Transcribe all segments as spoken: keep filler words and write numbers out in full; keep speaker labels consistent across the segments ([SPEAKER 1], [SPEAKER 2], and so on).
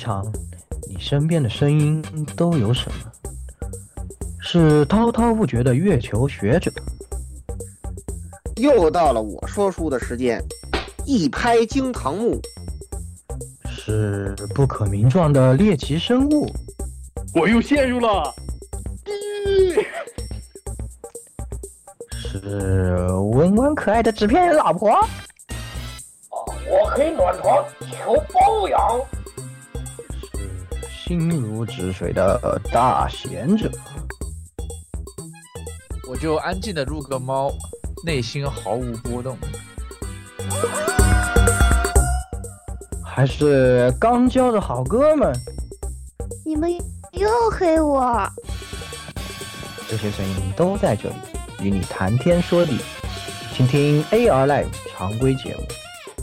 [SPEAKER 1] 场，你身边的声音都有什么？是滔滔不绝的月球学者，
[SPEAKER 2] 又到了我说书的时间，一拍惊堂木，
[SPEAKER 1] 是不可名状的猎奇生物，
[SPEAKER 3] 我又陷入了，
[SPEAKER 1] 是温婉可爱的纸片人老婆，
[SPEAKER 4] 我可以暖床求包养，
[SPEAKER 1] 是心如止水的大贤者，
[SPEAKER 5] 我就安静的入个猫，内心毫无波动。
[SPEAKER 1] 还是刚交的好哥们，
[SPEAKER 6] 你们又黑我，
[SPEAKER 1] 这些声音都在这里与你谈天说地，请听 A R Live 常规节目。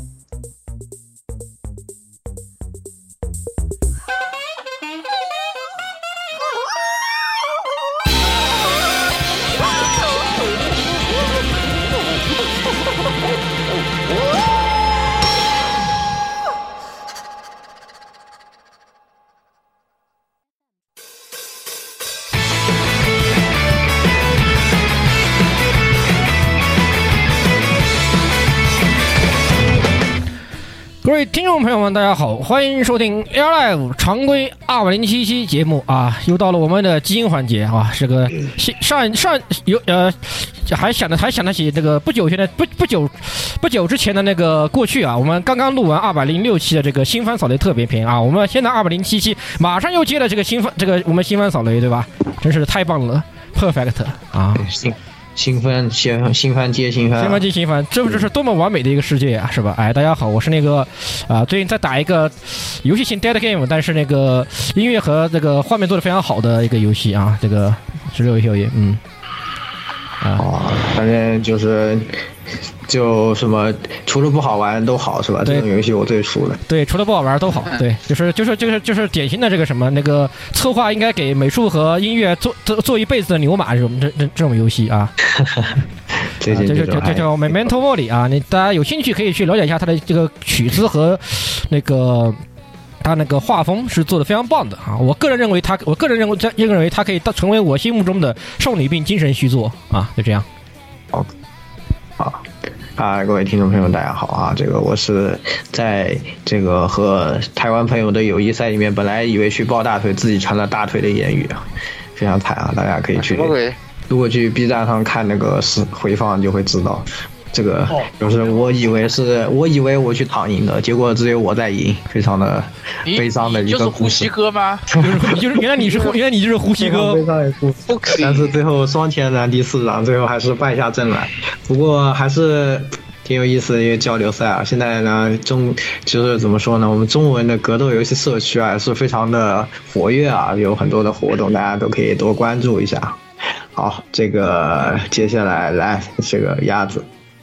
[SPEAKER 7] 各位听众朋友们，大家好，欢迎收听 A R Live 常规二百零七期节目啊，又到了我们的基因环节啊，这个上上有呃，还想的还想得起这个不久前的不不久不久之前的那个过去啊，我们刚刚录完二百零六期的这个新番扫雷特别篇啊，我们现在二百零七期马上又接了这个新番这个我们新番扫雷，对吧？真是太棒了 ，perfect 啊！
[SPEAKER 8] 新番新新番接新番，
[SPEAKER 7] 新番接新番，这不这是多么完美的一个世界啊，是吧？哎，大家好，我是那个啊、呃，最近在打一个游戏性 dead game， 但是那个音乐和这个画面做的非常好的一个游戏啊，这个十六休息，嗯，
[SPEAKER 8] 啊，哦、反正就是就什么除了不好玩都好，是吧？这种游戏我最熟了。
[SPEAKER 7] 对，除了不好玩都好，对，就是就是就是就是典型的这个什么那个策划应该给美术和音乐做做做一辈子的牛马这种这这这种游戏啊。
[SPEAKER 8] 这这
[SPEAKER 7] 这这叫 Memento Mori 啊，你大家有兴趣可以去了解一下它的这个曲子和那个它那个画风是做的非常棒的啊。我个人认为它，我个人认为认为它可以成为我心目中的少女病精神续作啊，就这样。
[SPEAKER 8] 好，好。啊，各位听众朋友，大家好啊！这个我是在这个和台湾朋友的友谊赛里面，本来以为去抱大腿，自己成了大腿的言语啊，非常惨啊！大家可以去，如果去 B 站上看那个是回放，就会知道，这个就是我以为是我以为我去躺赢的，结果只有我在赢，非常的悲伤的一个故事。
[SPEAKER 5] 就是呼吸哥吗？
[SPEAKER 7] 就是原来你是原来你就是呼吸哥，
[SPEAKER 8] 悲伤的故事。但是最后双前难敌四长，最后还是败下阵来。不过还是挺有意思的一个交流赛啊！现在呢，中就是怎么说呢？我们中文的格斗游戏社区啊是非常的活跃啊，有很多的活动，大家都可以多关注一下。好，这个接下来来这个鸭子。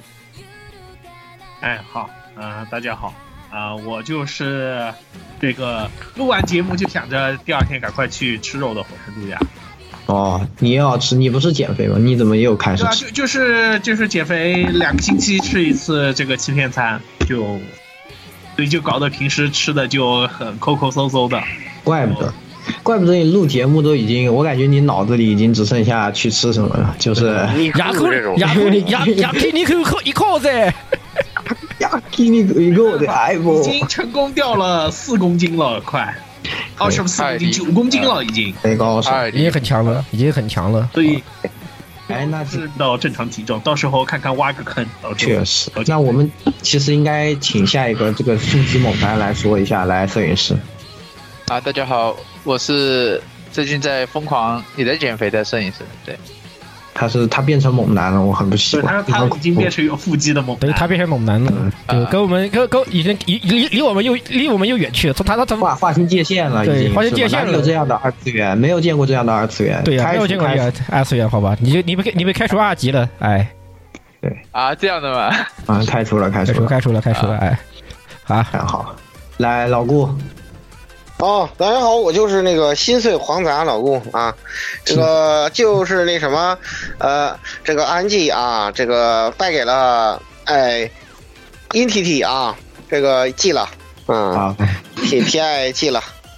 [SPEAKER 3] 哎，好，呃，大家好，啊、呃，我就是这个录完节目就想着第二天赶快去吃肉的火神杜亚。
[SPEAKER 8] 哦，你也要吃？你不是减肥吗？你怎么又开始吃？
[SPEAKER 3] 对啊，就就是就是减肥，两个星期吃一次这个欺骗餐，就所以就搞得平时吃的就很抠抠搜搜的。
[SPEAKER 8] 怪不得。怪不得你录节目都已经，我感觉你脑子里已经只剩下去吃什么了，就是
[SPEAKER 7] 牙口牙口牙牙皮你口一口子，
[SPEAKER 8] 牙皮你口一口子，哎不，
[SPEAKER 3] 已经成功掉了四公斤了，快，哦什么四公斤九公斤了已经，
[SPEAKER 8] 太高了，
[SPEAKER 7] 已经很强了，已经很强了，
[SPEAKER 3] 所以，
[SPEAKER 8] 哎那
[SPEAKER 3] 是到正常体重，到时候看看挖个坑，
[SPEAKER 8] 确实，那我们其实应该请下一个这个腹肌猛男来说一下，来摄影师。
[SPEAKER 5] 啊，大家好，我是最近在疯狂也在减肥的摄影师。对，
[SPEAKER 8] 他是他变成猛男了，我很不习惯。
[SPEAKER 3] 他他已经变成有腹肌的猛男，
[SPEAKER 7] 对，他变成猛男了，对，跟我们跟跟已经离离离我们又离我们又远去了，从他他他
[SPEAKER 8] 划划清界限了，
[SPEAKER 7] 对，划清界限了。
[SPEAKER 8] 有这样的二次元，没有见过这样的二次元，
[SPEAKER 7] 对呀、啊，没有见过二次元，好吧？你就你被你被开除二级了，哎，
[SPEAKER 8] 对
[SPEAKER 5] 啊，这样的吗？
[SPEAKER 8] 啊，开除了，开除了，
[SPEAKER 7] 开除了，开除了，哎，
[SPEAKER 8] 好，很好，来老顾。
[SPEAKER 2] 哦，大家好，我就是那个心碎黄杂老顾啊，这个就是那什么，呃，这个安吉啊，这个败给了哎 ，N T T 啊，这个记了，嗯，T T I 记了，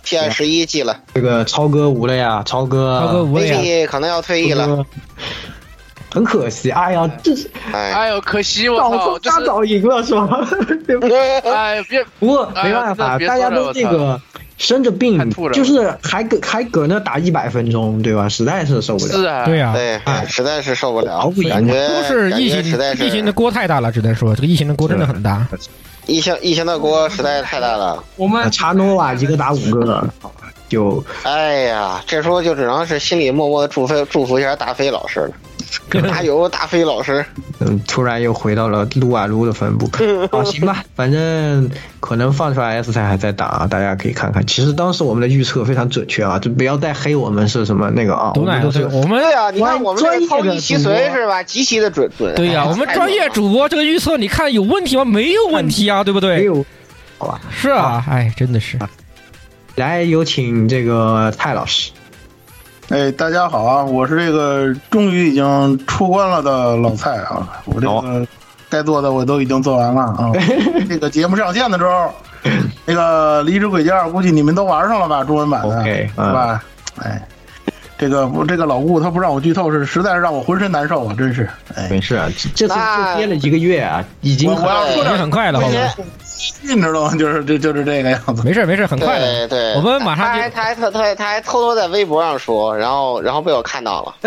[SPEAKER 2] T I 十一记了，
[SPEAKER 8] 这个超哥无了呀，超哥，
[SPEAKER 7] 超哥无了呀
[SPEAKER 2] V G 可能要退役了，
[SPEAKER 8] 很可惜。哎呀，这是
[SPEAKER 2] 哎，
[SPEAKER 5] 哎呦，可惜我操，
[SPEAKER 8] 早
[SPEAKER 5] 就是
[SPEAKER 8] 他早赢了是吧？对不对？
[SPEAKER 5] 哎别
[SPEAKER 8] 不过
[SPEAKER 5] 哎呀
[SPEAKER 8] 没办法，
[SPEAKER 5] 别
[SPEAKER 8] 大家
[SPEAKER 5] 说了我操
[SPEAKER 8] 都这个生着病
[SPEAKER 5] 太吐，了
[SPEAKER 8] 就是还搁还搁那打一百分钟，对吧？实在是受不了。
[SPEAKER 5] 是啊，
[SPEAKER 7] 对呀、
[SPEAKER 2] 对，实在是受不了
[SPEAKER 8] 毫不，赢
[SPEAKER 2] 感觉
[SPEAKER 7] 都是疫情
[SPEAKER 2] 感觉实在是
[SPEAKER 7] 疫情的锅太大了，只能说这个疫情的锅真的很大。
[SPEAKER 2] 疫情疫情的锅实在是太大了。
[SPEAKER 3] 我们
[SPEAKER 8] 查诺瓦一个打五个，就
[SPEAKER 2] 哎呀，这时候就只能是心里默默的祝福祝福一下大飞老师了。加油，大飞老师！
[SPEAKER 8] 嗯，突然又回到了撸啊撸的分部。好，行吧，反正可能放出来 S 赛还在打啊，大家可以看看。其实当时我们的预测非常准确啊，就不要再黑我们是什么那个啊，我
[SPEAKER 7] 毒奶
[SPEAKER 8] 们都是
[SPEAKER 7] 我们
[SPEAKER 2] 对啊，你看我们这个
[SPEAKER 8] 专业的
[SPEAKER 2] 超一奇随是吧？极其的准准。
[SPEAKER 7] 对呀、
[SPEAKER 2] 哎
[SPEAKER 7] 我们专业主播这个预测，你看有问题吗？没有问题啊，对不对？
[SPEAKER 8] 没有，好吧？
[SPEAKER 7] 是啊，哎，真的是。
[SPEAKER 8] 来，有请这个蔡老师。
[SPEAKER 9] 哎，大家好啊！我是这个终于已经出关了的老蔡啊，我这个该做的我都已经做完了啊。这个节目上线的时候，那个《离职轨迹二》估计你们都玩上了吧？中文版的，
[SPEAKER 8] OK，
[SPEAKER 9] 是吧？哎，这个这个老顾他不让我剧透，是实在是让我浑身难受啊！真是，哎，
[SPEAKER 8] 没事啊，这次就憋了一个月啊，已经
[SPEAKER 9] 我我要说点
[SPEAKER 7] 已经很快了，好吗？
[SPEAKER 9] 你知道吗？就是这就是这个样子。
[SPEAKER 7] 没事没事，很快的。
[SPEAKER 2] 对对，
[SPEAKER 7] 我们马上就
[SPEAKER 2] 他还他还他他他还偷偷在微博上说，然后然后被我看到了。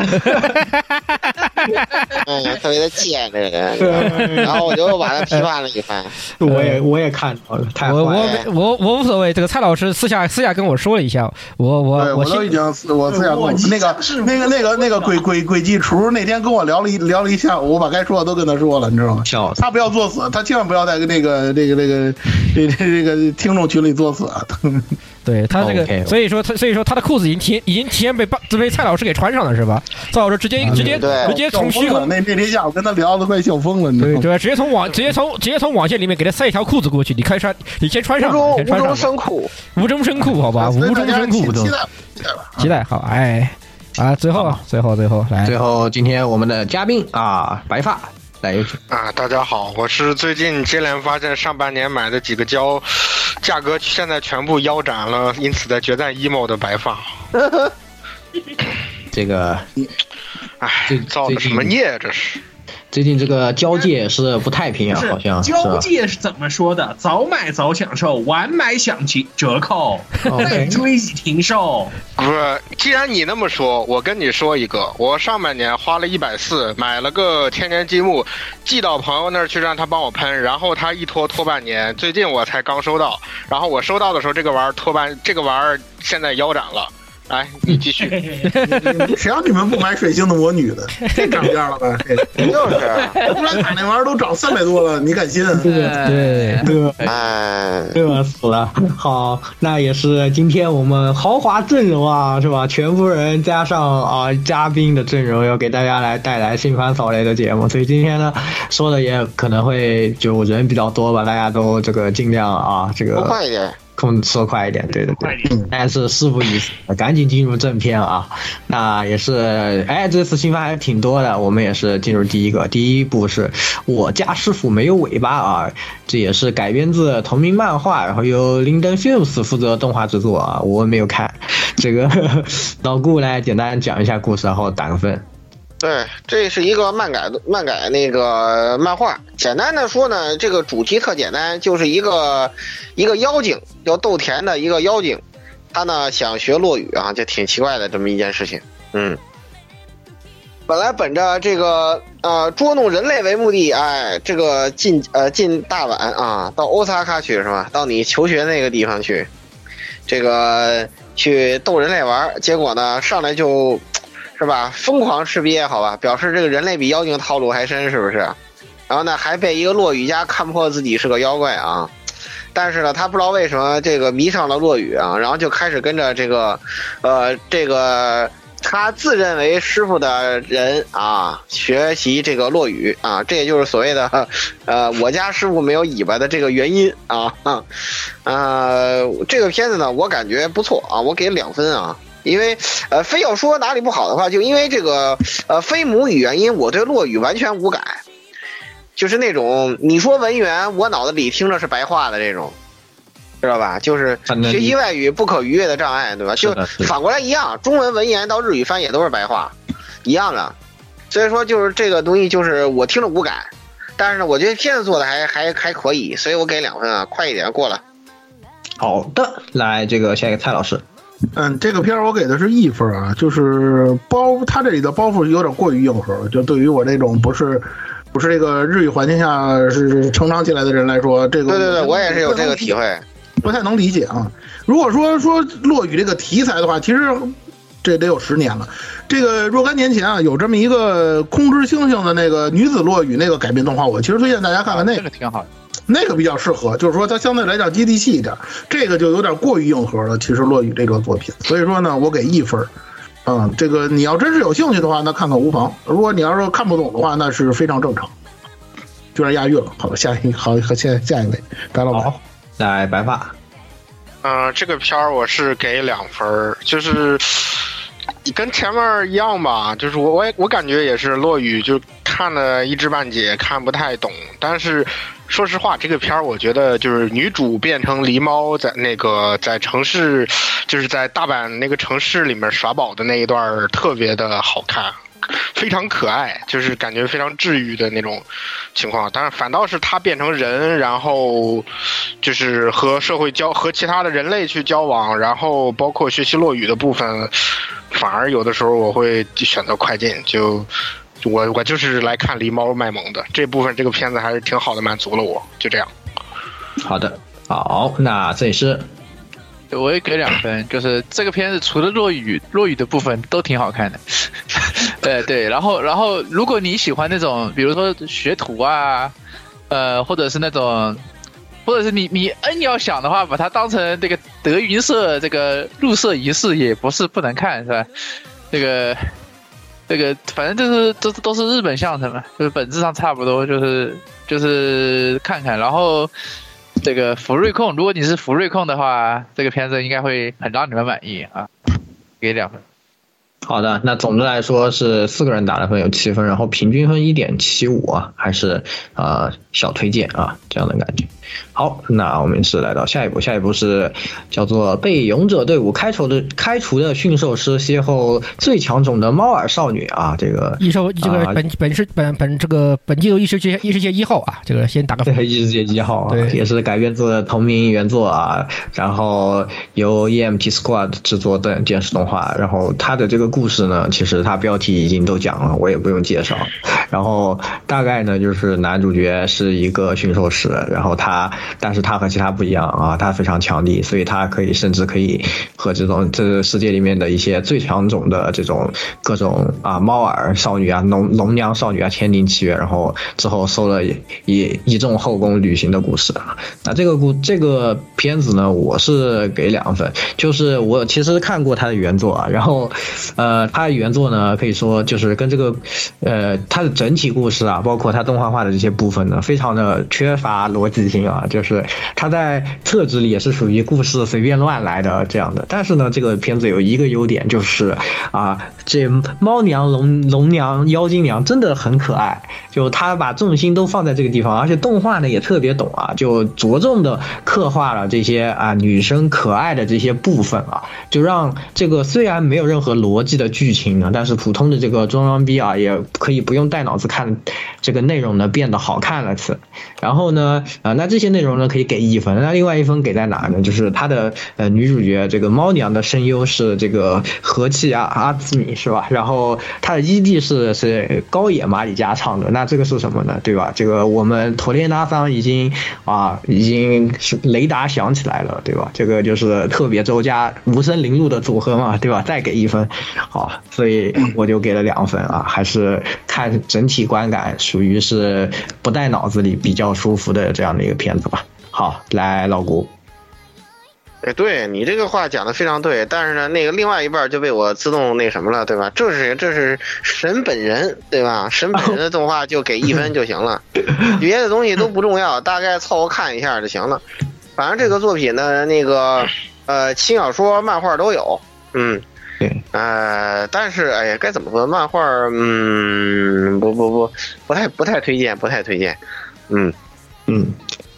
[SPEAKER 2] 嗯，特别的贱这个人，然后我就把他批判了一番。
[SPEAKER 8] 我也我也看到了，太
[SPEAKER 7] 我
[SPEAKER 8] 坏了。
[SPEAKER 7] 我我我无所谓，这个蔡老师私下私下跟我说了一下，我我
[SPEAKER 9] 对，我都已经我私下跟我那个那个那个那个轨轨轨迹厨那天跟我聊了一聊了一下午，我把该说的都跟他说了，你知道吗？
[SPEAKER 8] 笑死
[SPEAKER 9] 他不要作死，他千万不要在那个这个这个这这这个听众群里作死啊！
[SPEAKER 7] 对他这个
[SPEAKER 8] OK，
[SPEAKER 7] 所以说他所以说他的裤子已经提已经提前被把被蔡老师给穿上了是吧？蔡老师直接直接
[SPEAKER 2] 对
[SPEAKER 7] 直接从虚空
[SPEAKER 9] 那那天下午跟他聊的快笑疯了，你知道吗？
[SPEAKER 7] 对对，直接从网直接从直接从网线里面给他塞一条裤子过去，你快穿，你先穿上，
[SPEAKER 2] 无中无中
[SPEAKER 7] 先穿上，
[SPEAKER 2] 生裤，
[SPEAKER 7] 无中生裤，好吧，无中生裤，
[SPEAKER 9] 期待期待吧，
[SPEAKER 7] 期待好，哎，啊，最后最后最后来，
[SPEAKER 8] 最后今天我们的嘉宾啊，白发来有请。
[SPEAKER 10] 啊，大家好，我是最近接连发现上半年买的几个胶，价格现在全部腰斩了，因此在决战 emo 的白发。
[SPEAKER 8] 这个，
[SPEAKER 10] 哎，造的什么孽这是？
[SPEAKER 8] 最近这个交界是不太平啊，好像是吧
[SPEAKER 3] 交界是怎么说的？早买早享受，晚买享折折扣，再追已停售。
[SPEAKER 10] 不是，既然你那么说，我跟你说一个，我上半年花了一百四买了个天然积木，寄到朋友那儿去让他帮我喷，然后他一拖拖半年，最近我才刚收到，然后我收到的时候这个玩意儿拖半，这个玩意儿现在腰斩了。来，你继续。
[SPEAKER 9] 谁让你们不买水星的魔女的？这涨价了吧？就是乌兰塔那玩意儿都涨三百多了，你敢信？
[SPEAKER 8] 对对对，
[SPEAKER 2] 哎，
[SPEAKER 8] 热死了。好，那也是今天我们豪华阵容啊，是吧？全部人加上啊嘉宾的阵容，要给大家来带来新番扫雷的节目。所以今天呢，说的也可能会就人比较多吧，大家都这个尽量啊，这个
[SPEAKER 2] 快一点。
[SPEAKER 8] 控说快一点，对对对，但是事不宜迟，赶紧进入正片啊！那也是，哎，这次新番还挺多的，我们也是进入第一个，第一部是我家师傅没有尾巴啊，这也是改编自同名漫画，然后由 Linden Films 负责动画制作啊，我没有看，这个老顾来简单讲一下故事，然后打个分。
[SPEAKER 2] 对，这是一个漫改漫改那个漫画。简单的说呢，这个主题特简单，就是一个一个妖精叫豆田的一个妖精，他呢想学落语啊，就挺奇怪的这么一件事情。嗯，本来本着这个呃捉弄人类为目的，哎，这个进呃进大阪啊，到欧萨卡去是吧？到你求学那个地方去，这个去逗人类玩，结果呢上来就。是吧？疯狂吃瘪，好吧，表示这个人类比妖精套路还深，是不是？然后呢，还被一个落语家看破自己是个妖怪啊。但是呢，他不知道为什么这个迷上了落语啊，然后就开始跟着这个，呃，这个他自认为师傅的人啊，学习这个落语啊，这也就是所谓的，呃，我家师傅没有尾巴的这个原因啊。呃，这个片子呢，我感觉不错啊，我给两分啊。因为呃，非要说哪里不好的话，就因为这个呃非母语原因，我对落语完全无感，就是那种你说文言，我脑子里听着是白话的这种， 知道吧？就是学习外语不可逾越的障碍，对吧？就反过来一样，中文文言到日语翻也都是白话，一样的。所以说就是这个东西，就是我听着无感，但是呢，我觉得片子做的还还还可以，所以我给两分啊，快一点过了。
[SPEAKER 8] 好的，来这个下一个蔡老师。
[SPEAKER 9] 嗯，这个片儿我给的是一分啊，就是包，它这里的包袱有点过于硬核，就对于我这种不是不是这个日语环境下是成长起来的人来说，这个
[SPEAKER 2] 对对对，我也是有这个体会，
[SPEAKER 9] 不太能理解啊。如果说说落雨这个题材的话，其实这得有十年了。这个若干年前啊，有这么一个空之星星的那个女子落雨那个改编动画，我其实推荐大家看看那个，
[SPEAKER 5] 这个挺好的。
[SPEAKER 9] 那个比较适合，就是说它相对来讲接地气一点，这个就有点过于硬核了。其实落雨这个作品，所以说呢，我给一分。嗯，这个你要真是有兴趣的话，那看看无妨；如果你要是看不懂的话，那是非常正常。居然押韵了，好，下一好，下下一位，白老板，
[SPEAKER 8] 来白发。
[SPEAKER 10] 嗯、呃，这个片儿我是给两分，就是跟前面一样吧，就是我我我感觉也是落雨，就看了一知半解，看不太懂，但是。说实话，这个片儿我觉得就是女主变成狸猫，在那个在城市，就是在大阪那个城市里面耍宝的那一段特别的好看，非常可爱，就是感觉非常治愈的那种情况。但是反倒是她变成人，然后就是和社会交和其他的人类去交往，然后包括学习落语的部分，反而有的时候我会选择快进就。我我就是来看狸猫卖萌的这部分，这个片子还是挺好的，满足了我。就这样。
[SPEAKER 8] 好的，好，那摄影师，
[SPEAKER 5] 我也给两分，就是这个片子除了落雨，落雨的部分都挺好看的。对对，然后然后如果你喜欢那种，比如说学徒啊，呃，或者是那种，或者是你你N要想的话，把它当成这个德云社这个入社仪式也不是不能看，是吧？这个。这个反正就是都都是日本相声嘛，就是本质上差不多，就是就是看看。然后这个福瑞控，如果你是福瑞控的话，这个片子应该会很让你们满意啊，给两分。
[SPEAKER 8] 好的，那总的来说是四个人打的分有七分，然后平均分一点七五啊，还是呃小推荐啊这样的感觉。好，那我们是来到下一步，下一步是叫做被勇者队伍开除的开除的驯兽师邂逅最强种的猫耳少女啊，这个
[SPEAKER 7] 异兽这个本、啊、本是本本这个本季度异世界异世界一号啊，这个先打个分。
[SPEAKER 8] 对，异世界一号啊，也是改编自同名原作啊，然后由 E M T Squad 制作的电视动画，然后它的这个故事呢，其实它标题已经都讲了，我也不用介绍。然后大概呢，就是男主角是一个驯兽师，然后他，但是他和其他不一样啊，他非常强力，所以他可以甚至可以和这种这个世界里面的一些最强种的这种各种啊猫耳少女啊、龙龙娘少女啊签订契约，然后之后收了一一众后宫旅行的故事。那这个故这个片子呢，我是给两分，就是我其实看过他的原作啊，然后呃，他的原作呢可以说就是跟这个呃他的整体故事啊，包括他动画化的这些部分呢，非常的缺乏逻辑性啊，就是他在特质里也是属于故事随便乱来的这样的。但是呢，这个片子有一个优点就是啊，这猫娘、龙龙娘、妖精娘真的很可爱，就他把重心都放在这个地方，而且动画呢也特别懂啊，就着重的刻画了这些啊女生可爱的这些部分啊，就让这个虽然没有任何逻辑的剧情呢，但是普通的这个中装逼啊，也可以不用带脑子看这个内容呢变得好看了次。然后呢，啊、呃，那这些内容呢可以给一分，那另外一分给在哪呢？就是他的呃女主角这个猫娘的声优是这个和气啊阿兹米是吧？然后他的 E D 是是高野马里加唱的，那这个是什么呢？对吧？这个我们托列纳桑已经啊已经是雷达响起来了，对吧？这个就是特别周加无声铃鹿的组合嘛，对吧？再给一分，好，所以我就给了两分啊，还是看整体观感属于是不带脑子里比较舒服的这样的一个片子吧。好，来老谷。
[SPEAKER 2] 哎，对你这个话讲的非常对，但是呢，那个另外一半就被我自动那什么了，对吧？这是这是神本人，对吧？神本人的动画就给一分就行了，别的东西都不重要，大概凑合看一下就行了。反正这个作品呢，那个呃轻小说、漫画都有，嗯，
[SPEAKER 8] 对，
[SPEAKER 2] 呃，但是哎呀，该怎么说？漫画，嗯，不不不，不太不太推荐，不太推荐，嗯
[SPEAKER 8] 嗯。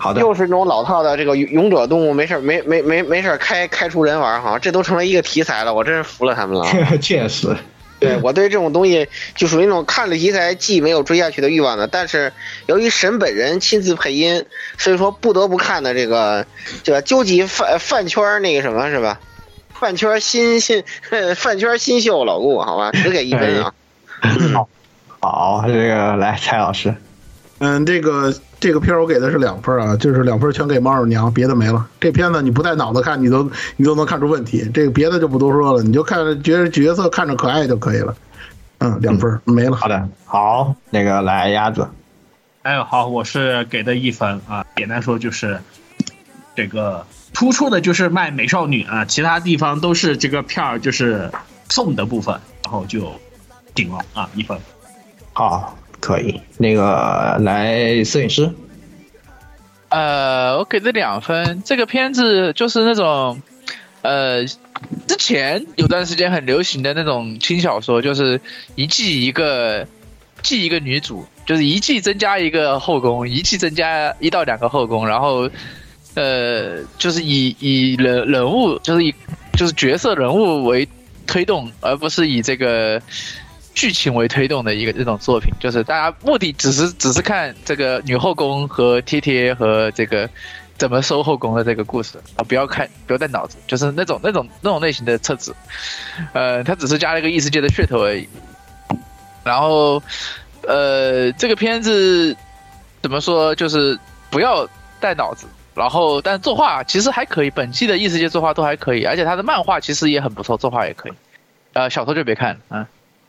[SPEAKER 8] 好的，
[SPEAKER 2] 又是那种老套的这个勇者动物，没事没没没没事开开除人玩哈，这都成为一个题材了，我真是服了他们了。
[SPEAKER 8] 确实，
[SPEAKER 2] 对我对这种东西就属于那种看了题材既没有追下去的欲望的，但是由于神本人亲自配音，所以说不得不看的这个这个究极饭饭圈那个什么是吧？饭圈新新饭圈新秀老顾，好吧，只给一分啊。
[SPEAKER 8] 好，好，这个来蔡老师。
[SPEAKER 9] 嗯，这个这个片儿我给的是两分啊，就是两分全给猫二娘，别的没了。这片子你不带脑子看，你都你都能看出问题。这个别的就不多说了，你就看觉得角色看着可爱就可以了。嗯，两分、嗯、没了。
[SPEAKER 8] 好的，好，那个来鸭子。
[SPEAKER 3] 哎，好，我是给的一分啊。简单说就是这个突出的就是卖美少女啊，其他地方都是这个片儿就是送的部分，然后就顶了啊，一分。
[SPEAKER 8] 好。可以，那个来摄影师，
[SPEAKER 5] 呃，我给的两分。这个片子就是那种，呃，之前有段时间很流行的那种轻小说，就是一季一个，季一个女主，就是一季增加一个后宫，一季增加一到两个后宫，然后，呃，就是以以人人物，就是以就是角色人物为推动，而不是以这个。剧情为推动的一个这种作品，就是大家目的只是只是看这个女后宫和贴贴和这个怎么收后宫的这个故事啊，不要看不要带脑子，就是那种那种那种类型的册子，呃，它只是加了一个异世界的噱头而已。然后，呃，这个片子怎么说，就是不要带脑子。然后，但作画其实还可以，本季的异世界作画都还可以，而且它的漫画其实也很不错，作画也可以。呃，小说就别看了啊。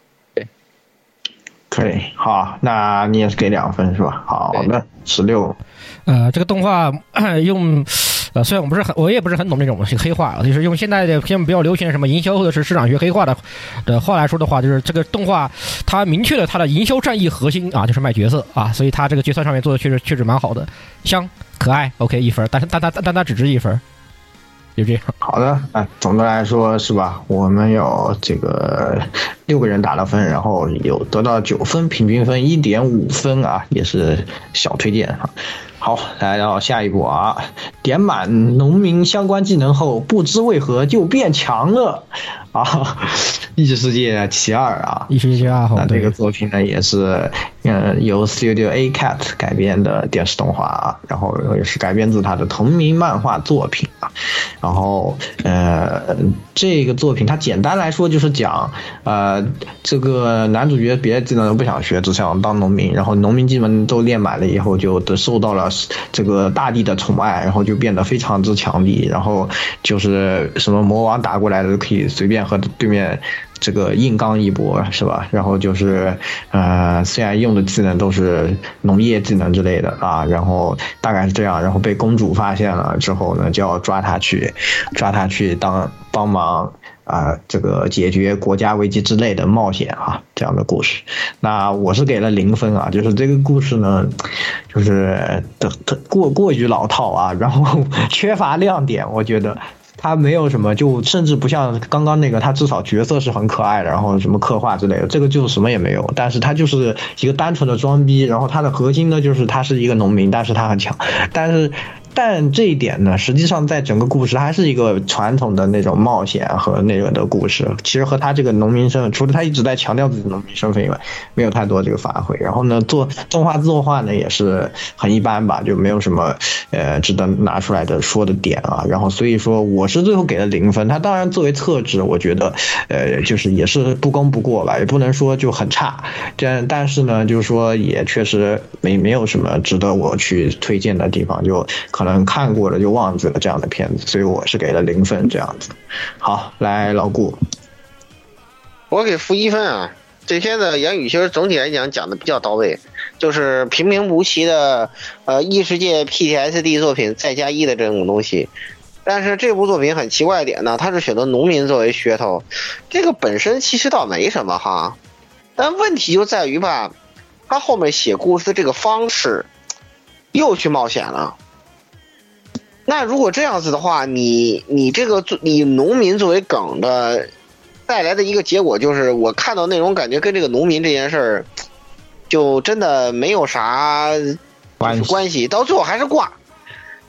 [SPEAKER 8] 可以，好，那你也是给两分是吧？好的，十六。
[SPEAKER 7] 呃，这个动画用，呃，虽然我不是很，我也不是很懂这种黑话，就是用现在的片比较流行的什么营销或者是市场学黑话的的话来说的话，就是这个动画它明确了它的营销战役核心啊，就是卖角色啊，所以它这个角色上面做的确实确实蛮好的，香可爱 ，OK 一分，但是但它但它只值一分。就这样。
[SPEAKER 8] 好的，啊，总的来说是吧？我们有这个六个人打了分，然后有得到九分，平均分一点五分啊，也是小推荐啊。好，来到下一步啊，点满农民相关技能后，不知为何就变强了啊！异世界其二啊，
[SPEAKER 7] 异世界二号，
[SPEAKER 8] 那这个作品呢也是嗯由 Studio A Cat 改编的电视动画啊，然后也是改编自他的同名漫画作品啊。然后呃这个作品它简单来说就是讲呃这个男主角别的技能都不想学，只想当农民，然后农民技能都练满了以后，就得受到了这个大地的宠爱，然后就变得非常之强力，然后就是什么魔王打过来的都可以随便和对面这个硬刚一波，是吧？然后就是呃虽然用的技能都是农业技能之类的啊，然后大概是这样，然后被公主发现了之后呢，就要抓他去抓他去当帮忙啊、呃，这个解决国家危机之类的冒险啊，这样的故事。那我是给了零分啊，就是这个故事呢，就是过过于老套啊，然后缺乏亮点，我觉得。他没有什么，就甚至不像刚刚那个，他至少角色是很可爱的，然后什么刻画之类的，这个就什么也没有。但是他就是一个单纯的装逼，然后他的核心呢就是他是一个农民，但是他很强，但是。但这一点呢，实际上在整个故事还是一个传统的那种冒险和那个的故事，其实和他这个农民身份，除了他一直在强调自己农民身份以外，没有太多这个发挥。然后呢，做动画作画呢也是很一般吧，就没有什么呃值得拿出来的说的点啊。然后所以说我是最后给了零分，他当然作为特质，我觉得呃就是也是不功不过吧，也不能说就很差，但但是呢，就是说也确实没没有什么值得我去推荐的地方，就。可能看过了就忘记了这样的片子，所以我是给了零分这样子。好，来老顾，
[SPEAKER 2] 我给负一分啊。这片的言语其实总体来讲讲的比较到位，就是平平无奇的呃异世界 P T S D 作品再加一的这种东西。但是这部作品很奇怪的点呢，它是选择农民作为噱头，这个本身其实倒没什么哈，但问题就在于吧，他后面写故事的这个方式又去冒险了。那如果这样子的话，你你这个你农民作为梗的带来的一个结果就是，我看到那种感觉跟这个农民这件事儿，就真的没有啥关系，关系到最后还是挂。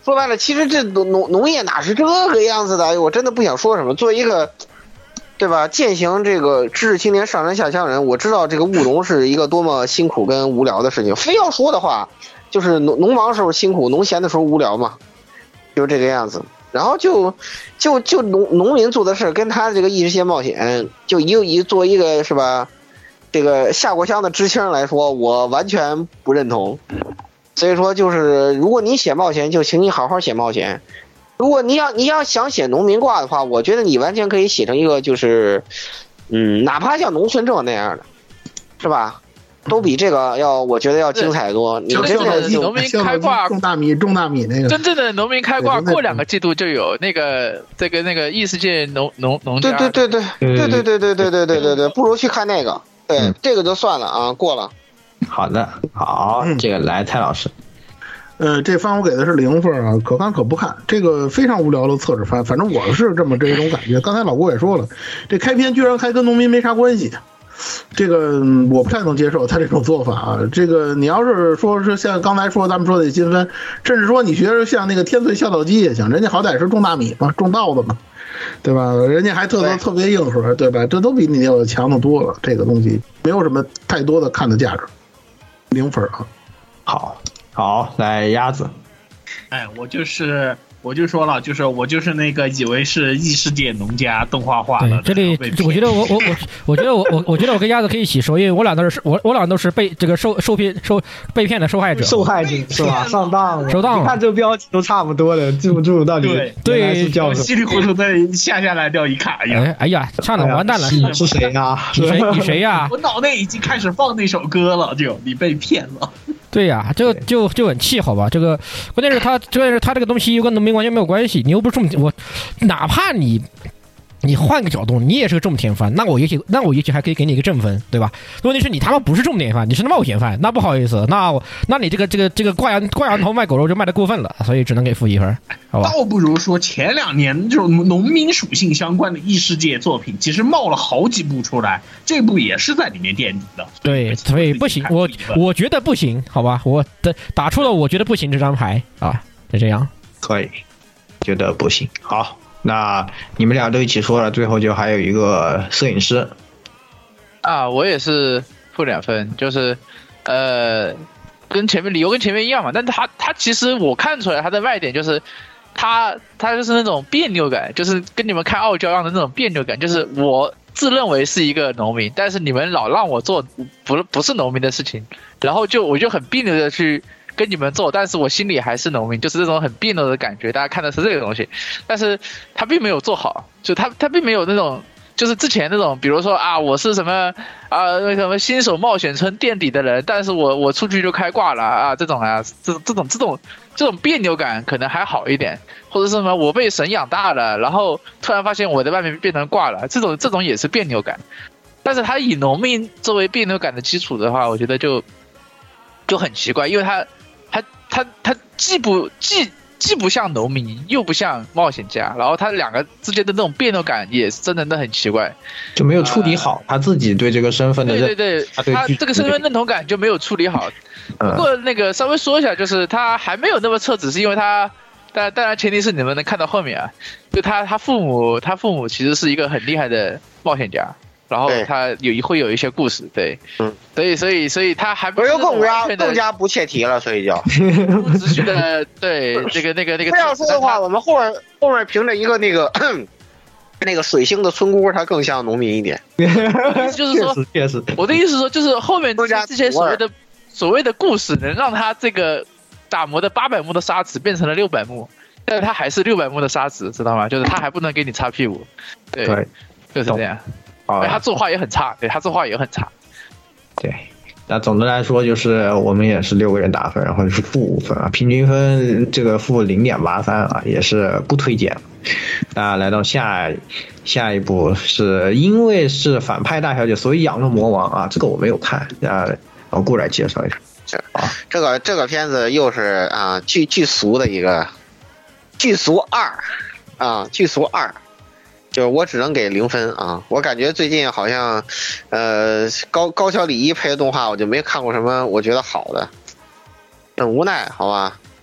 [SPEAKER 2] 说白了，其实这农农农业哪是这个样子的？哎呦，我真的不想说什么。作为一个，对吧？践行这个知识青年上山下乡人，我知道这个务农是一个多么辛苦跟无聊的事情。非要说的话，就是农农忙时候辛苦，农闲的时候无聊嘛，就这个样子。然后就就就农农民做的事跟他这个异世界冒险，就一一作为一个是吧，这个下过乡的知青来说，我完全不认同。所以说，就是如果你写冒险，就请你好好写冒险。如果你要你要想写农民挂的话，我觉得你完全可以写成一个就是，嗯，哪怕像农村证那样的，是吧？都比这个要，我觉得要精彩多。你真的
[SPEAKER 5] 就农民开挂
[SPEAKER 9] 种大米，种大米那个，
[SPEAKER 5] 真正的农民开挂，过两个季度就有那个这个那个异世界农农农家。
[SPEAKER 2] 对对对对对对对对对对对对对，不如去看那个。对，嗯、这个就算了啊，过了。
[SPEAKER 8] 好的，好，这个来蔡老师。
[SPEAKER 9] 呃，这番我给的是零分啊，可看可不看。这个非常无聊的厕纸番，反正我是这么这种感觉。刚才老郭也说了，这开篇居然还跟农民没啥关系，这个我不太能接受他这种做法啊。这个你要是说是像刚才说咱们说的新番，甚至说你学着像那个天岁孝道鸡也行，人家好歹是种大米嘛，种稻子嘛，对吧？人家还特别特别硬核，对吧？这都比你要强的多了。这个东西没有什么太多的看的价值。零分啊，
[SPEAKER 8] 好，好，来鸭子，
[SPEAKER 3] 哎，我就是我就说了，就是我就是那个以为是异世界农家动画化的。
[SPEAKER 7] 这里我觉得我我我我觉得我我我觉得我跟鸭子可以一起说，因为我俩都是我我俩都是被这个受受骗受被骗的受害者，
[SPEAKER 1] 受害者是吧？上当了，
[SPEAKER 7] 上当了。
[SPEAKER 1] 你看这个标题都差不多了，记不住到底
[SPEAKER 3] 对
[SPEAKER 1] 是叫什么？
[SPEAKER 3] 稀里糊涂的下下来掉一卡，哎
[SPEAKER 7] 呀，哎呀，差点完蛋了！
[SPEAKER 1] 是是谁呀？
[SPEAKER 7] 你谁你谁呀？
[SPEAKER 3] 我脑内已经开始放那首歌了，就你被骗了。
[SPEAKER 7] 对呀、啊，这个就就很气，好吧？这个关键是他，关键是他这个东西又跟农民完全没有关系。你又不是种我，哪怕你你换个角度，你也是个种田番，那我也许那我也许还可以给你一个正分，对吧？问题是你他妈不是种田番，你是冒险番，那不好意思，那我那你这个这个这个挂羊挂羊头卖狗肉就卖的过分了，所以只能给负一分，好吧？
[SPEAKER 3] 倒不如说前两年这种农民属性相关的异世界作品，其实冒了好几部出来，这部也是在里面垫底的。
[SPEAKER 7] 对，所以不行，我我觉得不行，好吧？我的打出了我觉得不行这张牌啊，就这样，
[SPEAKER 8] 可以，觉得不行，好。那你们俩都一起说了，最后就还有一个摄影师
[SPEAKER 5] 啊，我也是负两分，就是呃，跟前面理由跟前面一样嘛，但他他其实我看出来他的卖点就是他他就是那种别扭感，就是跟你们看傲娇一样的那种别扭感，就是我自认为是一个农民，但是你们老让我做不不是农民的事情，然后就我就很别扭的去跟你们做，但是我心里还是农民，就是这种很别扭的感觉，大家看的是这个东西，但是他并没有做好，就他他并没有那种就是之前那种，比如说啊，我是什么啊什么新手冒险村垫底的人，但是我我出去就开挂了啊，这种啊这这种这种这种别扭感可能还好一点，或者是什么我被神养大了，然后突然发现我在外面变成挂了，这种这种也是别扭感，但是他以农民作为别扭感的基础的话，我觉得就就很奇怪，因为他。他他他既不既既不像农民，又不像冒险家，然后他两个之间的那种别扭感也是真的很奇怪，
[SPEAKER 8] 就没有处理好、呃、他自己对这个身份的认，
[SPEAKER 5] 对对对，他, 他这个身份认同感就没有处理好。不过那个稍微说一下，就是他还没有那么彻，只是因为他，但当然前提是你们能看到后面啊，就他他父母他父母其实是一个很厉害的冒险家。然后他有会有一些故事，对，嗯，所以所以所以他还不是
[SPEAKER 2] 更加更加不切题了，所以就
[SPEAKER 5] 不持续的对这个那个那个。
[SPEAKER 2] 这样说的话，我们后面后面凭着一个那个那个水星的村姑，他更像农民一点。
[SPEAKER 5] 就是说，
[SPEAKER 8] 确实，
[SPEAKER 5] 我的意思是说，就是后面这些所谓的所谓的故事，能让他这个打磨的八百目的沙子变成了六百目，但是他还是六百目的沙子，知道吗？就是他还不能给你擦屁股，对，对就是这样。对他作画也很差，对他作画也很差。
[SPEAKER 8] 对，那总的来说就是我们也是六个人打分，然后就是负五分啊，平均分这个负零点八三啊，也是不推荐。那来到下下一步，是因为是反派大小姐，所以养了魔王啊，这个我没有看啊，老顾来介绍一下。
[SPEAKER 2] 啊，这个这个片子又是啊巨巨俗的一个巨俗二啊巨俗二。就是我只能给零分啊！我感觉最近好像，呃，高高桥李依配的动画，我就没看过什么我觉得好的，很无奈，好吧？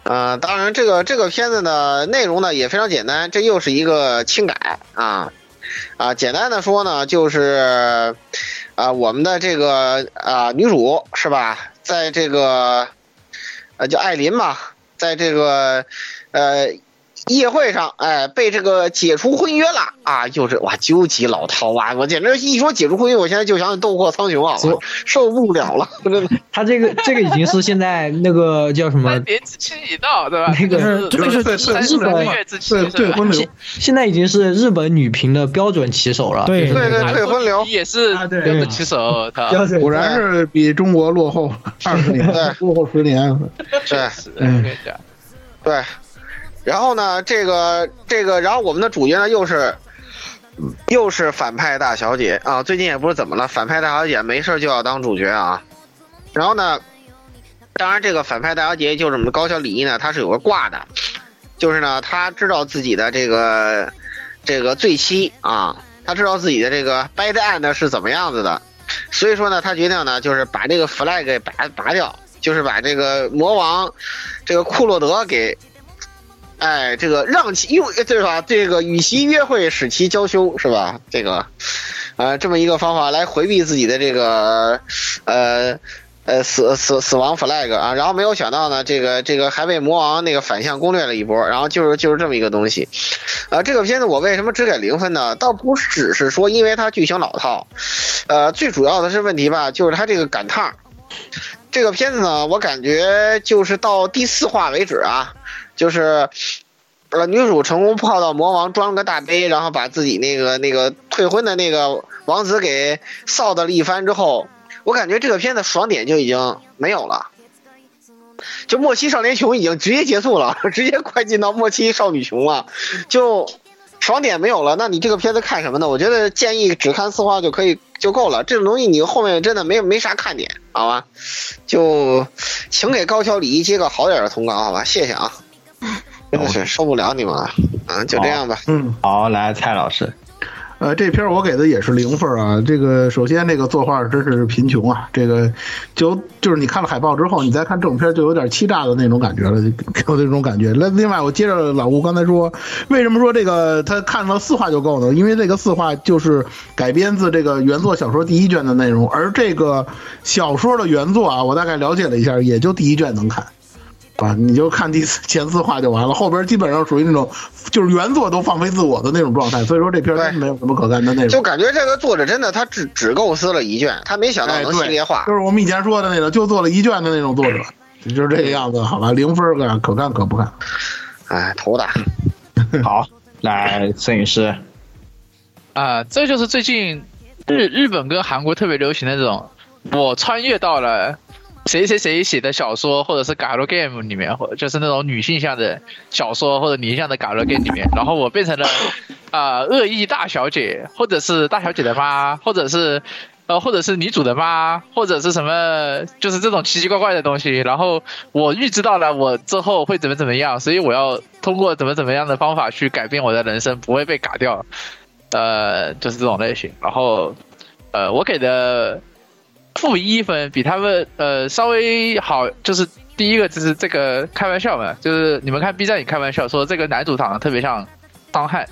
[SPEAKER 2] 呃，当然这个这个片子呢，内容呢也非常简单，这又是一个轻改啊啊，简单的说呢，就是啊我们的这个啊女主是吧，在这个呃叫艾琳嘛，在这个呃。夜会上，哎，被这个解除婚约了啊！又是哇，究极老套啊！我简直一说解除婚约，我现在就想起斗破苍穹啊，我受不了了，真的。
[SPEAKER 8] 他这个这个已经是现在那个叫什么？
[SPEAKER 5] 三点之期已到，对吧？
[SPEAKER 8] 那个
[SPEAKER 7] 这个是
[SPEAKER 8] 日本
[SPEAKER 9] 对对婚流，
[SPEAKER 8] 现在已经是日本女评的标准棋手了。
[SPEAKER 7] 对
[SPEAKER 2] 对对，退婚流
[SPEAKER 5] 也是标准棋手，他
[SPEAKER 9] 果然是比中国落后二十年，落后十年。
[SPEAKER 2] 对，
[SPEAKER 5] 嗯，
[SPEAKER 2] 对。然后呢，这个这个，然后我们的主角呢又是又是反派大小姐啊，最近也不知怎么了，反派大小姐没事就要当主角啊。然后呢，当然这个反派大小姐就是我们的高桥李依呢，她是有个挂的，就是呢她知道自己的这个这个罪期啊，她知道自己的这个 bad end 是怎么样子的，所以说呢，她决定呢就是把这个 flag 给拔拔掉，就是把这个魔王这个库洛德给。哎，这个让其用对吧？这个与其约会，使其娇羞，是吧？这个，呃，这么一个方法来回避自己的这个，呃，呃，死死死亡 flag 啊。然后没有想到呢，这个这个还被魔王那个反向攻略了一波。然后就是就是这么一个东西，呃，这个片子我为什么只给零分呢？倒不只是说因为它剧情老套，呃，最主要的是问题吧，就是它这个赶趟。这个片子呢，我感觉就是到第四话为止啊。就是，呃，女主成功泡到魔王，装了个大杯，然后把自己那个那个退婚的那个王子给臊到了一番之后，我感觉这个片子爽点就已经没有了。就莫欺少年穷已经直接结束了，直接快进到莫欺少女穷了，就爽点没有了。那你这个片子看什么呢？我觉得建议只看四话就可以就够了。这种东西你后面真的没没啥看点，好吧？就请给高桥李依接个好点的通告，好吧？谢谢啊。真的是受不了你们了，嗯，就这样吧。
[SPEAKER 9] 嗯，
[SPEAKER 8] 好，来蔡老师，
[SPEAKER 9] 呃，这片我给的也是零分啊。这个首先这个作画真是贫穷啊，这个就就是你看了海报之后，你再看正片就有点欺诈的那种感觉了，有那种感觉。那另外我接着老吴刚才说，为什么说这个他看了四话就够呢？因为这个四话就是改编自这个原作小说第一卷的内容，而这个小说的原作啊，我大概了解了一下，也就第一卷能看。啊，你就看第四前四话就完了，后边基本上属于那种就是原作都放飞自我的那种状态，所以说这片真没有什么可干的内容。
[SPEAKER 2] 就感觉这个作者真的他只只构思了一卷，他没想到能系列化。
[SPEAKER 9] 哎、就是我们以前说的那个，就做了一卷的那种作者，就是这个样子，好吧？零分个可看可不看。
[SPEAKER 2] 哎，头大。
[SPEAKER 8] 好，来摄影师。
[SPEAKER 5] 啊，这就是最近日日本跟韩国特别流行的这种，我穿越到了。谁谁谁写的小说，或者是 Galo Game 里面，或者就是那种女性向的小说，或者女性向的 Galo Game 里面，然后我变成了啊、呃、恶意大小姐，或者是大小姐的妈，或者是呃或者是女主的妈，或者是什么，就是这种奇奇怪怪的东西。然后我预知到了我之后会怎么怎么样，所以我要通过怎么怎么样的方法去改变我的人生，不会被嘎掉。呃，就是这种类型。然后呃，我给的。负一分比他们呃稍微好，就是第一个就是这个开玩笑嘛，就是你们看 B 站也开玩笑说这个男主长得特别像汤汉，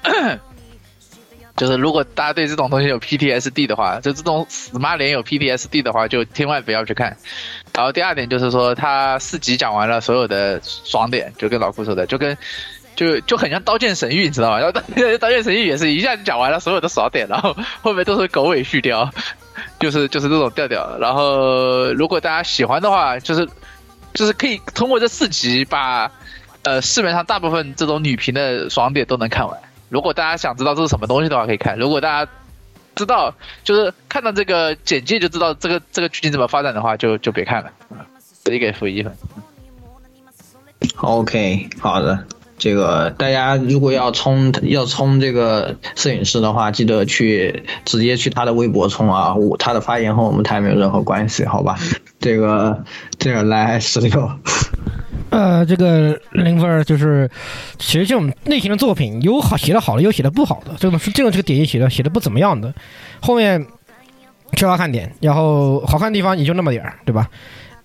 [SPEAKER 5] 就是如果大家对这种东西有 P T S D 的话，就这种死妈脸有 P T S D 的话，就千万不要去看。然后第二点就是说他四集讲完了所有的爽点，就跟老顾说的，就跟就就很像刀剑神域，你知道吗？然后刀剑神域也是一下就讲完了所有的爽点，然后后面都是狗尾续貂。就是就是这种调调，然后如果大家喜欢的话，就是就是可以通过这四集把呃市面上大部分这种女频的爽点都能看完。如果大家想知道这是什么东西的话，可以看；如果大家知道就是看到这个简介就知道这个这个剧情怎么发展的话，就就别看了。这里给负一分。
[SPEAKER 8] OK， 好的。这个大家如果要冲要冲这个摄影师的话，记得去直接去他的微博冲啊，我他的发言和我们台没有任何关系，好吧？这个这个来十六，
[SPEAKER 7] 呃，这个零分就是，其实这种类型的作品有好写的好的，有写的不好的，这种是这种这个点写的写的不怎么样的，后面缺乏看点，然后好看的地方也就那么点儿，对吧？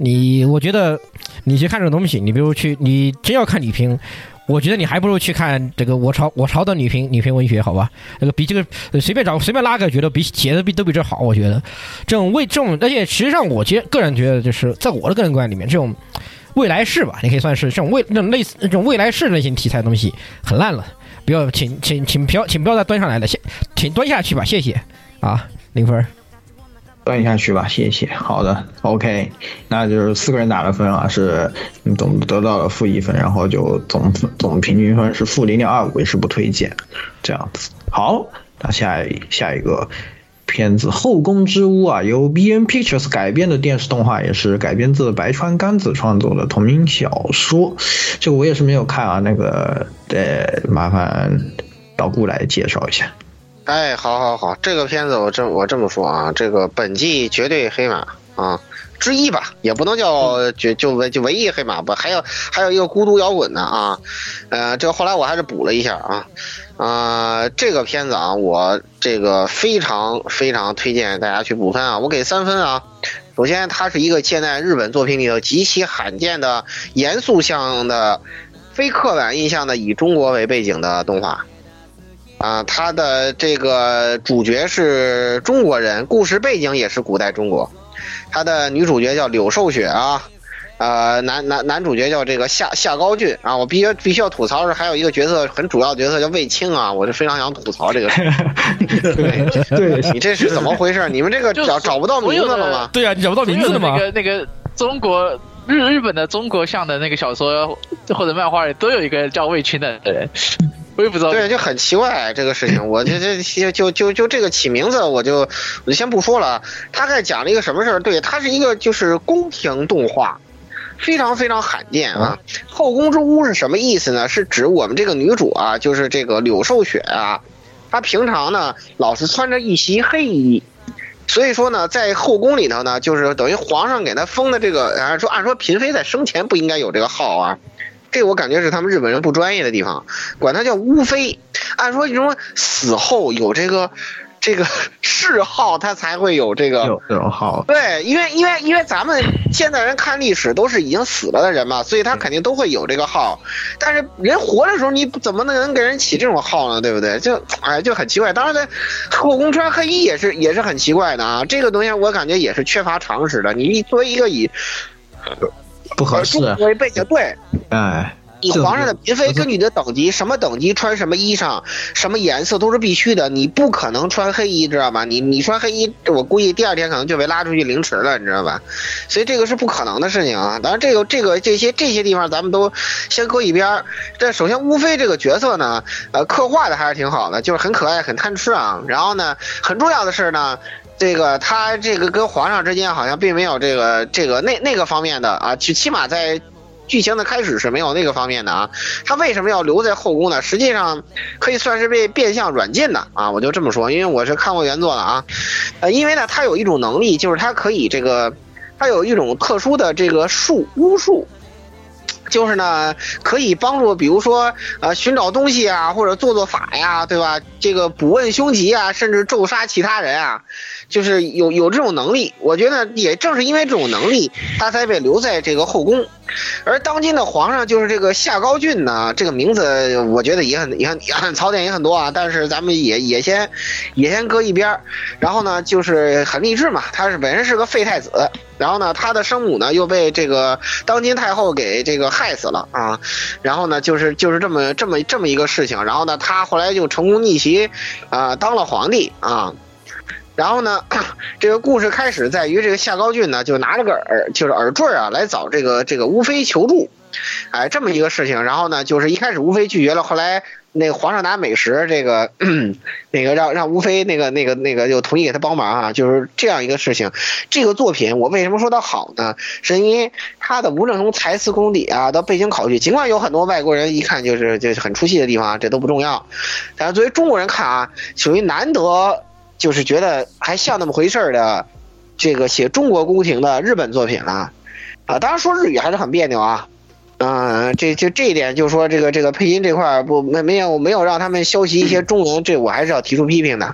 [SPEAKER 7] 你我觉得你去看这种东西，你比如去你真要看女频，我觉得你还不如去看这个我朝我朝的女频女频文学，好吧？这个比这个随便找随便拉个，觉得比写的比都比这好。我觉得这种未这种，而且实际上我觉个人觉得，就是在我的个人观里面，这种未来式吧，你可以算是这种未那种类似这种未来式类型题材的东西很烂了。不要，请请请不要请不要再端上来了，谢请端下去吧，谢谢啊，零分。
[SPEAKER 8] 端下去吧，谢谢。好的 ，OK， 那就是四个人打的分啊，是总得到了负一分，然后就总总平均分是负零点二五，也是不推荐，这样子。好，那下一下一个片子《后宫之屋》啊，由 B N Pictures 改编的电视动画，也是改编自白川刚子创作的同名小说。这个我也是没有看啊，那个呃，麻烦老顾来介绍一下。
[SPEAKER 2] 哎，好好好，这个片子我这我这么说啊，这个本季绝对黑马啊之一吧，也不能叫绝就唯就唯一黑马吧，还有还有一个孤独摇滚呢啊，呃，这个后来我还是补了一下啊，呃，这个片子啊，我这个非常非常推荐大家去补分啊，我给三分啊。首先，它是一个现在日本作品里头极其罕见的严肃向的、非刻板印象的以中国为背景的动画。啊，他的这个主角是中国人，故事背景也是古代中国。他的女主角叫柳寿雪啊，呃，男男男主角叫这个夏夏高俊啊。我必须必须要吐槽是还有一个角色很主要的角色叫卫青啊，我就非常想吐槽这个。对对，你这是怎么回事？你们这个找找不到名字了吗？
[SPEAKER 7] 对啊，你找不到名字了吗？
[SPEAKER 5] 那个那个中国日日本的中国向的那个小说或者漫画里都有一个叫卫青的人。我也不知道，
[SPEAKER 2] 对，就很奇怪这个事情。我这这就就就这个起名字，我就我就先不说了。他在讲了一个什么事儿？对，它是一个就是宫廷动画，非常非常罕见啊。后宫之屋是什么意思呢？是指我们这个女主啊，就是这个柳寿雪啊，她平常呢老是穿着一袭黑衣。所以说呢，在后宫里头呢，就是等于皇上给她封的这个，按说按说嫔妃在生前不应该有这个号啊。这我感觉是他们日本人不专业的地方，管它叫巫妃。按说这种死后有这个这个谥号，他才会有这个
[SPEAKER 8] 有这种号。
[SPEAKER 2] 对，因为因为因为咱们现在人看历史都是已经死了的人嘛，所以他肯定都会有这个号。但是人活的时候，你怎么能给人起这种号呢？对不对？就哎就很奇怪。当然，在后宫穿黑衣也是也是很奇怪的啊。这个东西我感觉也是缺乏常识的。你作为一个以
[SPEAKER 8] 不合适
[SPEAKER 2] 作为背景，对，
[SPEAKER 8] 哎，
[SPEAKER 2] 你皇上的嫔妃根据你的等级，什么等级穿什么衣裳，什么颜色都是必须的，你不可能穿黑衣，知道吧？你你穿黑衣，我估计第二天可能就被拉出去凌迟了，你知道吧？所以这个是不可能的事情啊。当然，这个这个这些这些地方咱们都先搁一边。这首先，乌妃这个角色呢，呃，刻画的还是挺好的，就是很可爱，很贪吃啊。然后呢，很重要的是呢。这个他这个跟皇上之间好像并没有这个这个那那个方面的啊，就起码在剧情的开始是没有那个方面的啊。他为什么要留在后宫呢？实际上可以算是被变相软禁的啊，我就这么说，因为我是看过原作的啊。呃，因为呢，他有一种能力，就是他可以这个，他有一种特殊的这个术巫术。就是呢，可以帮助，比如说，呃，寻找东西啊，或者做做法呀，对吧？这个捕问凶吉啊，甚至咒杀其他人啊，就是有有这种能力。我觉得也正是因为这种能力，他才被留在这个后宫。而当今的皇上就是这个夏高俊呢，这个名字我觉得也很也很也很槽点也很多啊，但是咱们也也先也先搁一边。然后呢，就是很励志嘛，他是本身是个废太子。然后呢，他的生母呢又被这个当今太后给这个害死了啊，然后呢就是就是这么这么这么一个事情，然后呢他后来就成功逆袭啊、呃，当了皇帝啊。然后呢，这个故事开始在于这个夏高俊呢就拿着个耳就是耳坠啊来找这个这个乌妃求助，哎这么一个事情。然后呢就是一开始乌妃拒绝了，后来那个皇上拿美食这个那个让让乌妃那个那个那个就同意给他帮忙啊，就是这样一个事情。这个作品我为什么说它好呢？是因为它的无论从台词功底啊到背景考据，尽管有很多外国人一看就是就是很出戏的地方，这都不重要，但是作为中国人看啊，属于难得就是觉得还像那么回事的这个写中国宫廷的日本作品了啊。当然说日语还是很别扭啊。嗯、呃，这就这一点，就是说这个这个配音这块不没没有没有让他们消息一些中文，这我还是要提出批评的。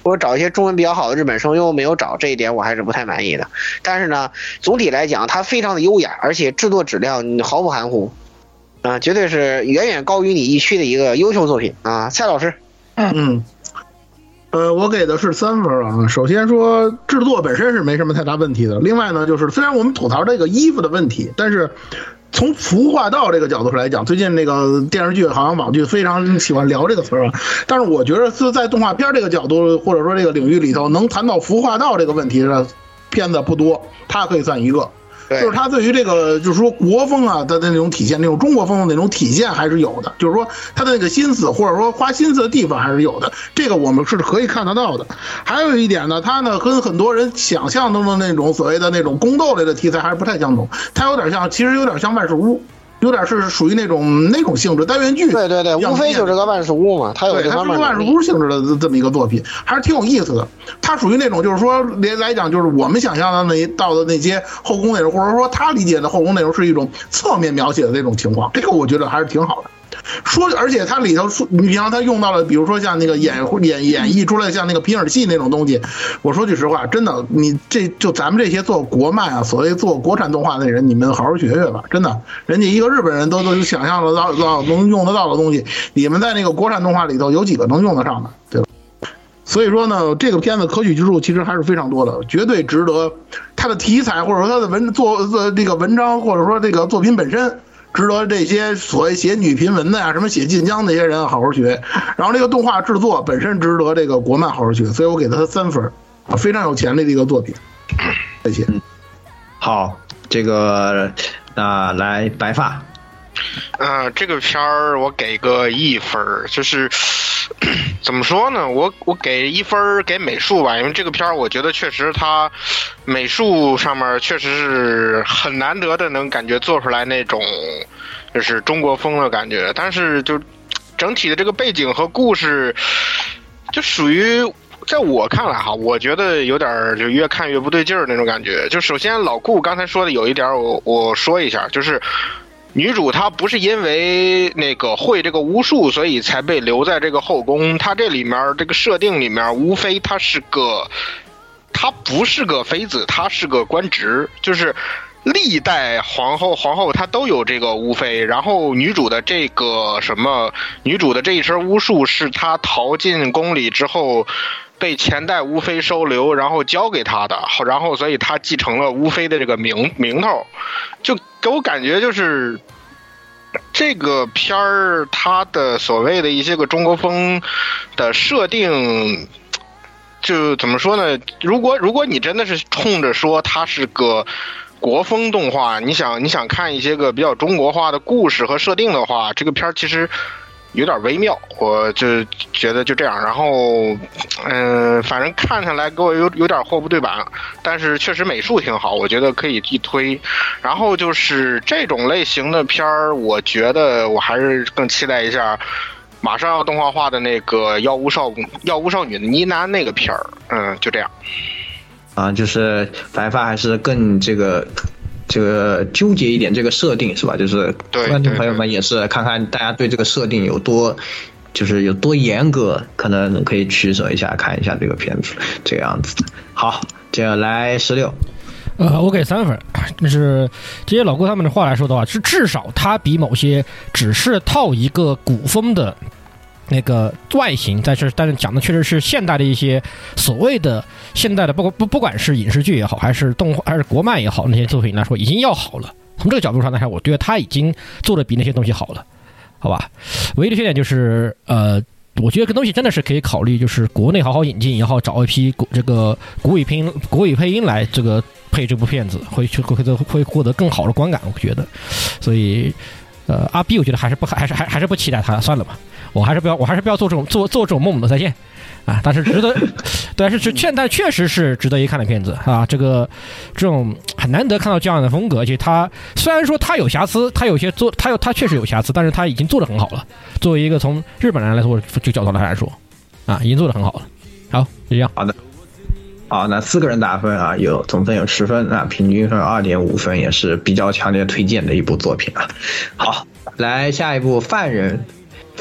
[SPEAKER 2] 或者找一些中文比较好的日本声优没有找，这一点我还是不太满意的。但是呢，总体来讲，它非常的优雅，而且制作质量毫不含糊，啊、呃，绝对是远远高于你一区的一个优秀作品啊。蔡老师，
[SPEAKER 9] 嗯。呃，我给的是三分啊。首先说制作本身是没什么太大问题的。另外呢，就是虽然我们吐槽这个衣服的问题，但是从服化道这个角度上来讲，最近那个电视剧好像网剧非常喜欢聊这个词儿啊。但是我觉得是在动画片这个角度或者说这个领域里头，能谈到服化道这个问题的片子不多，它可以算一个。就是他对于这个，就是说国风啊的那种体现，那种中国风的那种体现还是有的。就是说他的那个心思，或者说花心思的地方还是有的，这个我们是可以看得到的。还有一点呢，他呢跟很多人想象中的那种所谓的那种宫斗类的题材还是不太相同，他有点像，其实有点像万事屋。有点是属于那种那种性质单元剧，
[SPEAKER 2] 对对对，无非就是个万事屋嘛，它有这方面，
[SPEAKER 9] 它是万事屋性质的这么一个作品，还是挺有意思的。它属于那种就是说来讲，就是我们想象的那到的那些后宫内容，或者说他理解的后宫内容是一种侧面描写的那种情况，这个我觉得还是挺好的。说，而且它里头说，你比方它用到了，比如说像那个演演演绎出来像那个皮影戏那种东西，我说句实话，真的，你这就咱们这些做国漫啊，所谓做国产动画的人，你们好好学学吧，真的，人家一个日本人都都想象得到到能用得到的东西，你们在那个国产动画里头有几个能用得上的，对吧？所以说呢，这个片子可取之处其实还是非常多的，绝对值得它的题材或者说它的文作呃这个文章或者说这个作品本身。值得这些所谓写女频文的呀、啊，什么写晋江那些人好好学。然后这个动画制作本身值得这个国漫好好学，所以我给他三分啊，非常有潜力的一个作品。谢谢。
[SPEAKER 8] 好，这个那来白发。
[SPEAKER 10] 呃，这个片儿我给个一分，就是怎么说呢？我我给一分给美术吧，因为这个片儿我觉得确实它美术上面确实是很难得的能感觉做出来那种就是中国风的感觉，但是就整体的这个背景和故事就属于。在我看来哈，我觉得有点就越看越不对劲儿那种感觉。就首先老顾刚才说的有一点我我说一下，就是女主她不是因为那个会这个巫术所以才被留在这个后宫，她这里面这个设定里面无非她是个她不是个妃子，她是个官职，就是历代皇后皇后她都有这个巫妃，然后女主的这个什么女主的这一身巫术是她逃进宫里之后被前代巫妃收留，然后交给她的，然后所以她继承了巫妃的这个名名头，就给我感觉就是这个片儿它的所谓的一些个中国风的设定，就怎么说呢？如果如果你真的是冲着说它是个国风动画，你想你想看一些个比较中国化的故事和设定的话，这个片儿其实有点微妙，我就觉得就这样。然后，嗯、呃，反正看下来给我有有点货不对版，但是确实美术挺好，我觉得可以一推。然后就是这种类型的片儿，我觉得我还是更期待一下马上要动画化的那个药物少药物少女的呢喃那个片儿。嗯，就这样。
[SPEAKER 8] 啊，就是白发还是更这个这个纠结一点这个设定是吧？就是观众朋友们也是看看大家对这个设定有多就是有多严格，可能可以取舍一下看一下这个片子这个样子。好，接下来十六。
[SPEAKER 7] 呃，我给三分，就是这些老顾他们的话来说的话，是至少它比某些只是套一个古风的那个外形，但是但是讲的确实是现代的一些所谓的现代的，不管不不管是影视剧也好，还是动画还是国漫也好，那些作品来说已经要好了。从这个角度上来看，我觉得他已经做的比那些东西好了，好吧？唯一的缺点就是呃。我觉得这个东西真的是可以考虑，就是国内好好引进，然后找一批这个国语配音、国语配音来这个配这部片子，会会会获得更好的观感。我觉得，所以，呃，阿 B 我觉得还是不还是还还是不期待他，算了吧，我还是不要我还是不要做这种做做这种梦的再见啊！但是值得，但是是现在确实是值得一看的片子啊！这个这种很难得看到这样的风格，而且他虽然说他有瑕疵，他有些做他有他确实有瑕疵，但是他已经做得很好了。作为一个从日本人来说这个角度来说，啊，已经做得很好了。好，就这样。
[SPEAKER 8] 好的。好，那四个人打分啊，有总分有十分啊，平均分二点五分，也是比较强烈推荐的一部作品啊。好，来下一部犯人。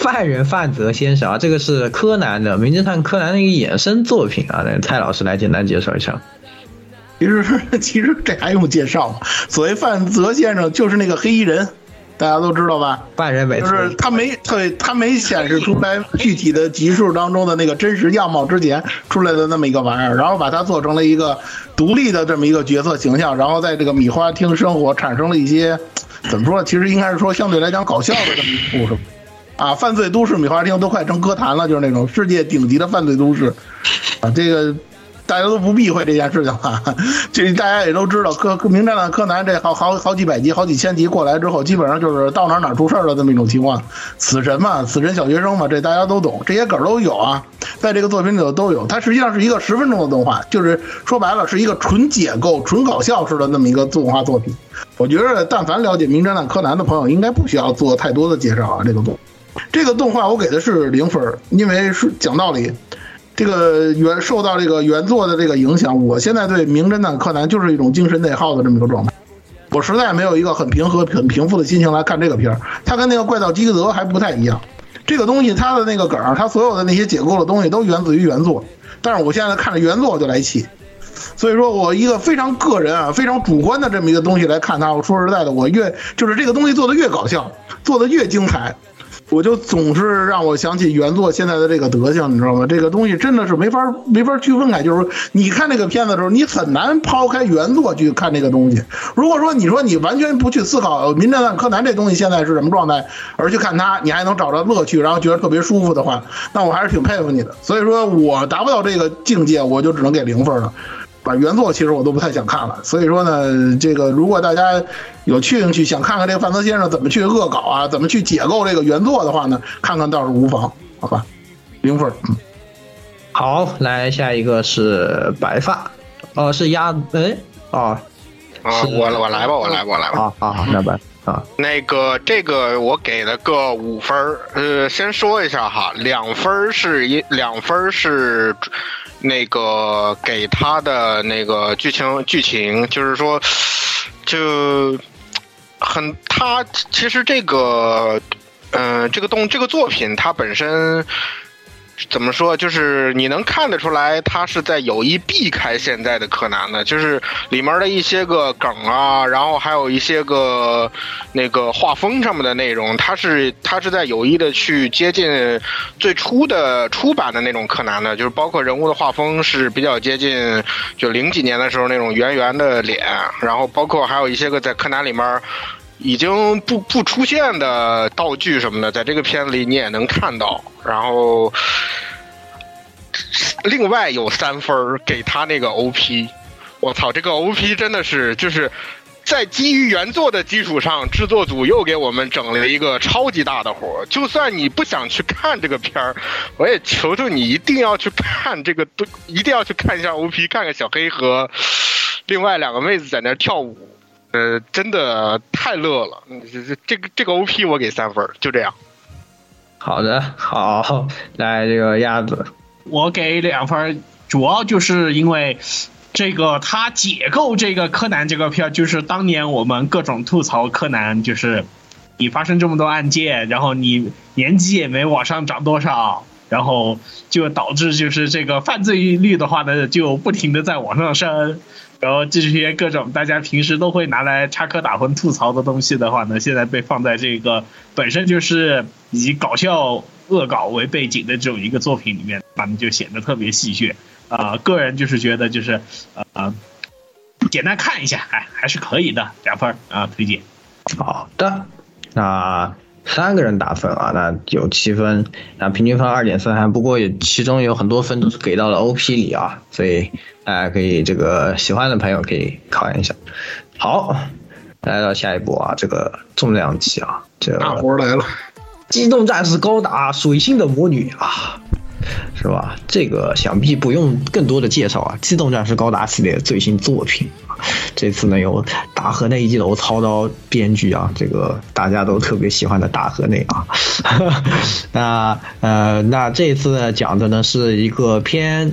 [SPEAKER 8] 犯人范泽先生啊，这个是柯南的《名侦探柯南》的一个衍生作品啊，那蔡老师来简单介绍一下。
[SPEAKER 9] 其实其实这还用介绍吗？所谓范泽先生就是那个黑衣人。大家都知道吧？
[SPEAKER 8] 犯人尾
[SPEAKER 9] 就是他没他他没显示出来具体的集数当中的那个真实样貌之前出来的那么一个玩意儿，然后把它做成了一个独立的这么一个角色形象，然后在这个米花厅生活产生了一些怎么说？其实应该是说相对来讲搞笑的这么一个故事啊。犯罪都市米花厅都快成歌坛了，就是那种世界顶级的犯罪都市啊，这个。大家都不避讳这件事情啊，这大家也都知道，柯名侦探柯南这好好好几百集、好几千集过来之后，基本上就是到哪哪出事的这么一种情况。死神嘛，死神小学生嘛，这大家都懂，这些梗都有啊，在这个作品里头都有。它实际上是一个十分钟的动画，就是说白了是一个纯解构、纯搞笑式的那么一个动画作品。我觉得，但凡了解名侦探柯南的朋友，应该不需要做太多的介绍啊。这个动这个动画我给的是零分，因为是讲道理。这个原受到这个原作的这个影响，我现在对名侦探柯南就是一种精神内耗的这么一个状态。我实在没有一个很平和、很平复的心情来看这个片儿。它跟那个怪盗基德还不太一样。这个东西它的那个梗，它所有的那些解构的东西都源自于原作，但是我现在看着原作就来气。所以说我一个非常个人啊、非常主观的这么一个东西来看它，我说实在的，我越就是这个东西做的越搞笑，做的越精彩。我就总是让我想起原作现在的这个德行，你知道吗？这个东西真的是没法没法区分开。就是你看这个片子的时候，你很难抛开原作去看这个东西。如果说你说你完全不去思考《名侦探柯南》这东西现在是什么状态，而去看它，你还能找到乐趣，然后觉得特别舒服的话，那我还是挺佩服你的。所以说我达不到这个境界，我就只能给零分了。把原作其实我都不太想看了，所以说呢，这个如果大家有兴趣想看看这个范泽先生怎么去恶搞啊，怎么去解构这个原作的话呢，看看倒是无妨，好吧？零分。嗯，
[SPEAKER 8] 好，来下一个是白发，哦，是鸭，哎，哦，
[SPEAKER 10] 啊，我我来吧，我来吧，我来吧。
[SPEAKER 8] 啊啊，那白啊，
[SPEAKER 10] 那个这个我给了个五分，呃，先说一下哈，两分是一两分是。那个给他的那个剧情剧情就是说，就很他其实这个，嗯、呃，这个动这个作品它本身怎么说，就是你能看得出来，他是在有意避开现在的柯南的，就是里面的一些个梗啊，然后还有一些个那个画风上面的内容，他是他是在有意的去接近最初的出版的那种柯南的，就是包括人物的画风是比较接近就零几年的时候那种圆圆的脸，然后包括还有一些个在柯南里面已经不不出现的道具什么的，在这个片子里你也能看到。然后另外有三分给他那个 O P， 我操，这个 O P 真的是就是在基于原作的基础上，制作组又给我们整了一个超级大的活。就算你不想去看这个片儿，我也求求你一定要去看这个，一定要去看一下 O P， 看看小黑和另外两个妹子在那跳舞。呃，真的太乐了，这这个这个 O P 我给三分，就这样。
[SPEAKER 8] 好的，好，来这个鸭子，
[SPEAKER 3] 我给两分，主要就是因为这个他解构这个柯南这个片，就是当年我们各种吐槽柯南，就是你发生这么多案件，然后你年纪也没往上涨多少，然后就导致就是这个犯罪率的话呢，就不停的在往上升。然后这些各种大家平时都会拿来插科打诨吐槽的东西的话呢，现在被放在这个本身就是以搞笑恶搞为背景的这种一个作品里面，他们就显得特别戏谑。呃，个人就是觉得就是呃，简单看一下，哎，还是可以的，两分啊、呃，推荐。
[SPEAKER 8] 好的，那三个人打分啊，那有七分，那平均分二点三，不过也其中有很多分都是给到了 O P 里啊，所以大家可以这个喜欢的朋友可以考验一下。好，来到下一步啊，这个重量级啊，这
[SPEAKER 9] 大活来了，
[SPEAKER 8] 机动战士高达水星的魔女啊，是吧？这个想必不用更多的介绍啊，机动战士高达系列的最新作品。这次呢有大河内一楼操刀编剧啊，这个大家都特别喜欢的大河内啊。那呃，那这次呢讲的呢是一个偏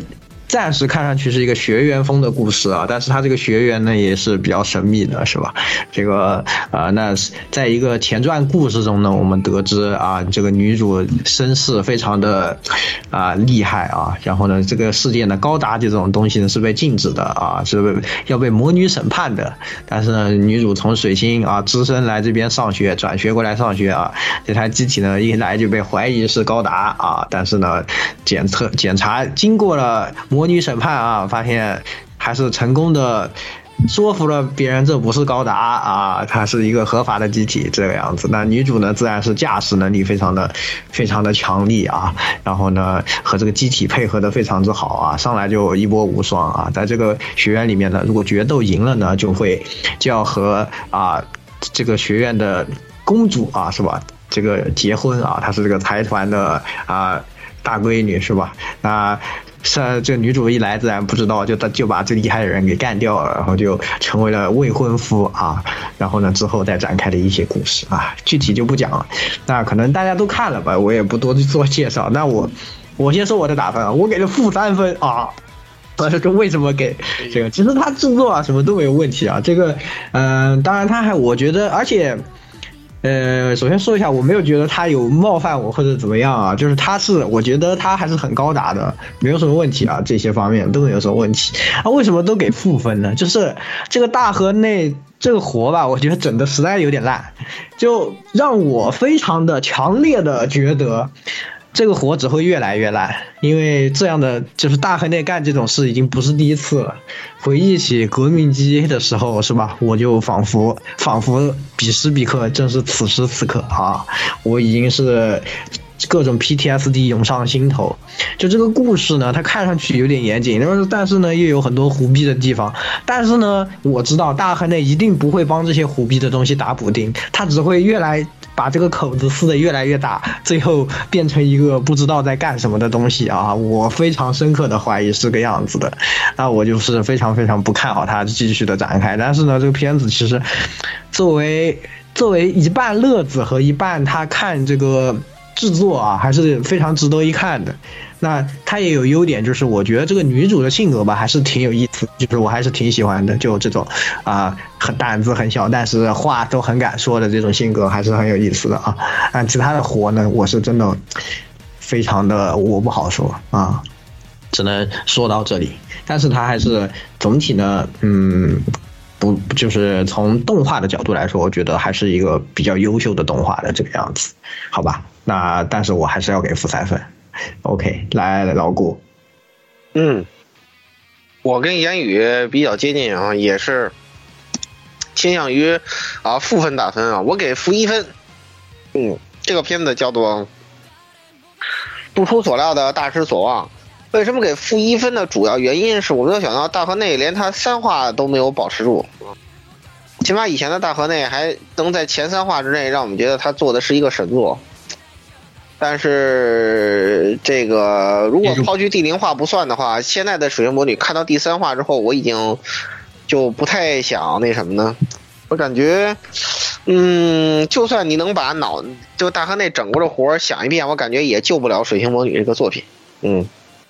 [SPEAKER 8] 暂时看上去是一个学园风的故事啊，但是它这个学园呢也是比较神秘的，是吧？这个啊、呃，那在一个前传故事中呢，我们得知啊，这个女主身世非常的啊厉害啊，然后呢，这个世界呢高达这种东西呢是被禁止的啊，是被要被魔女审判的。但是呢，女主从水星啊只身来这边上学，转学过来上学啊，这台机体呢一来就被怀疑是高达啊，但是呢检测检查经过了魔女审判啊，发现还是成功的说服了别人这不是高达啊，它是一个合法的机体这个样子。那女主呢自然是驾驶能力非常的非常的强力啊，然后呢和这个机体配合的非常之好啊，上来就一波无双啊。在这个学院里面呢，如果决斗赢了呢，就会就要和啊这个学院的公主啊是吧这个结婚啊，她是这个财团的啊大闺女是吧？那是这女主一来自然不知道，就就把最厉害的人给干掉了，然后就成为了未婚夫啊。然后呢之后再展开的一些故事啊，具体就不讲了。那可能大家都看了吧，我也不多做介绍。那我我先说我的打分啊，我给了负三分啊。这个为什么给这个？其实它制作啊什么都没有问题啊。这个嗯、呃，当然它还我觉得，而且。呃，首先说一下，我没有觉得他有冒犯我或者怎么样啊，就是他是，我觉得他还是很高达的，没有什么问题啊，这些方面都没有什么问题。啊，为什么都给负分呢？就是这个大河内这个活吧，我觉得整的实在有点烂，就让我非常的强烈的觉得。这个活只会越来越烂，因为这样的就是大河内干这种事已经不是第一次了。回忆起革命机的时候，是吧？我就仿佛仿佛彼时彼刻正是此时此刻啊！我已经是各种 P T S D 涌上心头。就这个故事呢，它看上去有点严谨，但是呢又有很多胡逼的地方。但是呢，我知道大河内一定不会帮这些胡逼的东西打补丁，它只会越来。把这个口子撕得越来越大，最后变成一个不知道在干什么的东西啊！我非常深刻的怀疑是个样子的，那我就是非常非常不看好它继续的展开。但是呢，这个片子其实作为作为一半乐子和一半他看这个制作啊，还是非常值得一看的。那它也有优点，就是我觉得这个女主的性格吧，还是挺有意思，就是我还是挺喜欢的，就这种啊，很胆子很小，但是话都很敢说的这种性格，还是很有意思的啊。啊，其他的活呢，我是真的非常的我不好说啊，只能说到这里。但是它还是总体呢，嗯。不，就是从动画的角度来说，我觉得还是一个比较优秀的动画的这个样子，好吧？那但是我还是要给负三分。OK， 来老顾，
[SPEAKER 2] 嗯，我跟言语比较接近啊，也是倾向于啊负分打分啊，我给负一分。嗯，这个片子叫做不出所料的大失所望。为什么给负一分的主要原因是我没有想到大河内连他三话都没有保持住，起码以前的大河内还能在前三话之内让我们觉得他做的是一个神作。但是这个如果抛去第零话不算的话，现在的水星魔女看到第三话之后，我已经就不太想那什么呢？我感觉，嗯，就算你能把脑就大河内整个的活想一遍，我感觉也救不了水星魔女这个作品。嗯，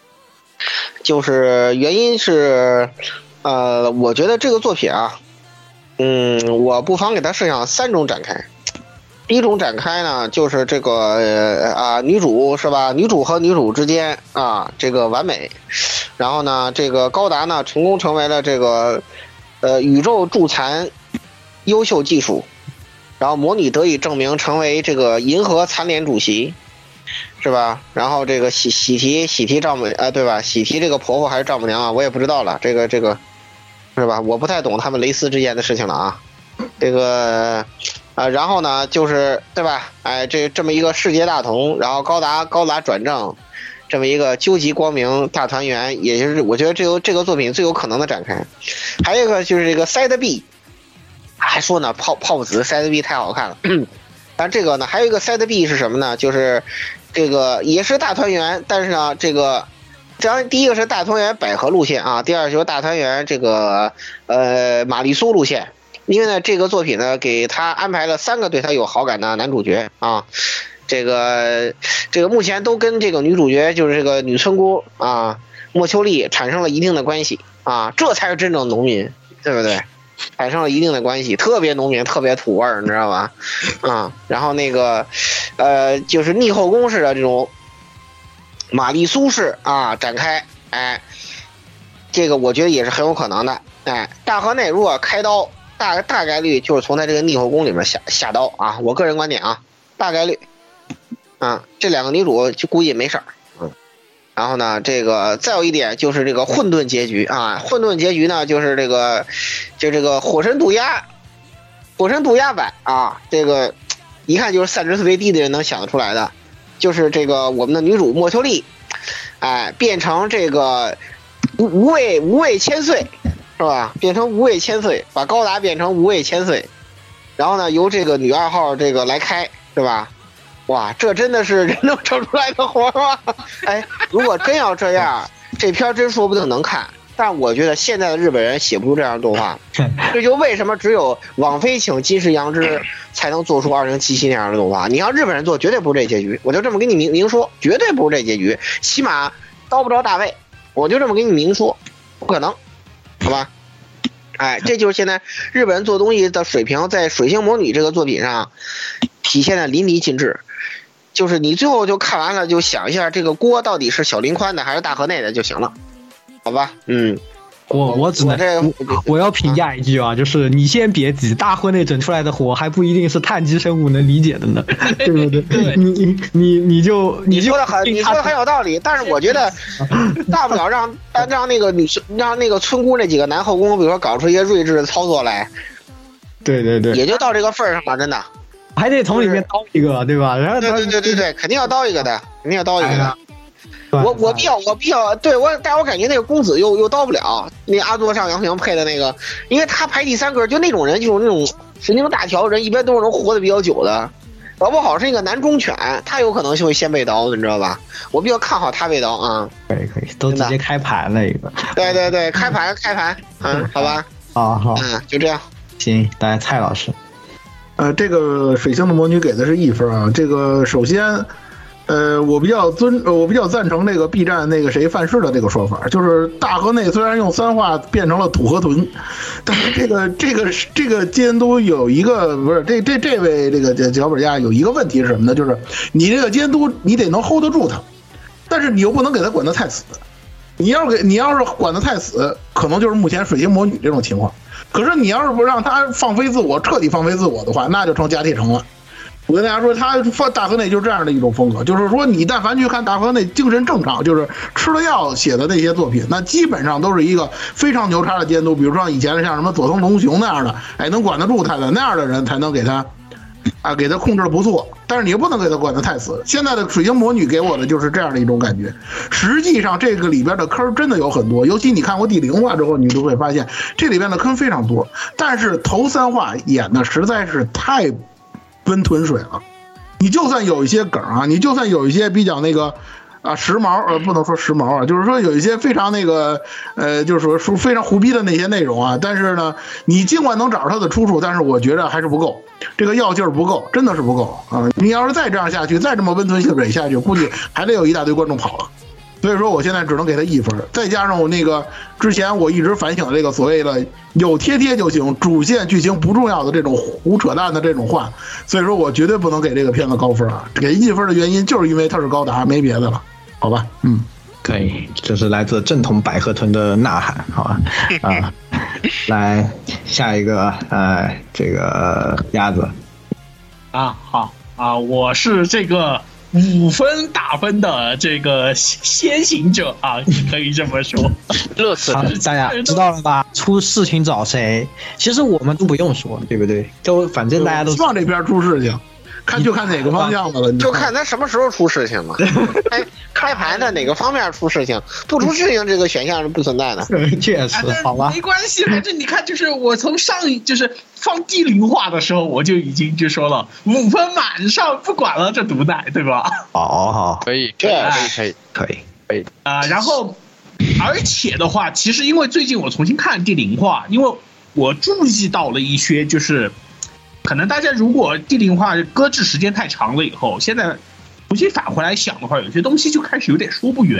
[SPEAKER 2] 就是原因是，呃，我觉得这个作品啊，嗯，我不妨给它设想三种展开。第一种展开呢，就是这个呃啊女主是吧？女主和女主之间啊，这个完美。然后呢，这个高达呢成功成为了这个呃宇宙助残优秀技术，然后魔女得以证明成为这个银河残联主席，是吧？然后这个喜喜提喜提丈母啊，对吧？喜提这个婆婆还是丈母娘啊，我也不知道了。这个这个是吧？我不太懂他们蕾丝之间的事情了啊。这个。啊，然后呢，就是对吧？哎，这这么一个世界大同，然后高达高达转正，这么一个究极光明大团圆，也就是我觉得这个这个作品最有可能的展开。还有一个就是这个 Side B， 还说呢泡泡子 Side B 太好看了。但这个呢，还有一个 Side B 是什么呢？就是这个也是大团圆，但是呢，这个这样第一个是大团圆百合路线啊，第二就是大团圆这个呃玛丽苏路线。因为呢，这个作品呢，给他安排了三个对他有好感的男主角啊，这个这个目前都跟这个女主角就是这个女村姑啊莫秋丽产生了一定的关系啊，这才是真正农民，对不对？产生了一定的关系，特别农民，特别土味儿，你知道吧？啊，然后那个，呃，就是逆后宫式的这种玛丽苏式啊展开，哎，这个我觉得也是很有可能的。哎，大河内如果开刀，大大概率就是从他这个逆后宫里面下下刀啊，我个人观点啊，大概率，啊，这两个女主就估计没事儿。然后呢，这个再有一点就是这个混沌结局啊，混沌结局呢就是这个，就这个火神渡鸦，火神渡鸦版啊，这个一看就是三十岁为低的人能想得出来的，就是这个我们的女主莫秋丽，哎，变成这个无无畏无畏千岁是吧？变成无畏千岁，把高达变成无畏千岁，然后呢由这个女二号这个来开是吧？哇，这真的是人能整出来的活吗？哎，如果真要这样，这片真说不定能看。但我觉得现在的日本人写不出这样的动画，这就为什么只有网飞请金石阳之才能做出二零七七那样的动画。你让日本人做，绝对不是这结局，我就这么跟你明明说，绝对不是这结局，起码刀不着大卫，我就这么跟你明说，不可能，好吧？哎，这就是现在日本人做东西的水平，在《水星魔女》这个作品上体现的淋漓尽致。就是你最后就看完了，就想一下这个锅到底是小林宽的还是大河内的就行了，好吧？嗯，
[SPEAKER 8] 我我只能我, 我要评价一句啊，就是你先别急，大河内整出来的火还不一定是碳基生物能理解的呢，对不对？对你你你你就
[SPEAKER 2] 你说的很你说的很有道理，但是我觉得大不了让让那个女生让那个村姑那几个男后宫，比如说搞出一些睿智的操作来，
[SPEAKER 8] 对对对，
[SPEAKER 2] 也就到这个份儿上了，真的。
[SPEAKER 8] 还得从里面刀一个，对吧？然后
[SPEAKER 2] 对对对对对，肯定要刀一个的，肯定要刀一个的。我我比较我比较对我，但我感觉那个公子又又刀不了。那阿座上杨平配的那个，因为他排第三个，就那种人，就是那种神经大条人，一般都是能活得比较久的。搞不好是一个男忠犬，他有可能就会先被刀，你知道吧？我比较看好他被刀啊。
[SPEAKER 8] 可以可以，都直接开盘了一个。
[SPEAKER 2] 对对对，开盘开盘，嗯，好吧。
[SPEAKER 8] 啊好，
[SPEAKER 2] 嗯，就这样。
[SPEAKER 8] 行，大家蔡老师。
[SPEAKER 9] 呃，这个水星的魔女给的是一分啊。这个首先，呃，我比较尊，我比较赞成这个 B 站那个谁范式的这个说法，就是大河内虽然用三话变成了土河豚，但是这个这个这个监督有一个不是这这这位这个脚本家有一个问题是什么呢？就是你这个监督你得能 hold 得住他，但是你又不能给他管得太死。你要是给你要是管得太死，可能就是目前水星魔女这种情况。可是你要是不让他放飞自我，彻底放飞自我的话，那就成假铁城了。我跟大家说，他放大河内就是这样的一种风格，就是说你但凡去看大河内精神正常，就是吃了药写的那些作品，那基本上都是一个非常牛叉的监督。比如说以前像什么佐藤龙雄那样的，哎，能管得住他的那样的人才能给他啊，给他控制的不错，但是你又不能给他管得太死。现在的水晶魔女给我的就是这样的一种感觉。实际上这个里边的坑真的有很多，尤其你看过第零话之后，你就会发现这里边的坑非常多。但是头三话演的实在是太温吞水了。你就算有一些梗啊，你就算有一些比较那个啊时髦，呃，不能说时髦啊，就是说有一些非常那个，呃，就是说说非常胡逼的那些内容啊，但是呢，你尽管能找着它的出处，但是我觉得还是不够，这个药劲儿不够，真的是不够啊！你要是再这样下去，再这么温吞性蕊下去，估计还得有一大堆观众跑了。所以说，我现在只能给他一分，再加上我那个之前我一直反省这个所谓的有贴贴就行，主线剧情不重要的这种胡扯淡的这种话，所以说我绝对不能给这个片子高分啊！给一分的原因就是因为它是高达，没别的了，好吧？嗯，
[SPEAKER 8] 可以，这是来自正统百合豚的呐喊，好吧？啊，来下一个，呃，这个鸭子
[SPEAKER 3] 啊，好啊，我是这个。五分打分的这个先行者啊，你可以这么说。
[SPEAKER 5] 乐死了，
[SPEAKER 8] 大家知道了吧？出事情找谁？其实我们都不用说，对不对？就反正大家都
[SPEAKER 9] 希望这边出事情，看就看哪个方向了，
[SPEAKER 2] 就看他什么时候出事情嘛。开开盘的哪个方面出事情，不出事情这个选项是不存在的。
[SPEAKER 8] 确实，好吧，
[SPEAKER 3] 没关系，反正你看，就是我从上一就是放第零话的时候，我就已经就说了五分满上，不管了，这毒奶，对吧？
[SPEAKER 8] 好好，
[SPEAKER 5] 可以，可以，可以，
[SPEAKER 8] 可以，可以
[SPEAKER 3] 啊、呃。然后，而且的话，其实因为最近我重新看第零话，因为我注意到了一些，就是可能大家如果第零话搁置时间太长了以后，现在重新返回来想的话，有些东西就开始有点说不圆。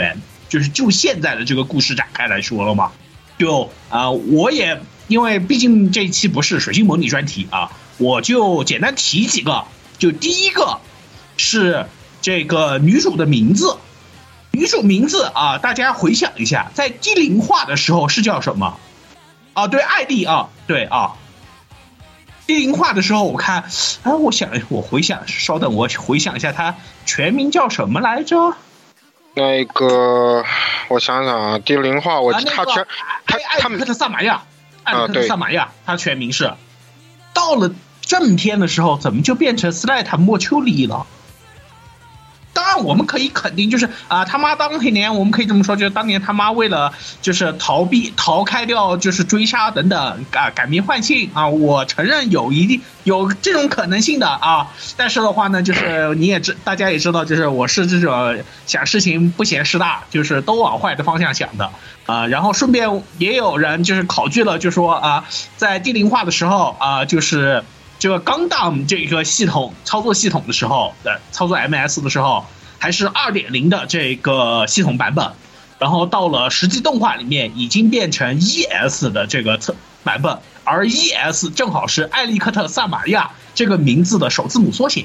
[SPEAKER 3] 就是就现在的这个故事展开来说了嘛，就啊、呃，我也因为毕竟这一期不是水星模拟专题啊，我就简单提几个。就第一个是这个女主的名字，女主名字啊，大家回想一下，在低龄化的时候是叫什么？啊，对，艾丽啊，对啊。低龄化的时候，我看，啊，我想，我回想，稍等，我回想一下，她全名叫什么来着？
[SPEAKER 10] 那个，我想想啊，低龄化，我
[SPEAKER 3] 啊、那
[SPEAKER 10] 他全他
[SPEAKER 3] 他艾里克特·萨玛亚，艾里克特·萨玛亚，他全名是。到了正片的时候，怎么就变成斯莱塔·莫丘里了？当然，我们可以肯定，就是啊、呃，他妈当年我们可以这么说，就是当年他妈为了就是逃避、逃开掉就是追杀等等啊，改名换姓啊，我承认有一定有这种可能性的啊。但是的话呢，就是你也知，大家也知道，就是我是这种想事情不嫌事大，就是都往坏的方向想的啊、呃。然后顺便也有人就是考据了，就说啊、呃，在低龄化的时候啊、呃，就是。这个钢弹这个系统操作系统的时候的操作 M S 的时候还是 二点零 的这个系统版本，然后到了实际动画里面已经变成 E S 的这个版本，而 E S 正好是艾利克特·萨玛亚这个名字的首字母缩写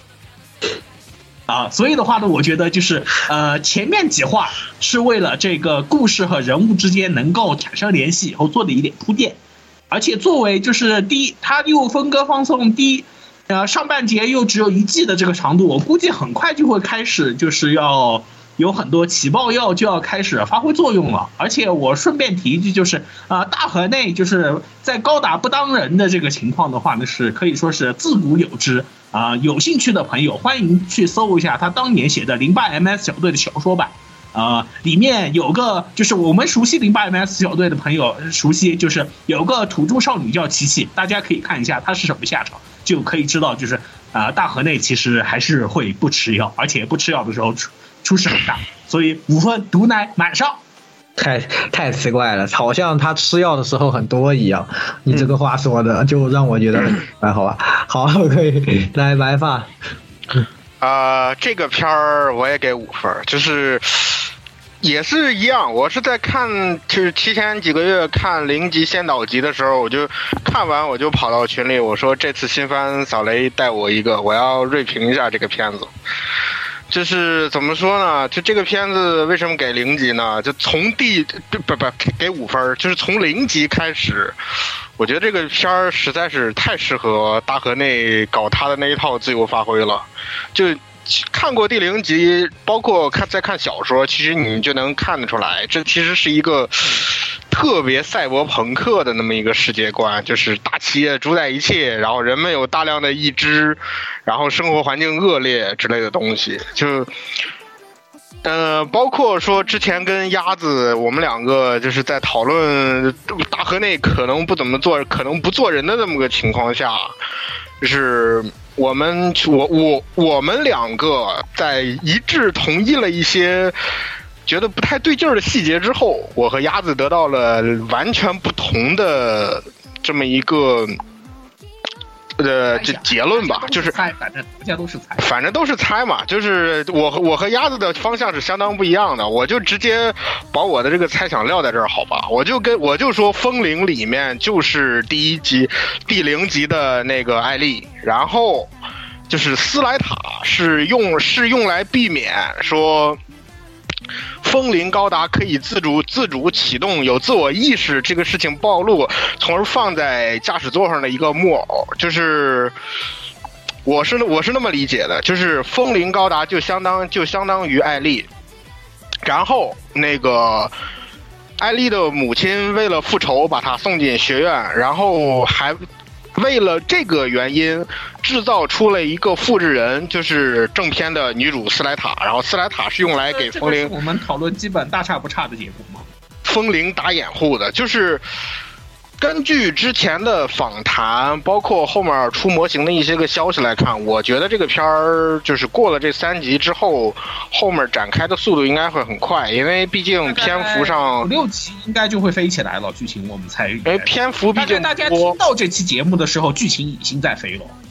[SPEAKER 3] 啊，所以的话呢，我觉得就是呃前面几话是为了这个故事和人物之间能够产生联系以后做的一点铺垫。而且作为就是第一，它又分割放送第一，呃，上半节又只有一季的这个长度，我估计很快就会开始就是要有很多起爆药就要开始发挥作用了。而且我顺便提一句，就是啊、呃，大河内就是在高达不当人的这个情况的话呢，是可以说是自古有之啊、呃。有兴趣的朋友欢迎去搜一下他当年写的零八 M S 小队的小说版。呃，里面有个就是我们熟悉零八 M S 小队的朋友熟悉，就是有个土著少女叫琪琪，大家可以看一下她是什么下场，就可以知道就是啊、呃，大河内其实还是会不吃药，而且不吃药的时候出出事很大，所以五分毒奶满上。
[SPEAKER 8] 太太奇怪了，好像他吃药的时候很多一样。你这个话说的就让我觉得还好吧。好，可以来白发。
[SPEAKER 10] 啊、呃，这个片儿我也给五分，就是也是一样。我是在看，就是提前几个月看零级先导集的时候，我就看完我就跑到群里，我说这次新番扫雷带我一个，我要锐评一下这个片子。就是怎么说呢？就这个片子为什么给零级呢？就从第不不不给五分，就是从零级开始。我觉得这个片儿实在是太适合大河内搞他的那一套自由发挥了。就看过第零集，包括看再看小说，其实你就能看得出来，这其实是一个特别赛博朋克的那么一个世界观，就是大企业主宰一切，然后人们有大量的义肢，然后生活环境恶劣之类的东西，就。呃，包括说之前跟鸭子我们两个就是在讨论大河内可能不怎么做，可能不做人的这么个情况下，就是我们我我我们两个在一致同意了一些觉得不太对劲儿的细节之后，我和鸭子得到了完全不同的这么一个。呃，这结论吧，就是
[SPEAKER 3] 猜，反正大家都是猜，
[SPEAKER 10] 反正都是猜嘛。就是我和我和鸭子的方向是相当不一样的，我就直接把我的这个猜想撂在这儿，好吧？我就跟我就说，风铃里面就是第一集、第零集的那个艾丽，然后就是斯莱塔是用是用来避免说。风铃高达可以自主自主启动，有自我意识这个事情暴露，从而放在驾驶座上的一个木偶，就是我是我是那么理解的，就是风铃高达就相当就相当于艾丽，然后那个艾丽的母亲为了复仇把她送进学院，然后还为了这个原因制造出了一个复制人，就是正片的女主斯莱塔，然后斯莱塔是用来给风铃、
[SPEAKER 3] 这个、我们讨论基本大差不差的结果吗？
[SPEAKER 10] 风铃打掩护的，就是根据之前的访谈，包括后面出模型的一些个消息来看，我觉得这个片儿就是过了这三集之后，后面展开的速度应该会很快，因为毕竟篇幅上
[SPEAKER 3] 五六集应该就会飞起来了。剧情我们猜，
[SPEAKER 10] 因为篇幅毕竟
[SPEAKER 3] 大家听到这期节目的时候，剧情已经在飞了。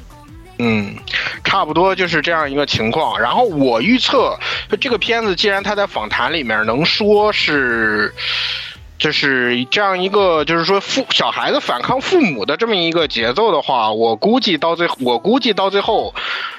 [SPEAKER 10] 嗯，差不多就是这样一个情况。然后我预测，这个片子既然他在访谈里面能说是，就是这样一个，就是说父小孩子反抗父母的这么一个节奏的话，我估计到最我估计到最后，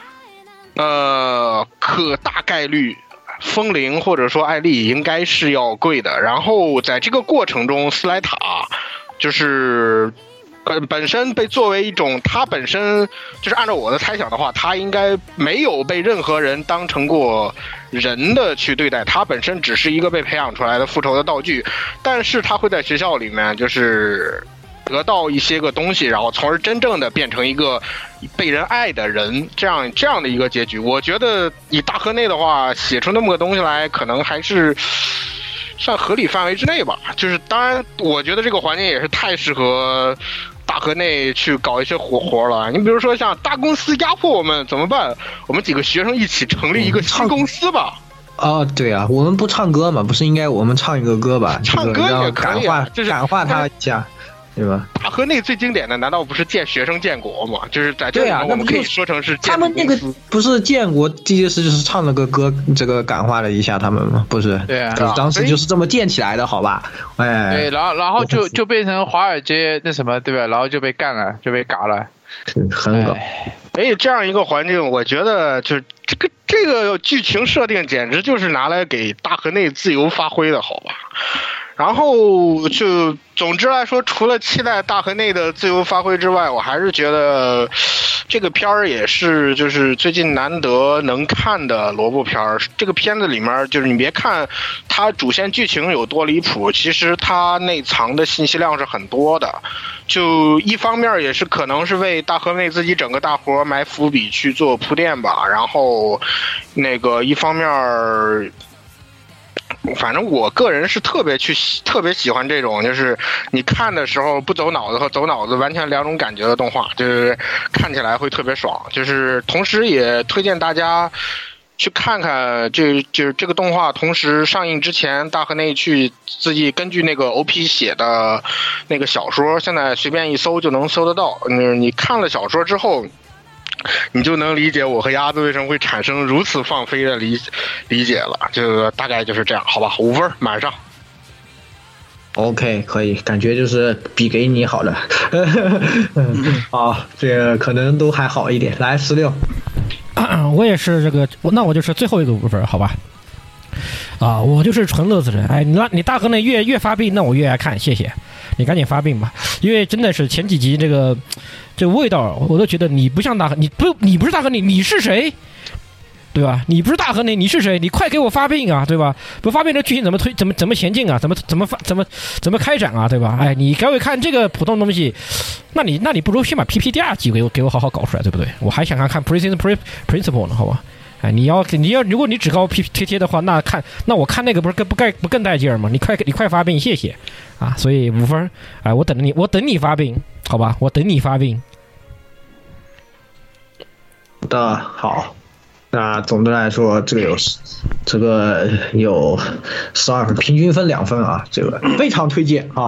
[SPEAKER 10] 呃，可大概率。风铃或者说艾丽应该是要跪的，然后在这个过程中，斯莱塔就是本本身被作为一种，他本身就是按照我的猜想的话，他应该没有被任何人当成过人的去对待，他本身只是一个被培养出来的复仇的道具，但是他会在学校里面就是得到一些个东西，然后从而真正的变成一个被人爱的人，这样这样的一个结局。我觉得以大河内的话，写出那么个东西来，可能还是算合理范围之内吧。就是当然，我觉得这个环境也是太适合大河内去搞一些活活了。你比如说像大公司压迫我们怎么办？我们几个学生一起成立一个新公司吧。
[SPEAKER 8] 哦，对啊，我们不唱歌嘛？不是应该我们唱一个歌吧？
[SPEAKER 10] 唱歌也可以、啊，
[SPEAKER 8] 就是感化他一下。对吧？
[SPEAKER 10] 大河内最经典的难道不是建学生建国吗？就是在这里我们可以说成是
[SPEAKER 8] 他们那个不是建国第一次就是唱了个歌，这个感化了一下他们吗？不是，
[SPEAKER 5] 对啊，
[SPEAKER 8] 当时就是这么建起来的，好吧？哎，
[SPEAKER 5] 对，然后然后就就变成华尔街那什么，对吧？然后就被干了，就被嘎了，
[SPEAKER 8] 很搞。
[SPEAKER 10] 所以这样一个环境，我觉得就这个这个剧情设定简直就是拿来给大河内自由发挥的，好吧？然后就总之来说，除了期待大河内的自由发挥之外，我还是觉得这个片儿也是就是最近难得能看的萝卜片儿。这个片子里面，就是你别看它主线剧情有多离谱，其实它内藏的信息量是很多的。就一方面也是可能是为大河内自己整个大活埋伏笔去做铺垫吧，然后那个一方面。反正我个人是特别去特别喜欢这种，就是你看的时候不走脑子和走脑子完全两种感觉的动画，就是看起来会特别爽。就是同时也推荐大家去看看这就是这个动画，同时上映之前大河内去自己根据那个 O P 写的那个小说，现在随便一搜就能搜得到。嗯，你看了小说之后。你就能理解我和鸭子为什么会产生如此放飞的理理解了，就大概就是这样，好吧？五分满上。
[SPEAKER 8] OK， 可以，感觉就是比给你好的。啊，这个可能都还好一点。来，十六，
[SPEAKER 7] 我也是这个，那我就是最后一个五分，好吧？啊，我就是纯乐子人。哎，你你大河内越越发病，那我越爱看，谢谢。你赶紧发病吧，因为真的是前几集这个这个味道，我都觉得你不像大河，你不你不是大河内，你是谁？对吧？你不是大河内，你是谁？你快给我发病啊，对吧？不发病，这剧情怎么推？怎么怎么前进啊？怎么怎么发？怎么怎么开展啊？对吧？哎，你给我看这个普通东西，那你那你不如先把 P P 第二季给我给我好好搞出来，对不对？我还想看看 Prison Principle 呢，好吧？哎，你要你要如果你只搞 P P T 的话，那看那我看那个不是更不该不更带劲儿吗？你快你快发病，谢谢啊！所以五分，哎，我等着你，我等你发病，好吧？我等你发病。
[SPEAKER 8] 的好，那总的来说，这个有这个有十二分，平均分两分啊，这个非常推荐啊。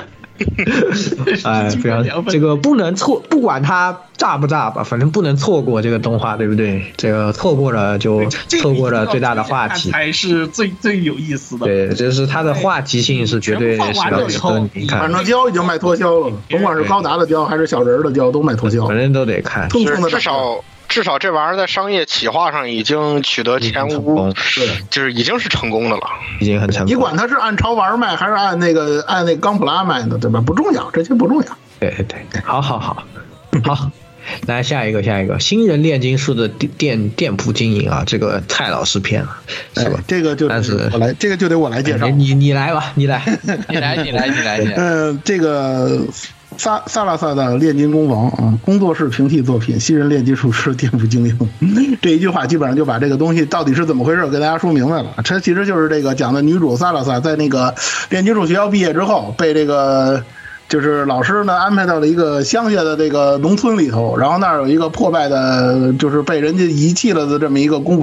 [SPEAKER 8] 哎，非常这个不能错，不管它炸不炸吧，反正不能错过这个动画，对不对？这个错过了就错过了最大的话题，
[SPEAKER 3] 才是最最有意思的。
[SPEAKER 8] 对，就是它的话题性是绝对是要值得你看。
[SPEAKER 9] 反正胶已经卖脱销了，甭管是高达的胶还是小人的胶都卖脱销，
[SPEAKER 8] 反正都得看。
[SPEAKER 10] 至少至少这玩意儿在商业企划上已经取得前无，就是已经是成功的了，
[SPEAKER 8] 已经很成功。
[SPEAKER 9] 你管它是按潮玩卖还是按那个按那钢普拉卖的，对吧？不重要，这些不重要。
[SPEAKER 8] 对对对，好好好，好，来下一个下一个新人炼金术的店店铺经营啊，这个蔡老师篇了，是吧？
[SPEAKER 9] 哎、这个就
[SPEAKER 8] 但是
[SPEAKER 9] 我来，这个就得我来介绍。
[SPEAKER 8] 你你来吧，你来，
[SPEAKER 5] 你来你来你来你来。
[SPEAKER 9] 嗯、呃，这个。萨萨拉萨的炼金工坊啊，工作室平替作品，新人炼金术师店铺经营，这一句话基本上就把这个东西到底是怎么回事给大家说明白了。这其实就是这个讲的女主萨拉萨在那个炼金术学校毕业之后，被这个就是老师呢安排到了一个乡下的这个农村里头，然后那儿有一个破败的，就是被人家遗弃了的这么一个工坊。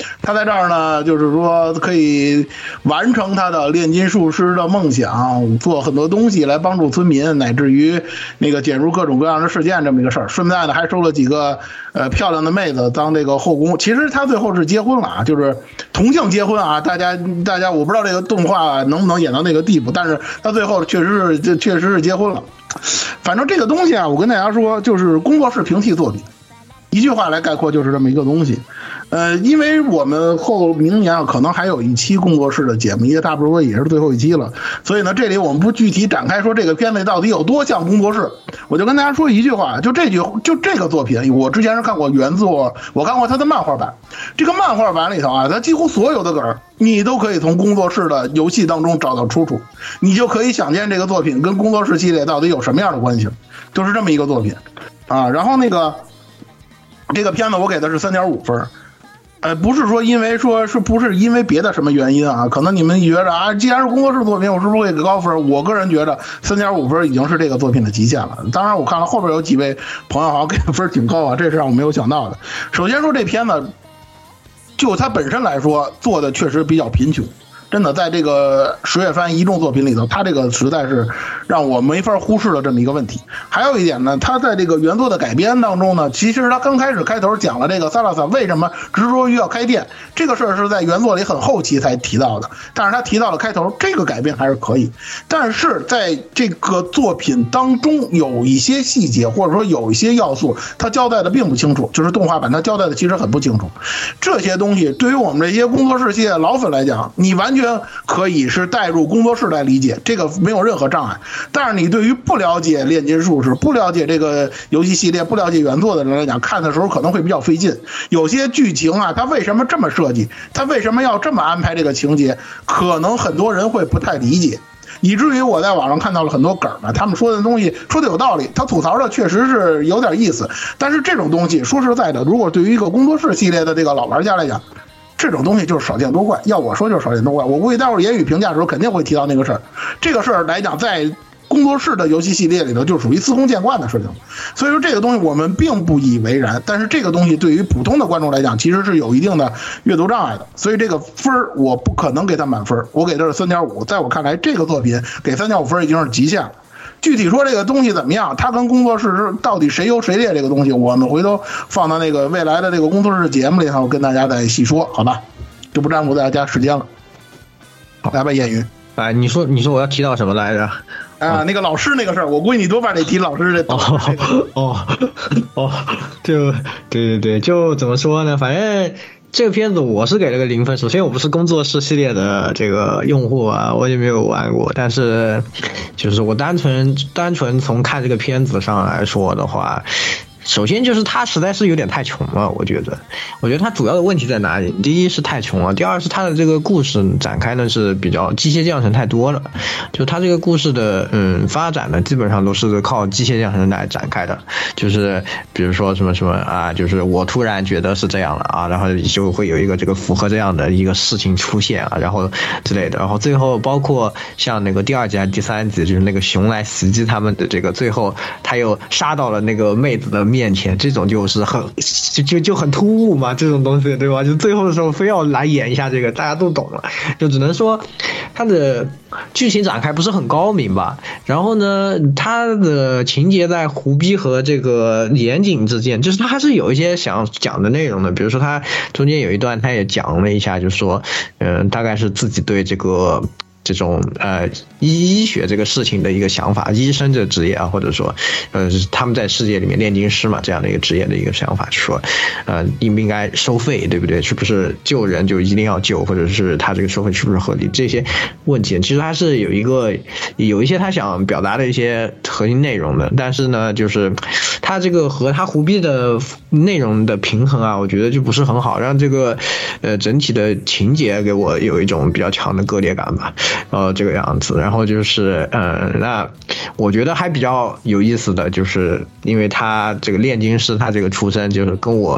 [SPEAKER 9] 他在这儿呢，就是说可以完成他的炼金术师的梦想，做很多东西来帮助村民，乃至于那个减入各种各样的事件这么一个事儿。顺带呢，还收了几个呃漂亮的妹子当这个后宫。其实他最后是结婚了啊，就是同性结婚啊。大家大家我不知道这个动画能不能演到那个地步，但是他最后确实是确实是结婚了。反正这个东西啊，我跟大家说，就是工作室平替作品，一句话来概括就是这么一个东西。呃，因为我们后明年可能还有一期工作室的节目，因为大不多也是最后一期了，所以呢，这里我们不具体展开说这个片子到底有多像工作室，我就跟大家说一句话，就这句就这个作品，我之前是看过原作，我看过它的漫画版，这个漫画版里头啊，它几乎所有的梗你都可以从工作室的游戏当中找到出处，你就可以想见这个作品跟工作室系列到底有什么样的关系，就是这么一个作品啊。然后那个这个片子我给的是 三点五 分。呃，不是说因为说是不是因为别的什么原因啊？可能你们觉着啊，既然是工作室作品，我是不是会给高分？我个人觉得 三点五 分已经是这个作品的极限了。当然，我看了后边有几位朋友好像给的分挺高啊，这是让我没有想到的。首先说这片子，就它本身来说，做的确实比较贫穷。真的，在这个十月番一众作品里头，他这个实在是让我没法忽视的这么一个问题。还有一点呢，他在这个原作的改编当中呢，其实他刚开始开头讲了这个萨拉萨为什么执着于要开店这个事儿，是在原作里很后期才提到的。但是他提到了开头，这个改编还是可以。但是在这个作品当中有一些细节，或者说有一些要素，他交代的并不清楚，就是动画版他交代的其实很不清楚。这些东西对于我们这些工作室系列老粉来讲，你完全可以是带入工作室来理解，这个没有任何障碍。但是你对于不了解炼金术士、不了解这个游戏系列、不了解原作的人来讲，看的时候可能会比较费劲。有些剧情啊，它为什么这么设计，它为什么要这么安排这个情节，可能很多人会不太理解。以至于我在网上看到了很多梗呢，他们说的东西说的有道理，他吐槽的确实是有点意思。但是这种东西说实在的，如果对于一个工作室系列的这个老玩家来讲，这种东西就是少见多怪，要我说就是少见多怪。我估计待会儿言语评价的时候肯定会提到那个事儿。这个事儿来讲，在工作室的游戏系列里头就属于司空见惯的事情，所以说这个东西我们并不以为然。但是这个东西对于普通的观众来讲，其实是有一定的阅读障碍的。所以这个分儿我不可能给他满分，我给的是 三点五。在我看来，这个作品给 三点五 分已经是极限了。具体说这个东西怎么样，它跟工作室是到底谁优谁劣这个东西，我们回头放到那个未来的这个工作室节目里头跟大家再细说，好吧？就不耽误大家时间了。来吧，言语。
[SPEAKER 8] 哎，你说你说我要提到什么来着？
[SPEAKER 9] 啊，那个老师那个事儿，我估计你多半得提老师这。
[SPEAKER 8] 哦哦哦，就对对对，就怎么说呢？反正这个片子我是给了个零分。首先，我不是工作室系列的这个用户啊，我也没有玩过。但是，就是我单纯单纯从看这个片子上来说的话。首先就是他实在是有点太穷了，我觉得，我觉得他主要的问题在哪里？第一是太穷了，第二是他的这个故事展开呢是比较机械降神太多了，就他这个故事的嗯发展呢，基本上都是靠机械降神来展开的，就是比如说什么什么啊，就是我突然觉得是这样了啊，然后就会有一个这个符合这样的一个事情出现啊，然后之类的，然后最后包括像那个第二集还是第三集，就是那个熊来袭击他们的这个，最后他又杀到了那个妹子的面前，这种就是很就就就很突兀嘛，这种东西对吧？就最后的时候非要来演一下这个，大家都懂了，就只能说它的剧情展开不是很高明吧。然后呢，它的情节在胡逼和这个严谨之间，就是它还是有一些想讲的内容的。比如说，它中间有一段，它也讲了一下，就是说，嗯、呃，大概是自己对这个。这种呃医学这个事情的一个想法，医生这职业啊，或者说呃他们在世界里面炼金师嘛这样的一个职业的一个想法，说呃应不应该收费，对不对？是不是救人就一定要救，或者是他这个收费是不是合理？这些问题其实他是有一个有一些他想表达的一些核心内容的，但是呢，就是他这个和他胡逼的内容的平衡啊，我觉得就不是很好，让这个呃整体的情节给我有一种比较强的割裂感吧。呃，这个样子，然后就是，呃，那我觉得还比较有意思的就是，因为他这个炼金师，他这个出身就是跟我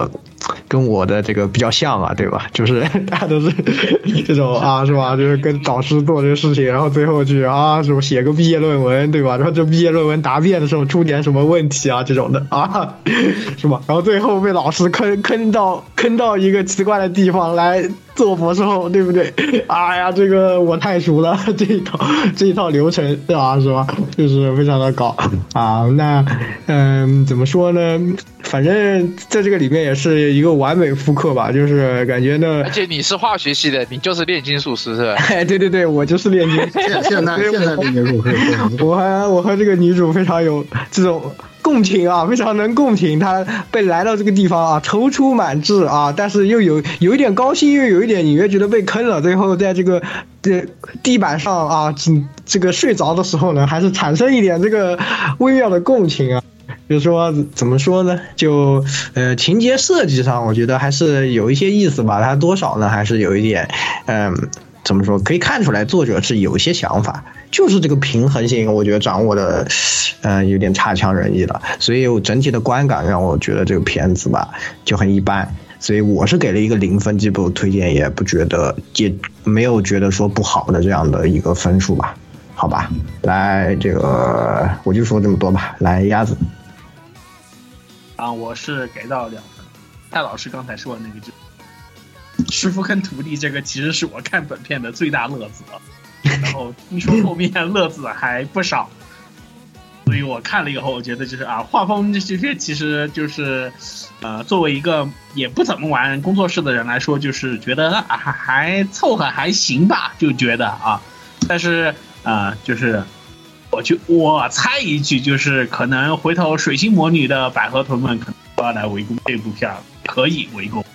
[SPEAKER 8] 跟我的这个比较像啊，对吧？就是大家都是这种啊，是吧？就是跟导师做这个事情，然后最后去啊，什么写个毕业论文，对吧？然后这毕业论文答辩的时候出点什么问题啊，这种的啊，是吧？然后最后被老师坑坑到坑到一个奇怪的地方来做博士后，对不对？哎呀，这个我太熟了，这一套这一套流程，对吧？是吧？就是非常的搞啊。那嗯，怎么说呢？反正在这个里面也是一个完美复刻吧，就是感觉呢。
[SPEAKER 5] 而且你是化学系的，你就是炼金术师是吧？
[SPEAKER 8] 哎，对对对，我就是炼金。
[SPEAKER 9] 现现在现在炼金术师，
[SPEAKER 8] 我和我和这个女主非常有这种共情啊，非常能共情。她被来到这个地方啊，踌躇满志啊，但是又有有一点高兴，又有一点隐约觉得被坑了。最后在这个这地板上啊，这个睡着的时候呢，还是产生一点这个微妙的共情啊。就是说怎么说呢，就呃情节设计上我觉得还是有一些意思吧，它多少呢还是有一点嗯、呃、怎么说，可以看出来作者是有一些想法，就是这个平衡性我觉得掌握的呃有点差强人意了，所以我整体的观感让我觉得这个片子吧就很一般，所以我是给了一个零分，基本推荐也不觉得，也没有觉得说不好的这样的一个分数吧，好吧。来，这个我就说这么多吧，来鸭子
[SPEAKER 3] 啊，我是给到两分。蔡老师刚才说的那个，就师傅跟徒弟这个，其实是我看本片的最大乐子了。然后听说后面乐子还不少，所以我看了以后，我觉得就是啊，画风这些其实就是呃，作为一个也不怎么玩工作室的人来说，就是觉得啊还还凑合还行吧，就觉得啊，但是啊、呃，就是。我就我猜一句，就是可能回头水星魔女的百合臀们可能都要来围攻这部片，可以围攻。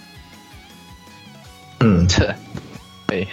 [SPEAKER 8] 嗯，
[SPEAKER 5] 这对，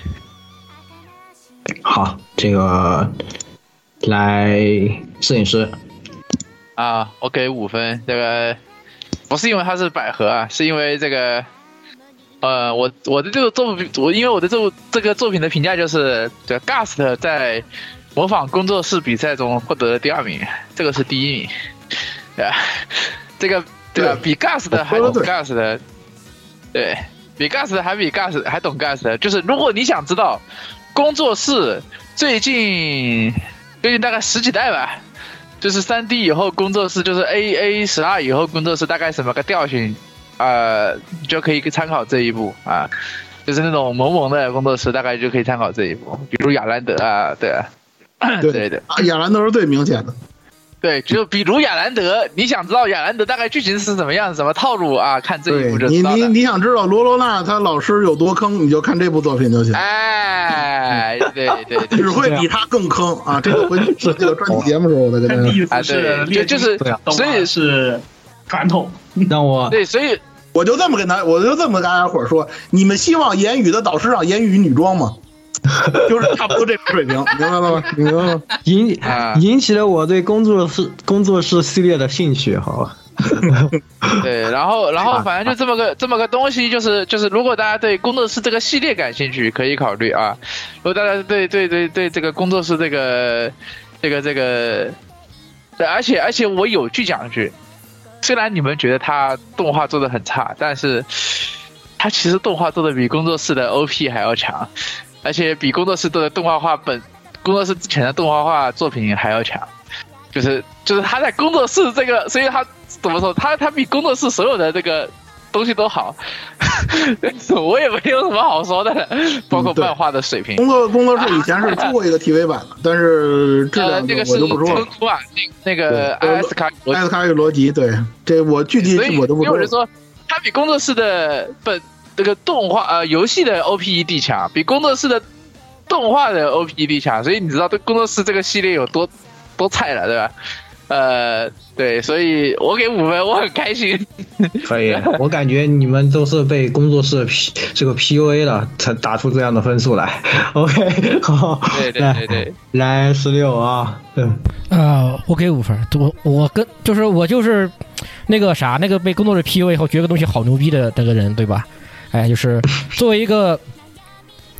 [SPEAKER 8] 好，这个来摄影师
[SPEAKER 5] 啊，我给五分。这个不是因为它是百合啊，是因为这个呃，我我的这个作品，我因为我的这部这个作品的评价就是这 Gast 在模仿工作室比赛中获得了第二名，这个是第一名，对吧？这个对吧？比 Gast 的还懂 Gast 的，对比 Gast 的还比 Gast 还懂 Gast 的，就是如果你想知道工作室最近最近大概十几代吧，就是三 D 以后工作室，就是 A A 十二以后工作室大概什么个调性，呃，就可以参考这一部啊，就是那种萌萌的工作室，大概就可以参考这一部，比如亚兰德啊，对啊。对的，
[SPEAKER 9] 亚兰德是最明显的。
[SPEAKER 5] 对，就比如亚兰德，你想知道亚兰德大概剧情是怎么样、什么套路啊？看这一部就知道了。
[SPEAKER 9] 你你你想知道罗罗娜他老师有多坑，你就看这部作品就行。
[SPEAKER 5] 哎，对对对，
[SPEAKER 9] 只会比他更坑啊！这个回去这个专题节目时候我再跟大家。
[SPEAKER 5] 啊，对，就是所以
[SPEAKER 3] 是传统。
[SPEAKER 8] 让我
[SPEAKER 5] 对，所以
[SPEAKER 9] 我就这么跟他，我就这么跟大家伙说，你们希望言语的导师让言语女装吗？就是差不多这个水平，明白了吗？明白了吗？
[SPEAKER 8] 引引起了我对工作室工作室系列的兴趣，好吧？
[SPEAKER 5] 对，然后然后反正就这么个这么个东西，就是就是，如果大家对工作室这个系列感兴趣，可以考虑啊。如果大家对对对对这个工作室这个这个这个，对，而且而且我有句讲句，虽然你们觉得他动画做的很差，但是他其实动画做的比工作室的 O P 还要强。而且比工作室的动画化本，工作室之前的动画化作品还要强，就是就是他在工作室这个，所以他怎么说，他他比工作室所有的这个东西都好，我也没有什么好说的了，包括漫画的水平。
[SPEAKER 9] 工作工作室以前是出过一个 T V 版的，但是质量我就不说了。
[SPEAKER 5] 呃、啊，那个艾斯卡
[SPEAKER 9] 艾斯卡与罗辑，对，这我具体我就不说了。
[SPEAKER 5] 所以我就说，他比工作室的本。这个动画呃游戏的 O P E D 强，比工作室的动画的 O P E D 强，所以你知道对工作室这个系列有多多菜了，对吧？呃，对，所以我给五分，我很开心。
[SPEAKER 8] 可以，我感觉你们都是被工作室 P 这个 P U A 了，才打出这样的分数来。OK， 好，
[SPEAKER 5] 对对对对，
[SPEAKER 8] 来十六啊，嗯
[SPEAKER 7] 啊、呃，我给五分，我我跟就是我就是那个啥，那个被工作室 P U A 后觉得个东西好牛逼的那个人，对吧？哎，就是作为一个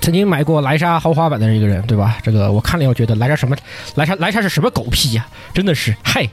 [SPEAKER 7] 曾经买过莱莎豪华版的一个人，对吧？这个我看了以后觉得莱莎什么莱莎莱莎是什么狗屁呀、啊，真的是嗨。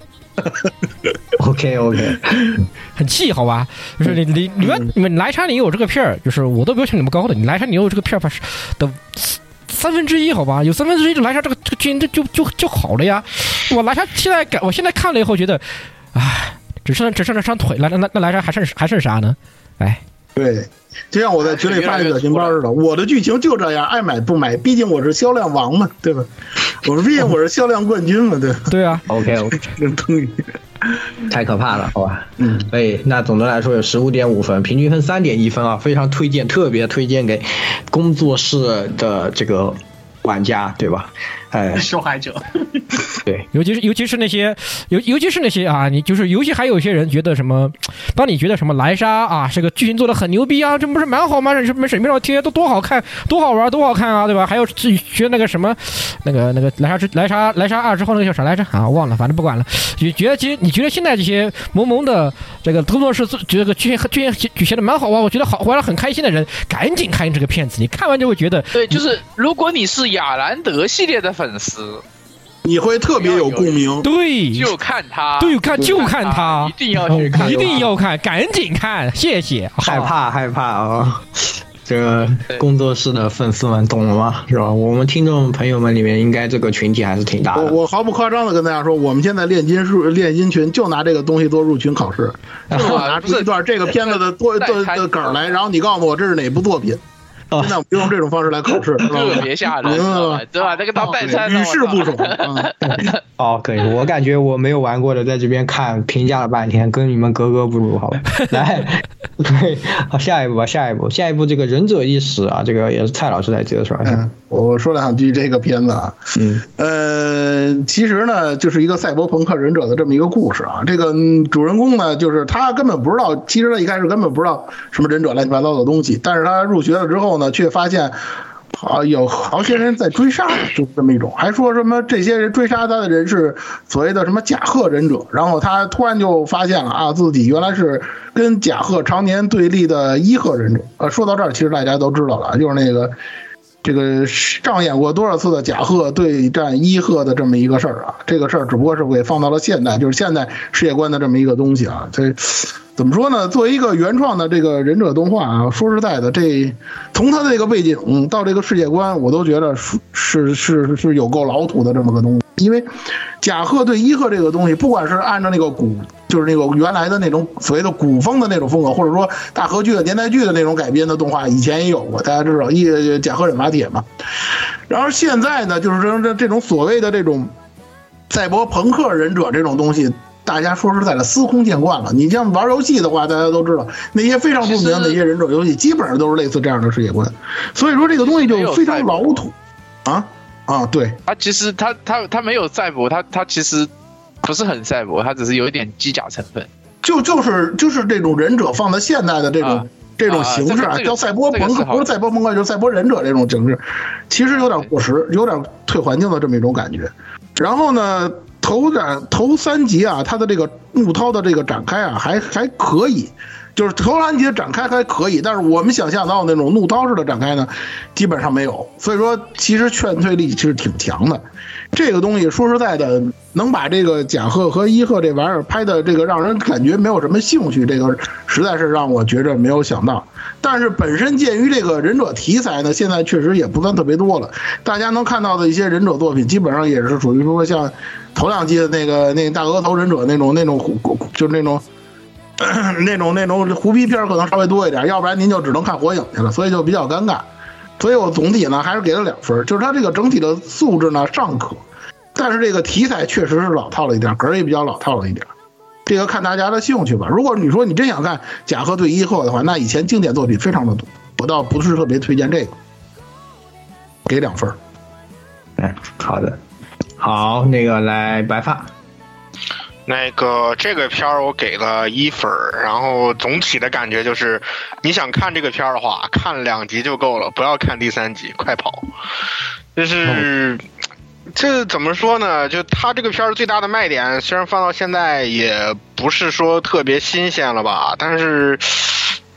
[SPEAKER 8] OK OK，
[SPEAKER 7] 很气好吧？就是你你你们你们莱莎你有这个片儿，就是我都不要求你们高的，你莱莎你有这个片儿的三分之一好吧？有三分之一的莱莎这个这个剧情就就就就好了呀。我莱莎现在感我现在看了以后觉得，唉，只剩只剩那双腿了，那那那莱莎还剩还剩啥呢？哎。
[SPEAKER 9] 对，就像我在群里发的表情包似的，我的剧情就这样，爱买不买，毕竟我是销量王嘛，对吧？我说毕竟我是销量冠军嘛，对吧？
[SPEAKER 7] 对啊
[SPEAKER 8] ，OK OK， 太可怕了，好吧？嗯，所以那总的来说有十五点五分，平均分三点一分啊，非常推荐，特别推荐给工作室的这个玩家，对吧？哎，
[SPEAKER 3] 受害者，
[SPEAKER 7] 对，尤其是尤其是那些尤尤其是那些啊，你就是尤其还有一些人觉得什么，当你觉得什么莱莎啊，这个剧情做的很牛逼啊，这不是蛮好吗？什么水面上贴都多好看，多好玩，多好看啊，对吧？还有自己学那个什么，那个那个莱莎之莱莎莱莎二之后那个叫啥来着啊？忘了，反正不管了。你觉得其实你觉得现在这些萌萌的这个工作室这个剧情剧情剧写的蛮好啊，我觉得好玩的很开心的人，赶紧看这个片子，你看完就会觉得，
[SPEAKER 5] 对，就是如果你是亚兰德系列的粉丝，
[SPEAKER 9] 你会特别有共鸣。
[SPEAKER 7] 对，
[SPEAKER 5] 就看他，
[SPEAKER 7] 对，看就看他，
[SPEAKER 5] 一定要去看，
[SPEAKER 7] 一定要看，赶紧看，谢谢。
[SPEAKER 8] 害怕害怕啊！这个工作室的粉丝们懂了吗？是吧？我们听众朋友们里面，应该这个群体还是挺大的。
[SPEAKER 9] 我我毫不夸张的跟大家说，我们现在炼金术炼金群就拿这个东西做入群考试，就拿出一段这个片子的多的的梗来，然后你告诉我这是哪部作品。现在我们就用这种方式来考试，
[SPEAKER 5] 特别吓人，对吧？这个当代餐
[SPEAKER 9] 与世不同。
[SPEAKER 8] 哦，可以，我感觉我没有玩过的，在这边看评价了半天，跟你们格格不入，好吧？来，对，好，下一步吧，下一步，下一步这个忍者一史啊，这个也是蔡老师来介绍一下。
[SPEAKER 9] 嗯，我说两句这个片子啊，嗯，呃，其实呢，就是一个赛博朋克忍者的这么一个故事啊。这个主人公呢，就是他根本不知道，其实他一开始根本不知道什么忍者乱七八糟的东西，但是他入学了之后呢，却发现。好，有好些人在追杀，就是这么一种，还说什么这些人追杀他的人是所谓的什么甲贺忍者，然后他突然就发现了啊，自己原来是跟甲贺常年对立的伊贺忍者。呃，说到这儿，其实大家都知道了，就是那个这个上演过多少次的甲贺对战伊贺的这么一个事儿啊，这个事儿只不过是给放到了现代，就是现代世界观的这么一个东西啊，这。怎么说呢？作为一个原创的这个忍者动画啊，说实在的，这从它的这个背景到这个世界观，我都觉得是是是是有够老土的这么个东西。因为甲贺对伊贺这个东西，不管是按照那个古，就是那个原来的那种所谓的古风的那种风格，或者说大河剧的年代剧的那种改编的动画，以前也有过，大家知道一甲贺忍法帖嘛。然后现在呢，就是这这种所谓的这种赛博朋克忍者这种东西。大家说实在的，司空见惯了。你像玩游戏的话，大家都知道那些非常著名的那些忍者游戏，基本上都是类似这样的世界观。所以说这个东西就非常老土啊啊！对，
[SPEAKER 5] 他其实他他他没有赛博，他他其实不是很赛博，他只是有一点机甲成分。
[SPEAKER 9] 就就是就是这种忍者放在现代的这种、啊、这种形式啊，叫赛博朋克，不是赛博朋克，就是赛博忍者这种形式，其实有点过时，有点退环境的这么一种感觉。然后呢？头展头三集啊，它的这个怒涛的这个展开啊，还还可以，就是头三集的展开还可以，但是我们想象到那种怒涛式的展开呢，基本上没有。所以说，其实劝退力其实挺强的。这个东西说实在的，能把这个甲贺和伊贺这玩意儿拍的这个让人感觉没有什么兴趣，这个实在是让我觉着没有想到。但是本身鉴于这个忍者题材呢，现在确实也不算特别多了。大家能看到的一些忍者作品，基本上也是属于说像头两季的那个那个大额头忍者那种那种就是那种那种那种胡逼片可能稍微多一点，要不然您就只能看火影去了，所以就比较尴尬。所以我总体呢还是给了两分，就是它这个整体的素质呢尚可，但是这个题材确实是老套了一点，梗也比较老套了一点。这个看大家的兴趣吧。如果你说你真想看甲贺对伊贺的话，那以前经典作品非常的多，我倒不是特别推荐这个，给两分。
[SPEAKER 8] 嗯，好的，好，那个来白发。
[SPEAKER 10] 那个这个片儿我给了一分，然后总体的感觉就是，你想看这个片儿的话，看两集就够了，不要看第三集，快跑。就是，这怎么说呢？就他这个片儿最大的卖点，虽然放到现在也不是说特别新鲜了吧，但是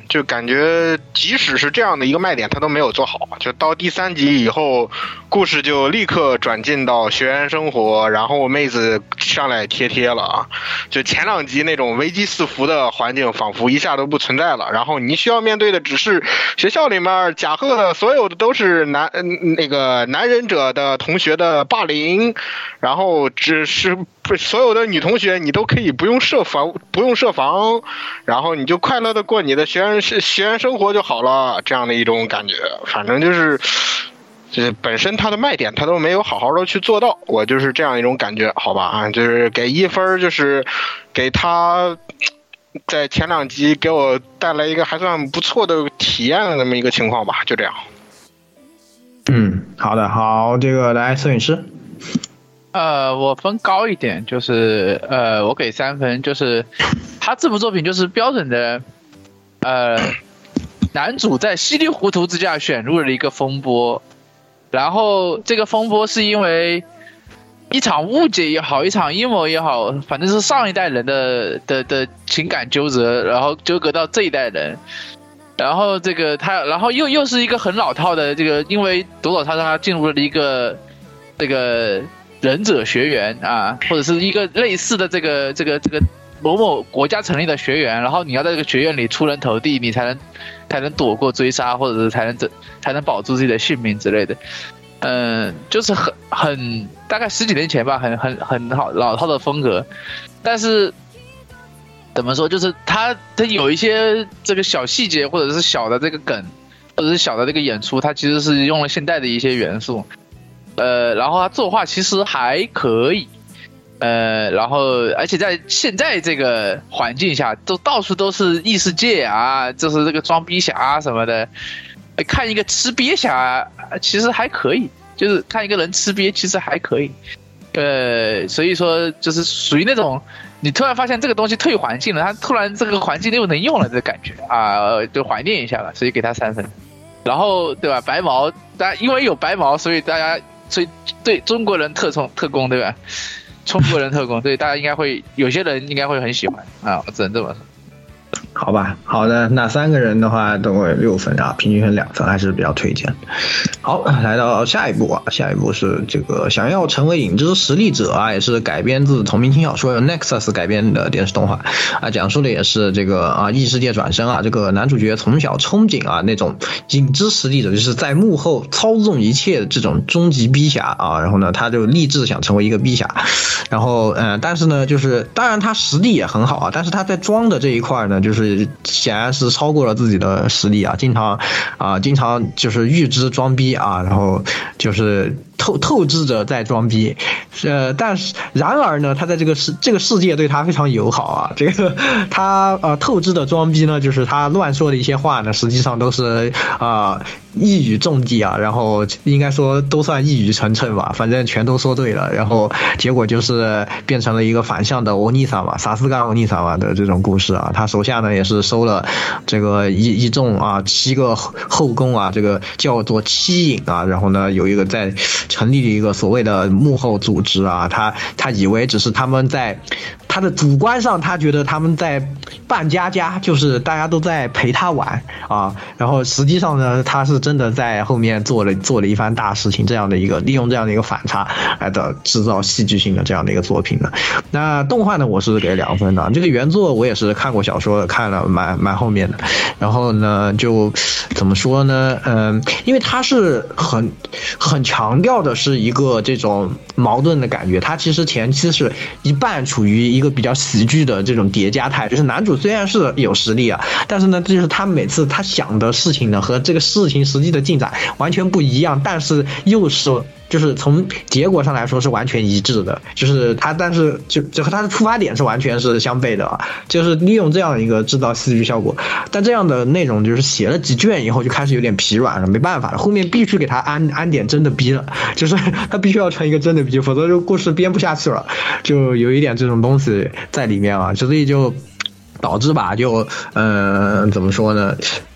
[SPEAKER 10] 就感觉即使是这样的一个卖点，他都没有做好。就到第三集以后，故事就立刻转进到学员生活，然后妹子上来贴贴了啊。就前两集那种危机四伏的环境，仿佛一下都不存在了。然后你需要面对的只是学校里面甲贺的所有的都是男那个男忍者的同学的霸凌，然后只是所有的女同学你都可以不用设防，不用设防，然后你就快乐的过你的学员学员生活就好了，这样的一种感觉。反正就是就是本身它的卖点它都没有好好的去做到，我就是这样一种感觉，好吧啊，就是给一分，就是给他在前两集给我带来一个还算不错的体验的那么一个情况吧，就这样。
[SPEAKER 8] 嗯，好的，好，这个来摄影师。
[SPEAKER 5] 呃，我分高一点，就是呃，我给三分，就是他这部作品就是标准的，呃，男主在稀里糊涂之下选入了一个风波，然后这个风波是因为一场误解也好，一场阴谋也好，反正是上一代人的的的情感纠葛，然后纠葛到这一代人。然后这个他，然后又又是一个很老套的这个，因为朵朵莎莎进入了一个这个忍者学园啊，或者是一个类似的这个这个这个某某国家成立的学园，然后你要在这个学院里出人头地，你才能才能躲过追杀，或者是才能才能保住自己的性命之类的。嗯，就是很很大概十几年前吧，很很很好老套的风格，但是。怎么说？就是他他有一些这个小细节，或者是小的这个梗，或者是小的这个演出，他其实是用了现代的一些元素，呃，然后他作画其实还可以，呃，然后而且在现在这个环境下，都到处都是异世界啊，就是这个装逼侠什么的，看一个吃瘪侠其实还可以，就是看一个人吃瘪其实还可以，呃，所以说就是属于那种。你突然发现这个东西退环境了，它突然这个环境又能用了的感觉啊，就怀念一下了，所以给他三分。然后对吧？白毛，大家因为有白毛，所以大家所以对中国人特冲特工对吧？中国人特工，对大家应该会有些人应该会很喜欢啊，我只能这么说。
[SPEAKER 8] 好吧，好的，那三个人的话都有六分啊，平均分两分，还是比较推荐。好，来到下一步啊，下一步是这个想要成为影之实力者啊，也是改编自同名轻小说由 Nexus 改编的电视动画啊，讲述的也是这个啊异世界转生啊，这个男主角从小憧憬啊那种影之实力者，就是在幕后操纵一切的这种终极逼侠啊，然后呢他就立志想成为一个逼侠，然后嗯、呃，但是呢就是当然他实力也很好啊，但是他在装的这一块呢，就是显然是超过了自己的实力啊，经常啊经常就是预知装逼啊，然后就是透透支着在装逼，呃，但是然而呢，他在这个世这个世界对他非常友好啊，这个他呃透支的装逼呢，就是他乱说的一些话呢，实际上都是啊、呃、一语中的啊，然后应该说都算一语成谶吧，反正全都说对了，然后结果就是变成了一个反向的欧尼桑嘛，萨斯嘎欧尼桑嘛的这种故事啊，他手下呢也是收了这个一一众啊七个后宫啊，这个叫做七影啊，然后呢有一个在成立了一个所谓的幕后组织啊，他他以为只是他们在他的主观上，他觉得他们在扮家家，就是大家都在陪他玩啊，然后实际上呢，他是真的在后面做了做了一番大事情，这样的一个利用这样的一个反差来的制造戏剧性的这样的一个作品呢。那动画呢，我是给两分的，这个原作我也是看过小说的，看了蛮蛮后面的，然后呢，就怎么说呢？嗯，因为他是很很强调的是一个这种矛盾的感觉，他其实前期是一半处于一个比较喜剧的这种叠加态，就是男主虽然是有实力啊，但是呢，就是他每次他想的事情呢和这个事情实际的进展完全不一样，但是又是就是从结果上来说是完全一致的，就是他但是就就和他的出发点是完全是相悖的啊，就是利用这样一个制造戏剧效果，但这样的内容就是写了几卷以后就开始有点疲软了，没办法了，后面必须给他安安点真的逼了，就是他必须要成一个真的逼，否则这个故事编不下去了，就有一点这种东西在里面啊，所以就导致吧，就嗯、呃，怎么说呢？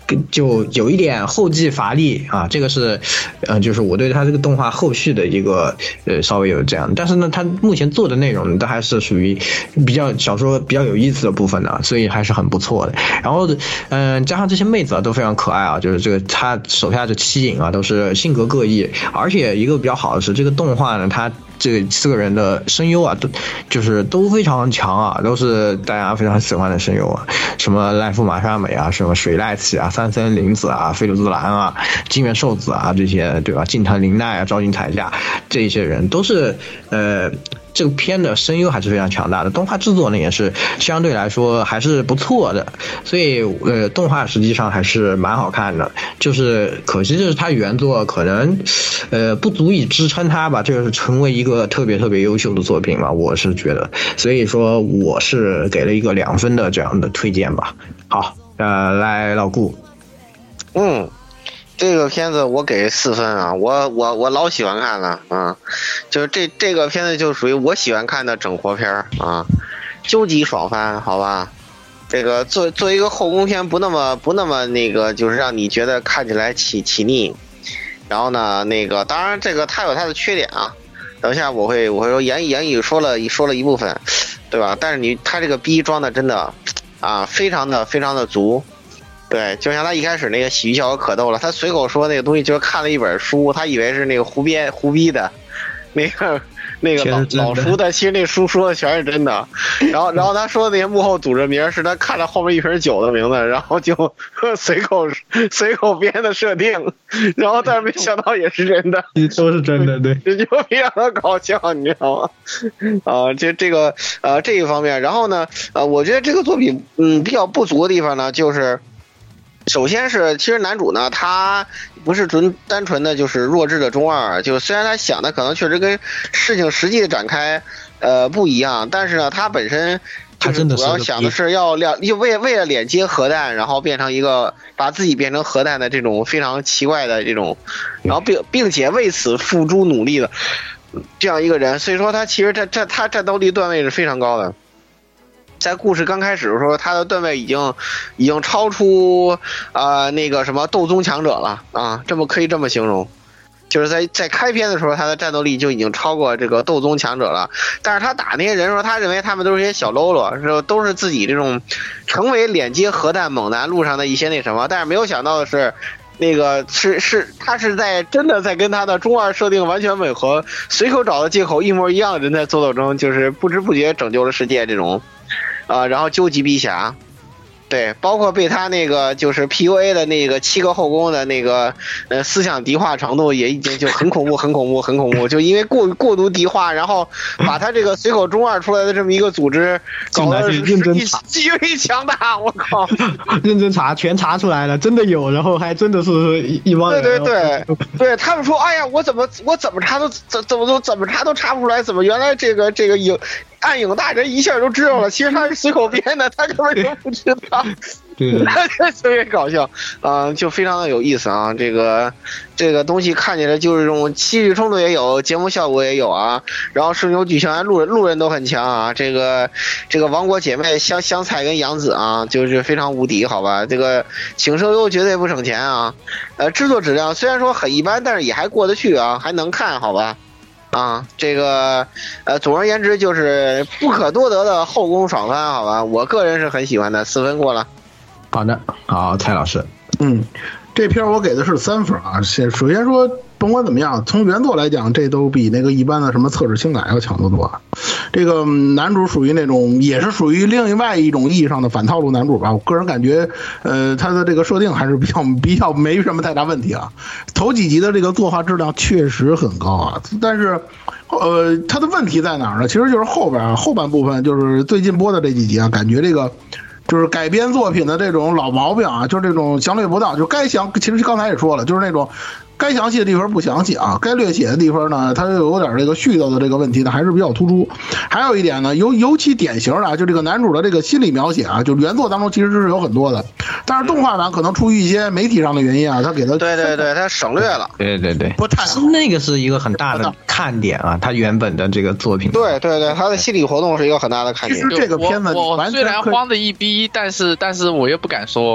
[SPEAKER 8] 就有一点后继乏力啊，这个是，呃，就是我对它这个动画后续的一个呃稍微有这样，但是呢，它目前做的内容都还是属于比较小说比较有意思的部分的，所以还是很不错的。然后，嗯、呃，加上这些妹子啊都非常可爱啊，就是这个他手下这七影啊都是性格各异，而且一个比较好的是这个动画呢，它这四个人的声优啊，都就是都非常强啊，都是大家非常喜欢的声优啊，什么濑户麻沙美啊，什么水濑启啊，三森绫子啊，飞鲁兹兰啊，金元寿子啊，这些对吧？近藤绫奈啊，朝井彩夏这些人都是呃。这个片的声优还是非常强大的，动画制作呢也是相对来说还是不错的，所以呃动画实际上还是蛮好看的，就是可惜就是它原作可能呃不足以支撑它吧，这个是成为一个特别特别优秀的作品嘛，我是觉得，所以说我是给了一个两分的这样的推荐吧。好，呃，来老顾，
[SPEAKER 2] 嗯。这个片子我给四分啊，我我我老喜欢看了啊，就是这这个片子就属于我喜欢看的整活片啊，究极爽番，好吧。这个做做一个后宫片，不那么不那么那个，就是让你觉得看起来起起腻。然后呢，那个当然这个它有它的缺点啊，等一下我会我会说言言语说了说了一部分，对吧？但是你他这个逼装的真的啊，非常的非常的足。对，就像他一开始那个喜剧效果可逗了，他随口说那个东西就是看了一本书，他以为是那个胡编胡逼的，那个那个老老书的，其实那书说的全是真的。然后然后他说的那些幕后组织名是他看了后面一瓶酒的名字，然后就随口随口编的设定，然后但是没想到也是真的，
[SPEAKER 8] 都是真的，对，
[SPEAKER 2] 这就非常的搞笑，你知道吗？啊，这这个呃这一方面，然后呢呃，我觉得这个作品嗯比较不足的地方呢，就是。首先是，其实男主呢，他不是纯单纯的就是弱智的中二，就虽然他想的可能确实跟事情实际的展开，呃不一样，但是呢，他本身就是主要想的是要两，就为为了连接核弹，然后变成一个把自己变成核弹的这种非常奇怪的这种，然后并并且为此付诸努力的这样一个人，所以说他其实这这他战斗力段位是非常高的。在故事刚开始的时候，他的段位已经已经超出呃那个什么斗宗强者了啊，这么可以这么形容，就是在在开篇的时候，他的战斗力就已经超过这个斗宗强者了。但是他打那些人的时候，他认为他们都是一些小喽啰，是都是自己这种成为连接核弹猛男路上的一些那什么，但是没有想到的是。那个是是，他是在真的在跟他的中二设定完全吻合，随口找的借口一模一样的人在斗斗争，就是不知不觉拯救了世界这种，啊、呃，然后究极逼侠，对，包括被他那个就是 P U A 的那个七个后宫的那个呃思想敌化程度也已经就很恐怖，很恐怖，很恐怖，就因为过过度敌化，然后把他这个随口中二出来的这么一个组织搞得
[SPEAKER 8] 认真查，
[SPEAKER 2] 极为强大，我靠，
[SPEAKER 8] 认真查，全查出来了，真的有，然后还真的是一一帮人，
[SPEAKER 2] 对对对，对他们说，哎呀，我怎么我怎么查都怎怎么都怎么查都查不出来，怎么原来这个这个有。暗影大人一下就知道了，其实他是随口编的，他根本就不知道，
[SPEAKER 8] 对，
[SPEAKER 2] 特别搞笑啊、呃，就非常的有意思啊。这个这个东西看起来就是这种戏剧冲突也有，节目效果也有啊，然后声优剧情，路人路人都很强啊。这个这个王国姐妹香香菜跟杨子啊，就是非常无敌，好吧？这个请声优绝对不省钱啊。呃，制作质量虽然说很一般，但是也还过得去啊，还能看，好吧？啊，这个，呃，总而言之就是不可多得的后宫爽番，好吧，我个人是很喜欢的，四分过了。
[SPEAKER 8] 好的，好，蔡老师，
[SPEAKER 9] 嗯，这片我给的是三分啊。先首先说，甭管怎么样，从原作来讲，这都比那个一般的什么厕纸轻改要强得多。这个男主属于那种，也是属于另外一种意义上的反套路男主吧。我个人感觉，呃，他的这个设定还是比较比较没什么太大问题啊。头几集的这个作画质量确实很高啊，但是。呃，他的问题在哪儿呢？其实就是后边啊，后半部分就是最近播的这几集啊，感觉这个就是改编作品的这种老毛病啊，就是这种详略不到，就该详，其实刚才也说了，就是那种该详细的地方不详细啊，该略写的地方呢，它有点这个絮叨的这个问题呢，还是比较突出。还有一点呢，尤尤其典型的啊，就这个男主的这个心理描写啊，就原作当中其实是有很多的，但是动画版可能出于一些媒体上的原因啊，他给他
[SPEAKER 2] 对对对，他省略了，
[SPEAKER 8] 对对对，
[SPEAKER 9] 不太
[SPEAKER 8] 那个是一个很大的看点啊，他原本的这个作品，
[SPEAKER 2] 对对对，他的心理活动是一个很大的看点。
[SPEAKER 9] 其实这个片子
[SPEAKER 5] 我我虽然慌的一逼，但是但是我又不敢说，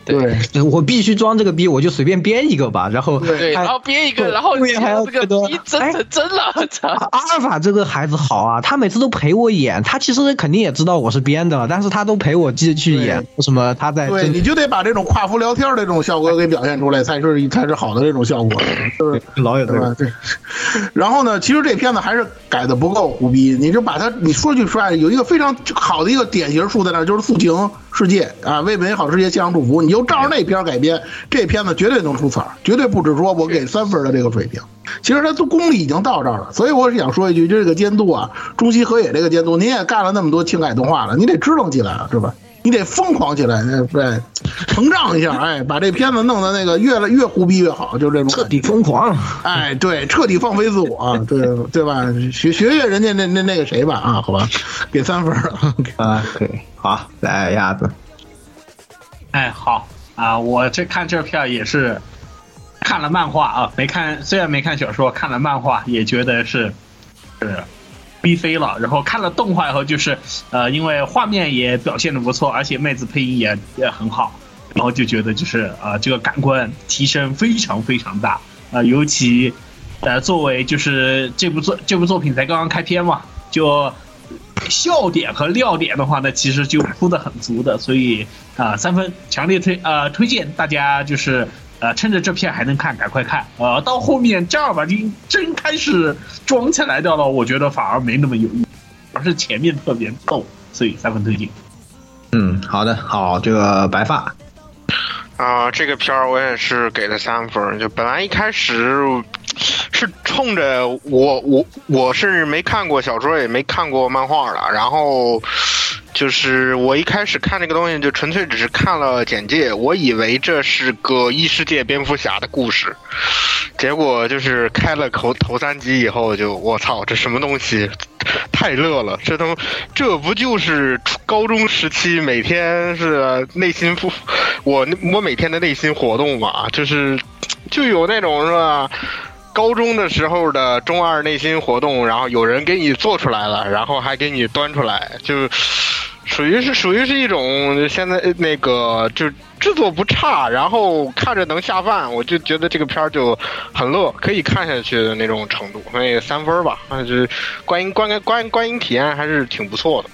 [SPEAKER 8] 对，我必须装这个逼，我就随便编一个吧，然后
[SPEAKER 5] 对，然后编一个，然后
[SPEAKER 8] 后面还要
[SPEAKER 5] 这个逼真成真了，
[SPEAKER 8] 阿尔法这个孩子好啊，他每次都陪我演，他其实肯定也知道我是编的，但是他都陪我继续去演，为什么他在
[SPEAKER 9] 对，你就得把这种跨服聊天的这种效果给表现出来，才是才是好的这种效果，是不是？
[SPEAKER 8] 老有对吧？
[SPEAKER 9] 对。然后呢，其实这片子还是改的不够胡逼，你就把它，你说句实话，有一个非常好的一个典型数在那儿，就是塑形世界啊，为美好世界献上祝福。你就照着那片改编，这片子绝对能出彩，绝对不止说我给三分的这个水平。其实他的功力已经到这儿了，所以我是想说一句，就这个监督啊，中西合野这个监督，您也干了那么多轻改动画了，你得支棱起来啊，是吧？你得疯狂起来，对，膨胀一下，哎，把这片子弄得那个越来越胡逼越好，就这种
[SPEAKER 8] 彻底疯狂，
[SPEAKER 9] 哎，对，彻底放飞自我，啊，对对吧？学学学人家那那那个谁吧，啊，好吧，给三分
[SPEAKER 8] 啊，可以，好，来鸭子，
[SPEAKER 3] 哎，好啊，我这看这片也是看了漫画啊，没看，虽然没看小说，看了漫画也觉得是是。逼飞了，然后看了动画以后，就是呃，因为画面也表现的不错，而且妹子配音也也很好，然后就觉得就是呃，这个感官提升非常非常大，呃，尤其呃，作为就是这部作这部作品才刚刚开篇嘛，就笑点和料点的话呢，其实就铺的很足的，所以啊、呃，三分强烈推呃推荐大家就是。呃，趁着这片还能看，赶快看。呃，到后面正儿八经真开始装起来掉了，我觉得反而没那么有意思，而是前面特别逗，所以三分推荐。
[SPEAKER 8] 嗯，好的，好，这个白发
[SPEAKER 10] 啊、呃，这个片儿我也是给了三分，就本来一开始是冲着我我我是没看过小说，也没看过漫画的，然后。就是我一开始看这个东西就纯粹只是看了简介，我以为这是个异世界蝙蝠侠的故事，结果就是开了头头三集以后就我操，这什么东西，太乐了，这都这不就是高中时期每天是内心我我每天的内心活动嘛，就是就有那种是吧。高中的时候的中二内心活动，然后有人给你做出来了，然后还给你端出来，就属于是属于是一种现在那个就制作不差，然后看着能下饭，我就觉得这个片儿就很乐，可以看下去的那种程度，所以三分吧，就是观影观观观影体验还是挺不错的。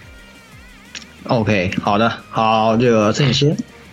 [SPEAKER 8] OK， 好的，好，这个郑先，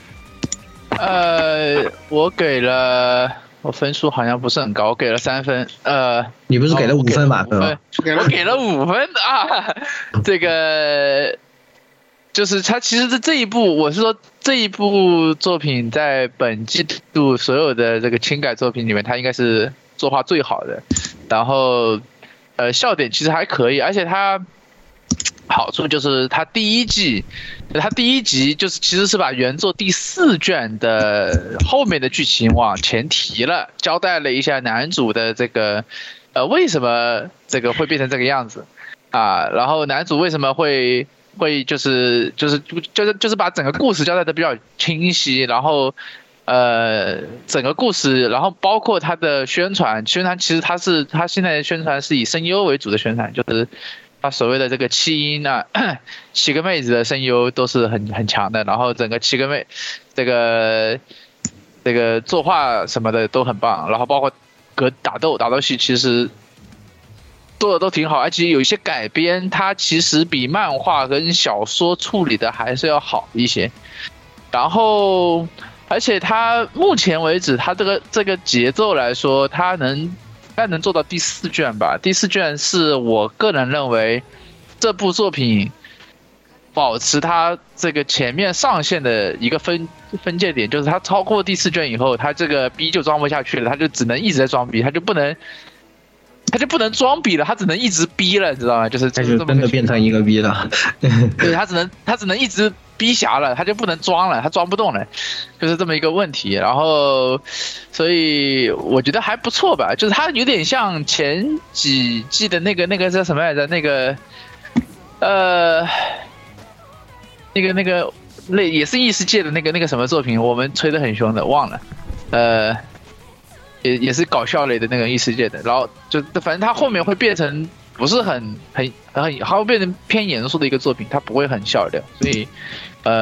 [SPEAKER 5] 呃，我给了。我分数好像不是很高，我给了三分。呃，
[SPEAKER 8] 你不是给了五分吧？
[SPEAKER 5] 对吧？我给了五分啊。这个就是他其实是这一部，我是说这一部作品在本季度所有的这个轻改作品里面，它应该是作画最好的。然后呃，笑点其实还可以，而且它好处就是它第一季。他第一集就是其实是把原作第四卷的后面的剧情往前提了，交代了一下男主的这个呃为什么这个会变成这个样子啊，然后男主为什么会会就是就是就是就是把整个故事交代的比较清晰，然后呃整个故事，然后包括他的宣传，宣传其实他是他现在的宣传是以声优为主的宣传，就是。他所谓的这个七音啊，七个妹子的声优都是很很强的，然后整个七个妹，这个这个作画什么的都很棒，然后包括格打斗打斗戏其实做的都挺好，而且有一些改编，它其实比漫画跟小说处理的还是要好一些，然后而且它目前为止，它这个这个节奏来说，它能。应该能做到第四卷吧？第四卷是我个人认为这部作品保持它这个前面上限的一个分分界点，就是它超过第四卷以后，它这个逼就装不下去了，它就只能一直在装逼，它就不能，它就不能装逼了，它只能一直逼了，你知道吗？就是
[SPEAKER 8] 它就真的变成一个逼了，
[SPEAKER 5] 对，它只能它只能一直逼侠了，它就不能装了，它装不动了，就是这么一个问题。然后，所以我觉得还不错吧，就是它有点像前几季的那个那个叫什么来着？那个，呃，那个那个类也是异世界的那个那个什么作品，我们吹得很凶的，忘了，呃，也也是搞笑类的那个异世界的，然后就反正它后面会变成。不是很很很，它会变成偏严肃的一个作品，它不会很笑料，所以，呃，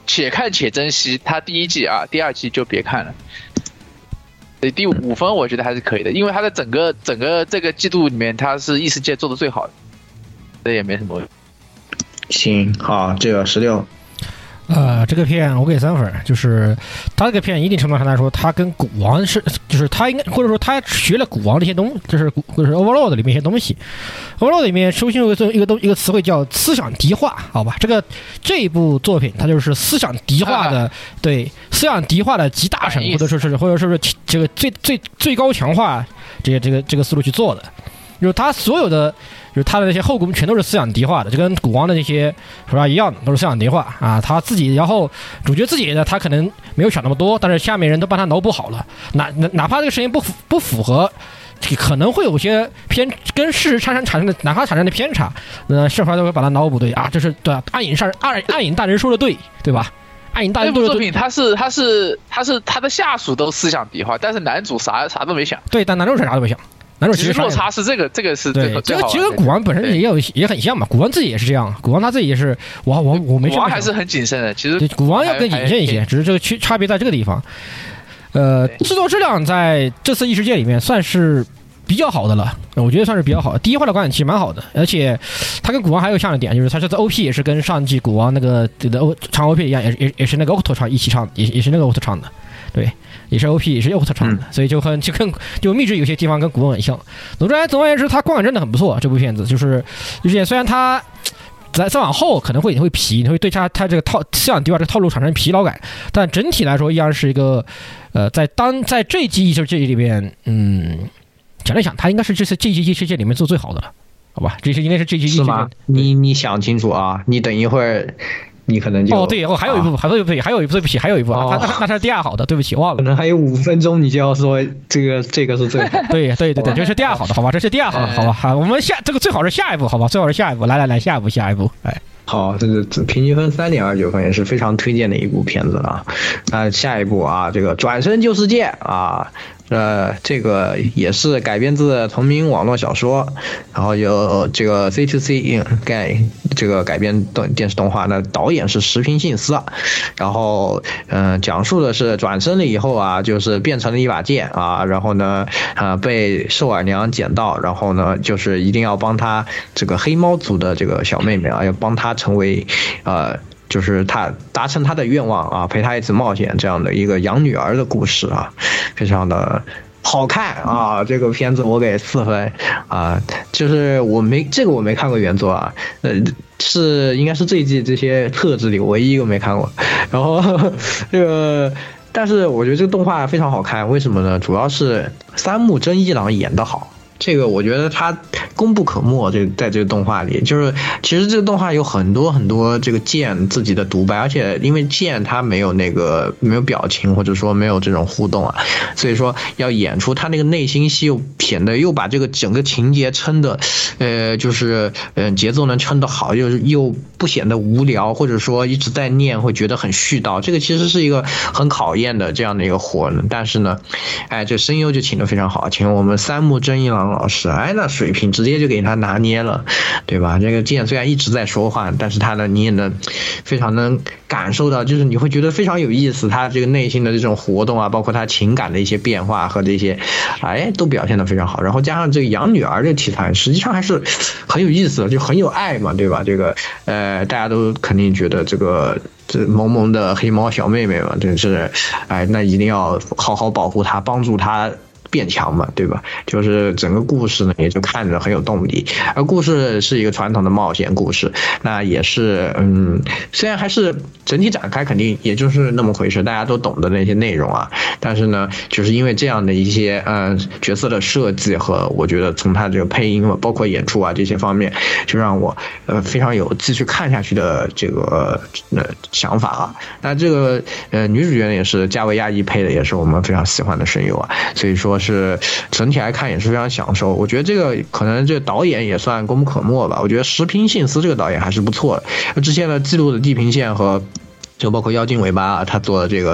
[SPEAKER 5] 且看且珍惜。它第一季啊，第二季就别看了。所以第五分我觉得还是可以的，因为它的整个整个这个季度里面，它是异世界做的最好的，这也没什么问题。
[SPEAKER 8] 行，好，这个十六。
[SPEAKER 7] 呃，这个片我给三分，就是他这个片一定程度上来说，他跟古王是，就是他应该或者说他学了古王这些东，就是就是 Overlord 里面一些东西。Overlord 里面出现过一个东一个词汇叫思想敌化，好吧？这个这一部作品它就是思想敌化的，啊、对思想敌化的集大成，或者说是或者说是这个最最最高强化这个这个这个思路去做的，就是他所有的。就是他的那些后宫全都是思想敌化的，就跟古王的那些说实话一样的，都是思想敌化啊。他自己，然后主角自己呢，他可能没有想那么多，但是下面人都帮他脑补好了。哪哪哪怕这个事情不符不符合，可能会有些偏跟事实产生产生的，哪怕产生的偏差，那是否都会把他脑补对啊？这是对啊，暗影上暗暗影大人说的对，对吧？暗影大人
[SPEAKER 5] 这部作品，他是他是他是他的下属都思想敌化，但是男主啥啥都没想。
[SPEAKER 7] 对，但男主啥都没想。
[SPEAKER 5] 其实落差是这个，这个是
[SPEAKER 7] 对，这个其实古王本身也有也很像嘛，古王自己也是这样，古王他自己也是，我我我没。
[SPEAKER 5] 古王还是很谨慎的，其实
[SPEAKER 7] 古王要更谨慎一些，只是这个区差别在这个地方。呃，制作质量在这次异世界里面算是比较好的了，我觉得算是比较好的。第一话的观感其实蛮好的，而且它跟古王还有像的点，就是它这次 O P 也是跟上季古王那个的唱 O P 一样，也也也是那个 Octo 唱一起唱，也也是那个 Octo 唱的，对。也是 O P 也是 Octo 唱的，嗯、所以就很就跟就密制有些地方跟古王很像。总之，总而言之，它观感真的很不错。这部片子就是就是虽然它在再往后可能会会疲，会对它它这个套思想敌化这个套路产生疲劳感，但整体来说依然是一个呃，在当在这一季异世界里边，嗯，想了想，它应该是这次这一季异世界里面做最好的了，好吧？这是应该是这一季异世界。
[SPEAKER 8] 是吗？你你想清楚啊！你等一会儿。你可能就
[SPEAKER 7] 哦对哦，还有一部，还有一部，还有一部，对不起，还有一部啊，那那那是第二好的，对不起，忘了。
[SPEAKER 8] 可能还有五分钟，你就要说这个这个是最好。
[SPEAKER 7] 对对对对，这是第二好的，好吧，这是第二好的，好吧，好，我们下这个最好是下一步，好吧，最好是下一步，来来来，下一步，下一步，哎。
[SPEAKER 8] 好，这是平均分三点二九分，也是非常推荐的一部片子啊。那下一部啊，这个转身救世界啊，呃，这个也是改编自同名网络小说，然后有这个 C to C 改这个改编的电视动画，那导演是石平信司，然后嗯、呃，讲述的是转身了以后啊，就是变成了一把剑啊，然后呢，呃，被寿尔娘捡到，然后呢，就是一定要帮他这个黑猫族的这个小妹妹啊，要帮他成为呃。就是他达成他的愿望啊，陪他一起冒险这样的一个养女儿的故事啊，非常的好看啊！这个片子我给四分啊，就是我没这个我没看过原作啊，呃，是应该是这一季这些特质里唯一一个没看过。然后这个，但是我觉得这个动画非常好看，为什么呢？主要是三木真一郎演得好。这个我觉得他功不可没，这在这个动画里，就是其实这个动画有很多很多这个剑自己的独白，而且因为剑他没有那个没有表情，或者说没有这种互动啊，所以说要演出他那个内心戏，又显得又把这个整个情节撑的，呃，就是嗯、呃、节奏能撑得好，又又不显得无聊，或者说一直在念会觉得很絮叨，这个其实是一个很考验的这样的一个活呢。但是呢，哎，这声优就请得非常好，请我们三木真一郎老师，哎，那水平直接就给他拿捏了，对吧？这个剑虽然一直在说话，但是他呢，你也能非常能感受到，就是你会觉得非常有意思，他这个内心的这种活动啊，包括他情感的一些变化和这些，哎，都表现得非常好。然后加上这个养女儿这个题材，实际上还是很有意思的，就很有爱嘛，对吧？这个呃，大家都肯定觉得这个。这萌萌的黑猫小妹妹嘛，真是，哎，那一定要好好保护她，帮助她变强嘛，对吧？就是整个故事呢，也就看着很有动力。而故事是一个传统的冒险故事，那也是，嗯，虽然还是整体展开肯定也就是那么回事，大家都懂的那些内容啊，但是呢，就是因为这样的一些呃角色的设计和我觉得从他这个配音嘛，包括演出啊这些方面，就让我呃非常有继续看下去的这个呃想法啊。那这个呃女主角呢也是加维亚一配的，也是我们非常喜欢的声优啊，所以说是整体来看也是非常享受。我觉得这个可能这个导演也算功不可没吧。我觉得石平信司这个导演还是不错的，之前的记录的地平线和就包括妖精尾巴啊，他做的这个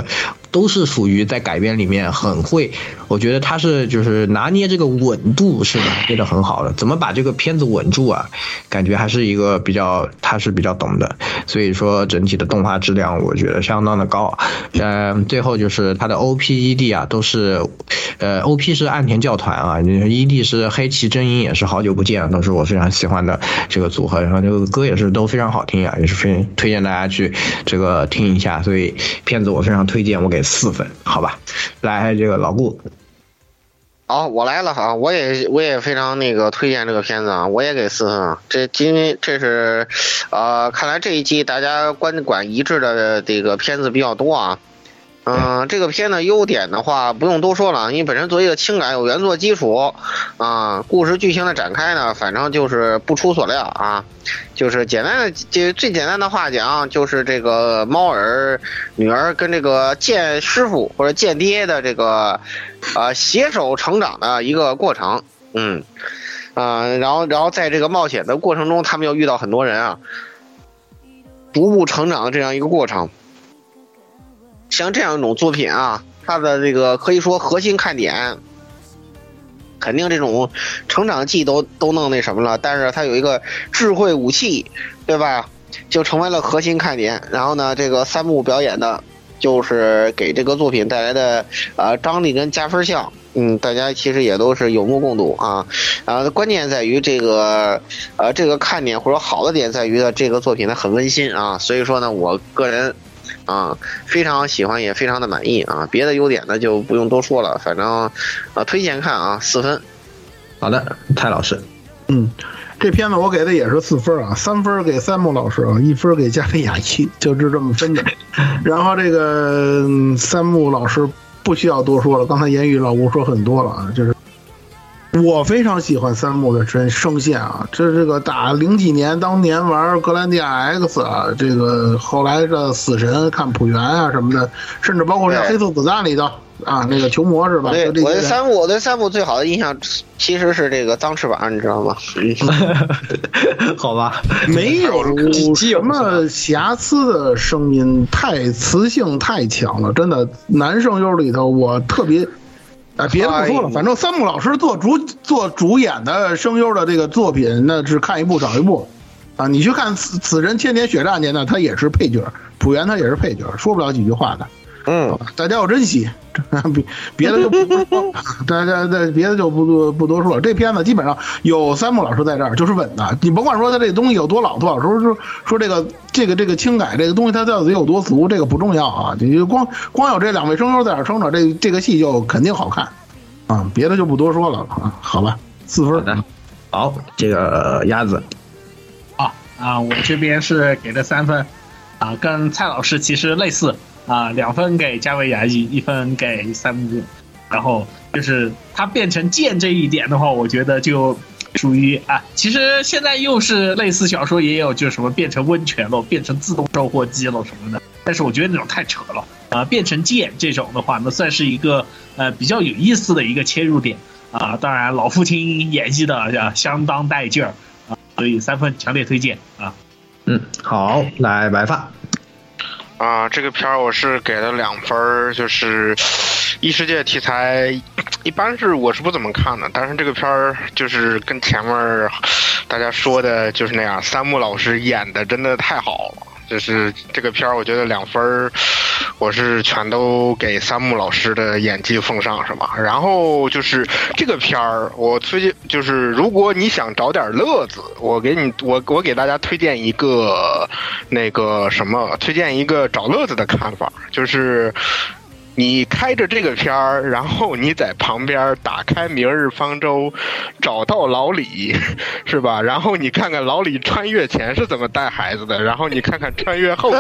[SPEAKER 8] 都是属于在改编里面很会，我觉得他是就是拿捏这个稳度是拿捏的很好的，怎么把这个片子稳住啊，感觉还是一个比较他是比较懂的，所以说整体的动画质量我觉得相当的高。嗯，最后就是他的 O P E D 啊都是，呃 O P 是岸田教团啊 ，E D 是黑崎真音，也是好久不见了，都是我非常喜欢的这个组合，然后这个歌也是都非常好听啊，也是非常推荐大家去这个听一下，所以片子我非常推荐，我给四分，好吧。来，这个老顾，
[SPEAKER 2] 好，我来了哈，我也我也非常那个推荐这个片子啊，我也给四分啊。这今天这是，呃，看来这一季大家观感一致的这个片子比较多啊。嗯、呃，这个片的优点的话不用多说了，因为本身作为一个轻改有原作基础啊、呃，故事剧情的展开呢，反正就是不出所料啊，就是简单的这最简单的话讲，就是这个猫儿女儿跟这个剑师傅或者剑爹的这个呃携手成长的一个过程，嗯，呃，然后然后在这个冒险的过程中，他们又遇到很多人啊，逐步成长的这样一个过程。像这样一种作品啊，它的这个可以说核心看点，肯定这种成长记都都弄那什么了，但是它有一个智慧武器，对吧？就成为了核心看点。然后呢，这个三幕表演的，就是给这个作品带来的呃张力跟加分项，嗯，大家其实也都是有目共睹啊。啊，关键在于这个呃这个看点或者好的点在于呢，这个作品它很温馨啊，所以说呢，我个人。啊，非常喜欢，也非常的满意啊！别的优点呢就不用多说了，反正啊，推荐看啊，四分。
[SPEAKER 8] 好的，蔡老师，
[SPEAKER 9] 嗯，这片子我给的也是四分啊，三分给三木老师啊，一分给加菲雅一，就是这么分的。然后这个、嗯、三木老师不需要多说了，刚才言语老吴说很多了啊，就是。我非常喜欢三木的声声线啊，这这个打零几年当年玩格兰蒂亚 X 啊，这个后来的死神看浦原啊什么的，甚至包括像黑色子弹里头啊那个球魔是吧？
[SPEAKER 2] 对，我对三木，我对三木最好的印象其实是这个脏翅膀，你知道吗？
[SPEAKER 8] 好吧，
[SPEAKER 9] 没有什么瑕疵的声音，太磁性太强了，真的。男声优里头我特别。啊，别的不说了，反正三木老师做主做主演的声优的这个作品，那是看一部少一部，啊，你去看《此此人千年血战》去呢，他也是配角，浦原他也是配角，说不了几句话的，
[SPEAKER 2] 嗯，
[SPEAKER 9] 大家要珍惜，别别的就不多说，大家的别的就不多不多说了。这片子基本上有三木老师在这儿就是稳的，你甭管说他这东西有多老多老，说说说这个这个这个轻改这个东西它到底有多俗，这个不重要啊，你就光光有这两位声优在这撑着，这这个戏就肯定好看啊，别的就不多说了啊，好吧，四分
[SPEAKER 8] 的。好，这个鸭子，
[SPEAKER 3] 啊啊，我这边是给的三分，啊，跟蔡老师其实类似。啊，两分给加维亚一，一分给三木，然后就是它变成剑这一点的话，我觉得就属于啊，其实现在又是类似小说也有，就是什么变成温泉了，变成自动售货机了什么的，但是我觉得那种太扯了啊，变成剑这种的话，那算是一个呃比较有意思的一个切入点啊。当然，老父亲演绎的啊相当带劲儿啊，所以三分强烈推荐啊。
[SPEAKER 8] 嗯，好，来白发。
[SPEAKER 10] 啊，这个片儿我是给了两分，就是异世界题材，一般是我是不怎么看的，但是这个片儿就是跟前面大家说的就是那样，三木老师演的真的太好了，就是这个片儿我觉得两分，我是全都给三木老师的演技奉上，是吧？然后就是这个片儿，我推荐就是如果你想找点乐子，我给你我我给大家推荐一个那个什么，推荐一个找乐子的看法，就是你开着这个片儿，然后你在旁边打开《明日方舟》，找到老李，是吧？然后你看看老李穿越前是怎么带孩子的，然后你看看穿越后，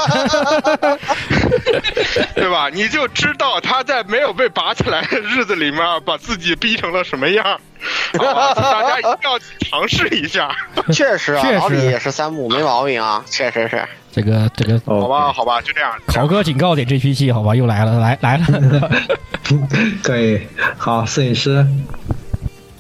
[SPEAKER 10] 对吧？你就知道他在没有被拔起来的日子里面，把自己逼成了什么样。大家一定要尝试一下。
[SPEAKER 2] 确实啊，老李也是三木，没毛病啊，确实是。
[SPEAKER 7] 这个这个，
[SPEAKER 10] 好吧，好吧，就这样。
[SPEAKER 7] 考哥警告点这批戏，好吧，又来了，来来了。
[SPEAKER 8] 可以，好，摄影师。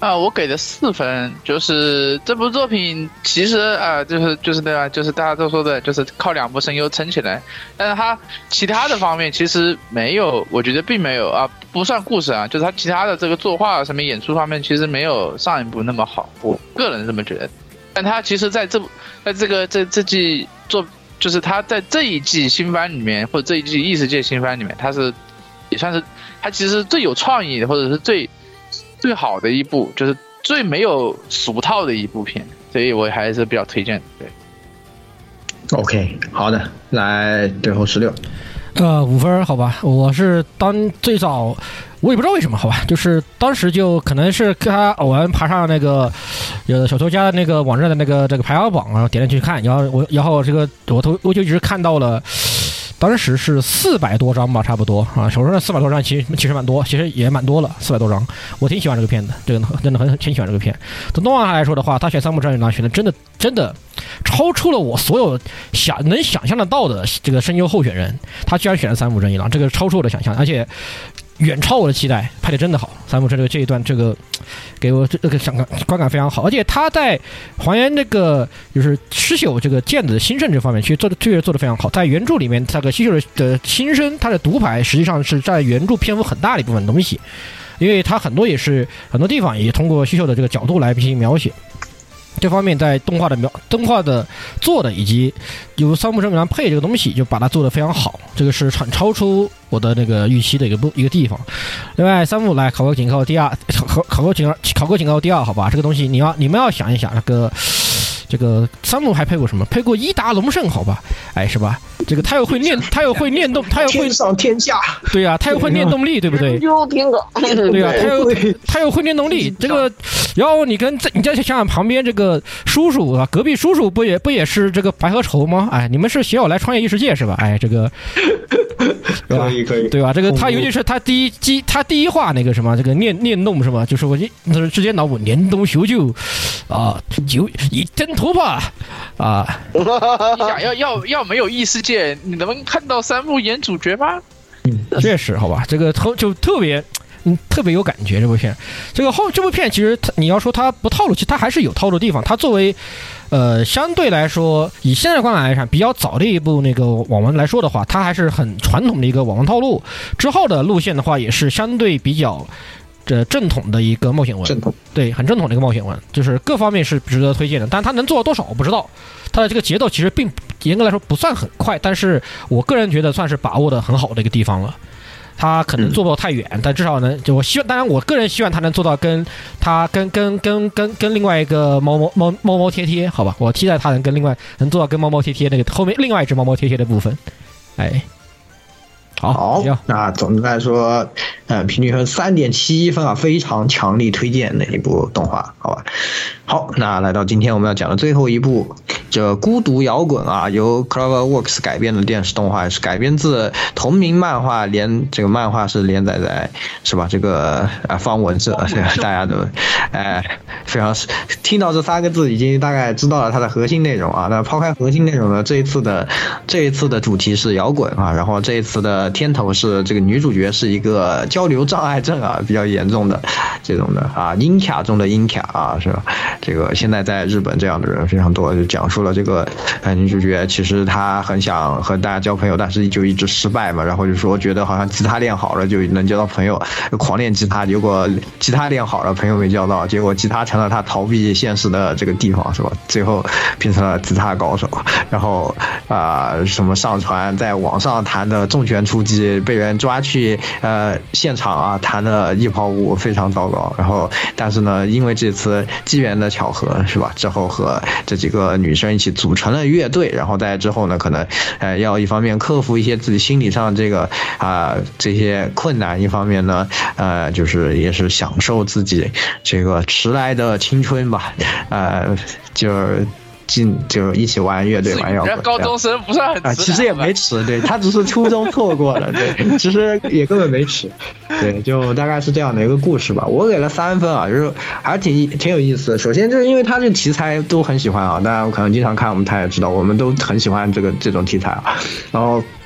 [SPEAKER 5] 啊，我给的四分，就是这部作品其实啊，就是就是对吧，就是大家都说的，就是靠两部声优撑起来，但是它其他的方面其实没有，我觉得并没有啊，不算故事啊，就是它其他的这个作画什么演出方面其实没有上一部那么好，我个人这么觉得。但它其实在这在这个这这季作，就是它在这一季新番里面，或者这一季异世界新番里面，它是也算是它其实最有创意的，或者是最。最好的一部，就是最没有俗套的一部片，所以我还是比较推荐的。
[SPEAKER 8] 对 ，OK， 好的，来最后十六，
[SPEAKER 7] 呃，五分好吧，我是当最早，我也不知道为什么，好吧，就是当时就可能是跟他偶然爬上那个有的小说家的那个网站的那个这个排行榜，然后点进去看，然后我然后这个我都我就一直看到了。当时是四百多张吧，差不多啊。手上的四百多张其实其实蛮多，其实也蛮多了，四百多张。我挺喜欢这个片的，这个真的很挺喜欢这个片。从动画来说的话，他选三部真人呢，选的真的真的超出了我所有想能想象得到的这个声优候选人。他居然选了三部真一郎，这个超出我的想象，而且远超我的期待，拍的真的好。三部真这个这一段这个给我这个想观感非常好，而且他在还原那个就是狮宿这个剑子兴盛这方面，其实做的确实做的非常好。在原著里面，这个狮宿的新生，他的独排实际上是在原著篇幅很大的一部分东西，因为他很多也是很多地方也通过狮宿的这个角度来进行描写。这方面在动画的描动画的做的以及由三部真人配这个东西，就把它做得非常好，这个是很超出我的那个预期的一个不一个地方。另外三部来考个警告第二，考考个警告考个警告第二，好吧，这个东西你要你们要想一想，那个这个三部还配过什么？配过伊达龙圣，好吧，哎是吧？这个他又会念，他又会念动，他又会
[SPEAKER 8] 天上天下，
[SPEAKER 7] 对啊，他又会念动力，对不对？对啊，他又他又会念动力，这个。然后你跟你再想想旁边这个叔叔啊，隔壁叔叔不也不也是这个白河愁吗？哎，你们是携手来穿越异世界是吧？哎，这个
[SPEAKER 8] 可以可以，
[SPEAKER 7] 对吧？这个他尤其是他第一机他第一话那个什么这个念念动是吧？就是我就是直接脑补念动修就啊，就一真突破啊！
[SPEAKER 5] 你想要要要没有异世界，你能不能看到三部演主角吗？
[SPEAKER 7] 嗯，确实好吧，这个特就特别。嗯，特别有感觉这部片，这个后这部片其实你要说它不套路，其实它还是有套路的地方。它作为，呃，相对来说以现在观来看比较早的一部那个网文来说的话，它还是很传统的一个网文套路。之后的路线的话，也是相对比较这正统的一个冒险文，
[SPEAKER 8] 正统
[SPEAKER 7] 对，很正统的一个冒险文，就是各方面是值得推荐的。但它能做到多少我不知道，它的这个节奏其实并严格来说不算很快，但是我个人觉得算是把握的很好的一个地方了。他可能做不到太远，嗯、但至少能就我希望，当然我个人希望他能做到跟他跟跟跟跟跟另外一个猫猫猫猫猫贴贴，好吧，我期待他能跟另外能做到跟猫猫贴贴那个后面另外一只猫猫贴贴的部分，哎。
[SPEAKER 8] 好，那总的来说，呃，平均分三点七一分啊，非常强力推荐的一部动画，好吧。好，那来到今天我们要讲的最后一部，这《孤独摇滚》啊，由 Cloverworks 改编的电视动画，是改编自同名漫画，连这个漫画是连载在是吧？这个啊方文社，大家都哎、呃、非常听到这三个字，已经大概知道了它的核心内容啊。那抛开核心内容呢，这一次的这一次的主题是摇滚啊，然后这一次的片头是这个女主角是一个交流障碍症啊，比较严重的这种的啊，阴卡中的阴卡啊，是吧？这个现在在日本这样的人非常多，就讲述了这个呃女主角其实她很想和大家交朋友，但是就一直失败嘛，然后就说觉得好像吉他练好了就能交到朋友，狂练吉他，结果吉他练好了朋友没交到，结果吉他成了她逃避现实的这个地方，是吧？最后变成了吉他高手，然后啊、呃、什么上传在网上弹的重拳出击，被人抓去呃现场啊弹的一抛舞，非常糟糕。然后但是呢，因为这次机缘的巧合，是吧？之后和这几个女生一起组成了乐队，然后在之后呢，可能呃要一方面克服一些自己心理上这个啊、呃、这些困难，一方面呢呃就是也是享受自己这个迟来的青春吧，呃就是进就一起玩乐队玩摇滚。
[SPEAKER 5] 高中生不算很迟、
[SPEAKER 8] 啊，其实也没迟，对他只是初中错过了，对，其实也根本没迟，对，就大概是这样的一个故事吧。我给了三分啊，就是还挺挺有意思的。首先就是因为他这个题材都很喜欢啊，大家可能经常看我们台也知道，我们都很喜欢这个这种题材啊，然后。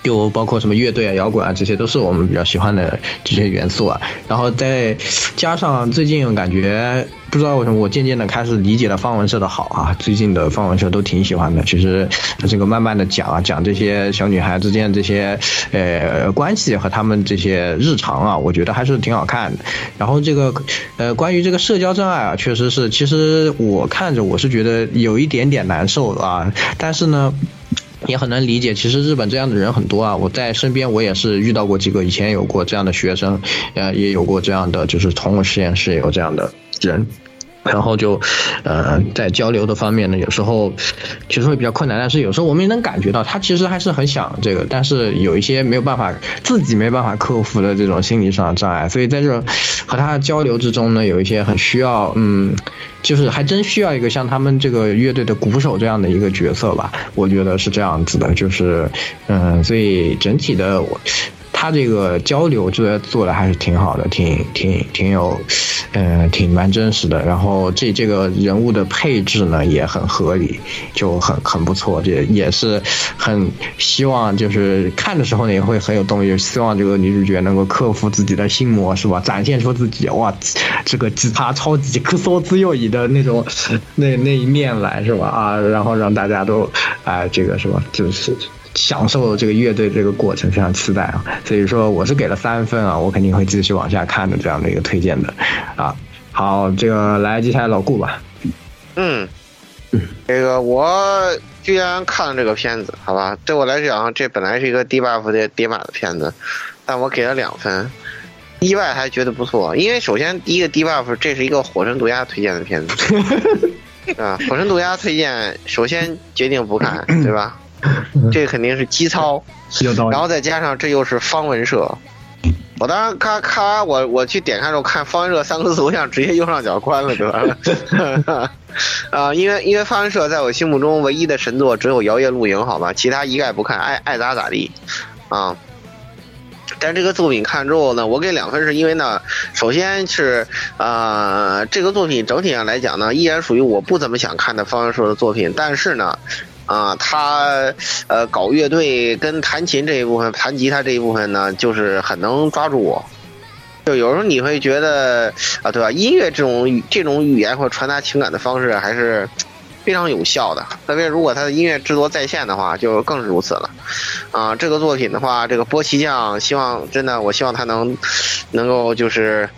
[SPEAKER 8] 就包括什么乐队啊、摇滚啊，这些都是我们比较喜欢的这些元素啊。然后再加上最近感觉不知道为什么我渐渐的开始理解了方文社的好啊，最近的方文社都挺喜欢的。其实这个慢慢的讲啊，讲这些小女孩之间这些呃关系和他们这些日常啊，我觉得还是挺好看的。然后这个呃关于这个社交障碍啊，确实是，其实我看着我是觉得有一点点难受啊，但是呢。也很能理解，其实日本这样的人很多啊，我在身边我也是遇到过几个，以前有过这样的学生，呃，也有过这样的，就是同我实验室有这样的人。然后就，呃，在交流的方面呢，有时候其实会比较困难，但是有时候我们也能感觉到他其实还是很想这个，但是有一些没有办法自己没办法克服的这种心理上的障碍，所以在这种和他交流之中呢，有一些很需要，嗯，就是还真需要一个像他们这个乐队的鼓手这样的一个角色吧，我觉得是这样子的，就是，嗯，所以整体的我。他这个交流做的做的还是挺好的，挺挺挺有，呃，挺蛮真实的。然后这这个人物的配置呢也很合理，就很很不错。这也是很希望就是看的时候呢也会很有动力，希望这个女主角能够克服自己的心魔，是吧？展现出自己哇，这个吉他超级克索自由以的那种那那一面来，是吧？啊，然后让大家都啊、呃，这个是吧？就是。享受这个乐队这个过程，非常期待啊！所以说我是给了三分啊，我肯定会继续往下看的这样的一个推荐的啊。好，这个来接下来老顾吧。
[SPEAKER 2] 嗯，这个我居然看了这个片子，好吧，对我来讲，这本来是一个低 buff 的叠码的片子，但我给了两分，意外还觉得不错。因为首先第一个低 buff， 这是一个火神毒鸦推荐的片子啊，火神毒鸦推荐，首先决定不看，对吧？这肯定是基操，然后再加上这又是方文社，我当然看看完我我去点开之后看方文社三个字，我想直接右上角关了得了。啊，因为因为方文社在我心目中唯一的神作只有《摇曳露营》，好吧，其他一概不看，爱爱咋咋地啊。但这个作品看之后呢，我给两分，是因为呢，首先是呃这个作品整体上来讲呢，依然属于我不怎么想看的方文社的作品，但是呢。啊，他呃搞乐队跟弹琴这一部分，弹吉他这一部分呢，就是很能抓住我。就有时候你会觉得啊，对吧？音乐这种这种语言或者传达情感的方式还是非常有效的。特别如果他的音乐制作在线的话，就更是如此了。啊，这个作品的话，这个波奇酱，希望真的，我希望他能能够就是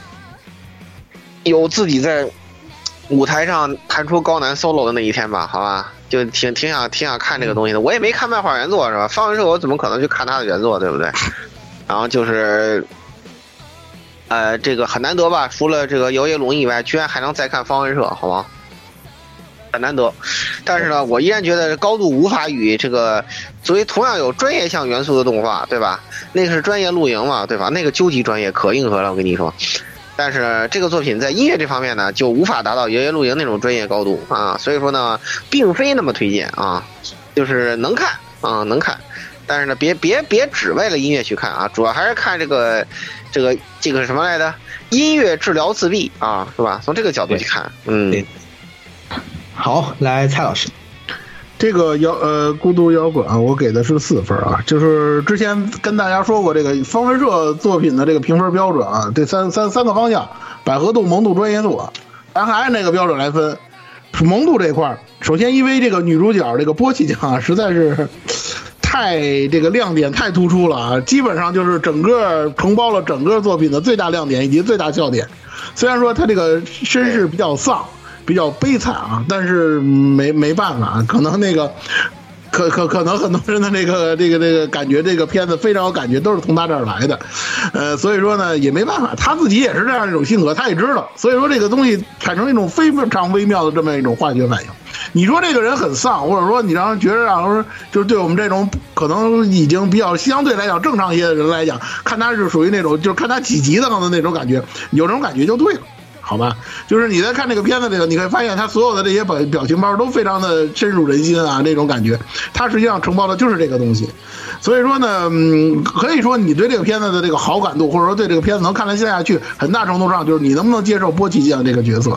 [SPEAKER 2] 有自己在舞台上弹出高难 solo 的那一天吧，好吧？就挺挺想挺想看这个东西的，我也没看漫画原作是吧？方文社我怎么可能去看他的原作，对不对？然后就是，呃，这个很难得吧？除了这个摇曳龙以外，居然还能再看方文社，好吗？很难得。但是呢，我依然觉得高度无法与这个作为同样有专业项元素的动画，对吧？那个是专业露营嘛，对吧？那个究极专业，可硬核了，我跟你说。但是这个作品在音乐这方面呢，就无法达到摇曳露营那种专业高度啊，所以说呢，并非那么推荐啊，就是能看啊，能看，但是呢，别别别只为了音乐去看啊，主要还是看这个这个这个什么来的音乐治疗自闭啊，是吧？从这个角度去看，嗯，
[SPEAKER 8] 好，来蔡老师。
[SPEAKER 9] 这个摇呃孤独摇滚啊，我给的是四分啊，就是之前跟大家说过这个方文社作品的这个评分标准啊，这三三三个方向，百合度、萌度、专业度啊，咱还按那个标准来分。萌度这块，首先因为这个女主角这个波奇酱啊，实在是太这个亮点太突出了啊，基本上就是整个承包了整个作品的最大亮点以及最大笑点。虽然说她这个身世比较丧。比较悲惨啊，但是没没办法，可能那个，可可可能很多人的那个这个这个感觉，这个片子非常有感觉，都是从他这儿来的，呃，所以说呢也没办法，他自己也是这样一种性格，他也知道，所以说这个东西产生一种非常微妙的这么一种化学反应。你说这个人很丧，或者说你让人觉得让人就是对我们这种可能已经比较相对来讲正常一些的人来讲，看他是属于那种就是看他几集的那种感觉，有这种感觉就对了。好吧，就是你在看这个片子里头，你可以发现他所有的这些表表情包都非常的深入人心啊，这种感觉，他实际上承包的就是这个东西。所以说呢，嗯，可以说你对这个片子的这个好感度，或者说对这个片子能看得下去，很大程度上就是你能不能接受波奇酱这个角色。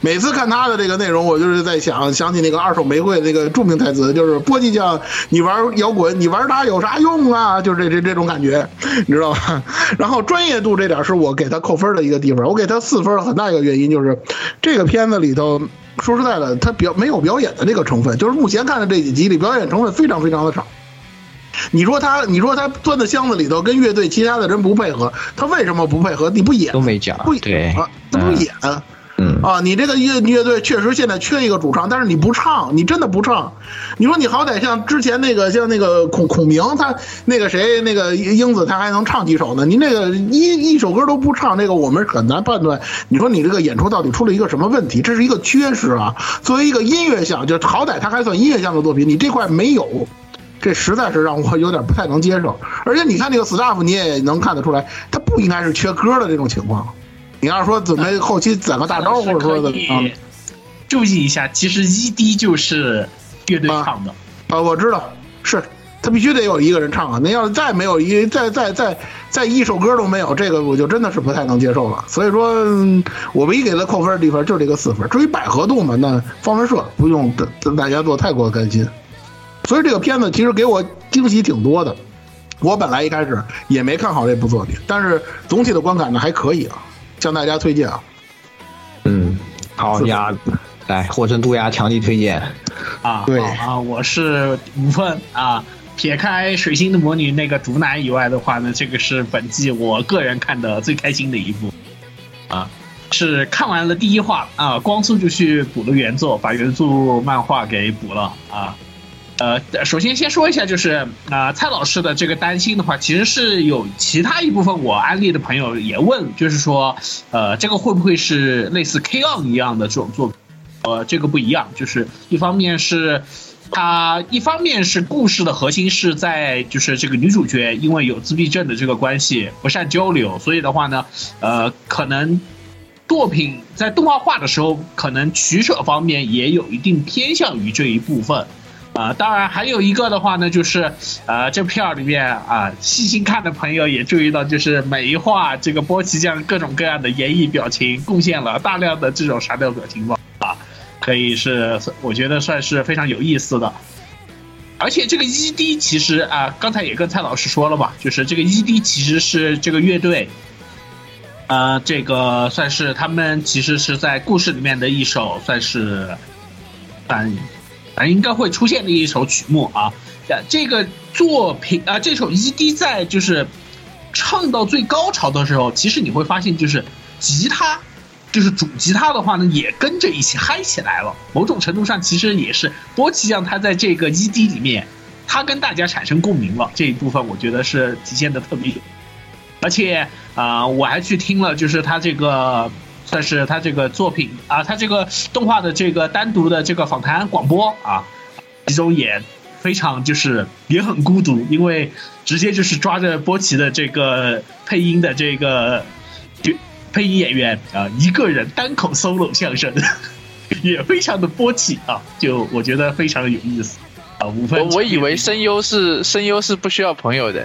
[SPEAKER 9] 每次看他的这个内容，我就是在想想起那个二手玫瑰那个著名台词，就是波吉酱，你玩摇滚，你玩它有啥用啊？就这这这种感觉，你知道吧？然后专业度这点是我给他扣分的一个地方，我给他四分，很大一个原因就是这个片子里头，说实在的，他表没有表演的这个成分，就是目前看的这几集里表演成分非常非常的少。你说他，你说他钻在箱子里头跟乐队其他的人不配合，他为什么不配合？你不演
[SPEAKER 8] 都没讲，
[SPEAKER 9] 不
[SPEAKER 8] 对
[SPEAKER 9] 啊，他不演。
[SPEAKER 8] 嗯
[SPEAKER 9] 啊，你这个乐乐队确实现在缺一个主唱，但是你不唱，你真的不唱。你说你好歹像之前那个像那个孔孔明，他那个谁那个英子，他还能唱几首呢？你那个一一首歌都不唱，这个我们很难判断。你说你这个演出到底出了一个什么问题？这是一个缺失啊。作为一个音乐项，就好歹他还算音乐项的作品，你这块没有。这实在是让我有点不太能接受，而且你看那个 staff， 你也能看得出来，他不应该是缺歌的这种情况。你要是说准备后期攒个大招，或者说的啊，
[SPEAKER 3] 注意一下，其实 E D 就是乐队唱的
[SPEAKER 9] 啊，啊我知道，是他必须得有一个人唱啊。那要是再没有一再再再再一首歌都没有，这个我就真的是不太能接受了。所以说，嗯、我唯一给他扣分的地方就是这个四分。至于百合度嘛，那方文社不用跟大家做太过担心。所以这个片子其实给我惊喜挺多的，我本来一开始也没看好这部作品，但是总体的观感呢还可以啊，向大家推荐啊。
[SPEAKER 8] 嗯，好呀，来火神渡鸦强力推荐
[SPEAKER 3] 啊，
[SPEAKER 9] 对
[SPEAKER 3] 啊，我是五分啊。撇开水星的魔女那个竹男以外的话呢，这个是本季我个人看的最开心的一部啊。是看完了第一话啊，光速就去补了原作，把原著漫画给补了啊。呃，首先先说一下，就是啊、呃，蔡老师的这个担心的话，其实是有其他一部分我安利的朋友也问，就是说，呃，这个会不会是类似 K on 一样的这种作品？呃，这个不一样，就是一方面是它，一方面是故事的核心是在就是这个女主角因为有自闭症的这个关系不善交流，所以的话呢，呃，可能作品在动画化的时候，可能取舍方面也有一定偏向于这一部分。啊、呃，当然还有一个的话呢，就是呃，这片儿里面啊、呃，细心看的朋友也注意到，就是每一话这个波奇酱各种各样的演绎表情，贡献了大量的这种傻屌表情包啊，可以是我觉得算是非常有意思的。而且这个 E D 其实啊、呃，刚才也跟蔡老师说了吧，就是这个 E D 其实是这个乐队，呃，这个算是他们其实是在故事里面的一首算是反。反正应该会出现的一首曲目啊，这个作品啊，这首 E D 在就是唱到最高潮的时候，其实你会发现就是吉他，就是主吉他的话呢，也跟着一起嗨起来了。某种程度上，其实也是波奇酱他在这个 E D 里面，他跟大家产生共鸣了，这一部分我觉得是体现的特别有。而且啊、呃，我还去听了，就是他这个。算是他这个作品啊，他这个动画的这个单独的这个访谈广播啊，其中也非常就是也很孤独，因为直接就是抓着波奇的这个配音的这个配音演员啊，一个人单口 solo 相声，也非常的波奇啊，就我觉得非常有意思。啊，五分
[SPEAKER 5] 我我以为声优是声优是不需要朋友的，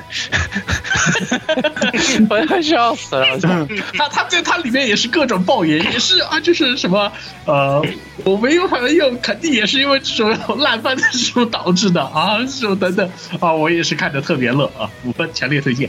[SPEAKER 5] 我要笑死了。
[SPEAKER 3] 他他在他里面也是各种爆言，也是啊，就是什么呃，我没有朋友，肯定也是因为这种烂番的这种导致的啊，这种等等啊，我也是看得特别乐啊，五分强烈推荐。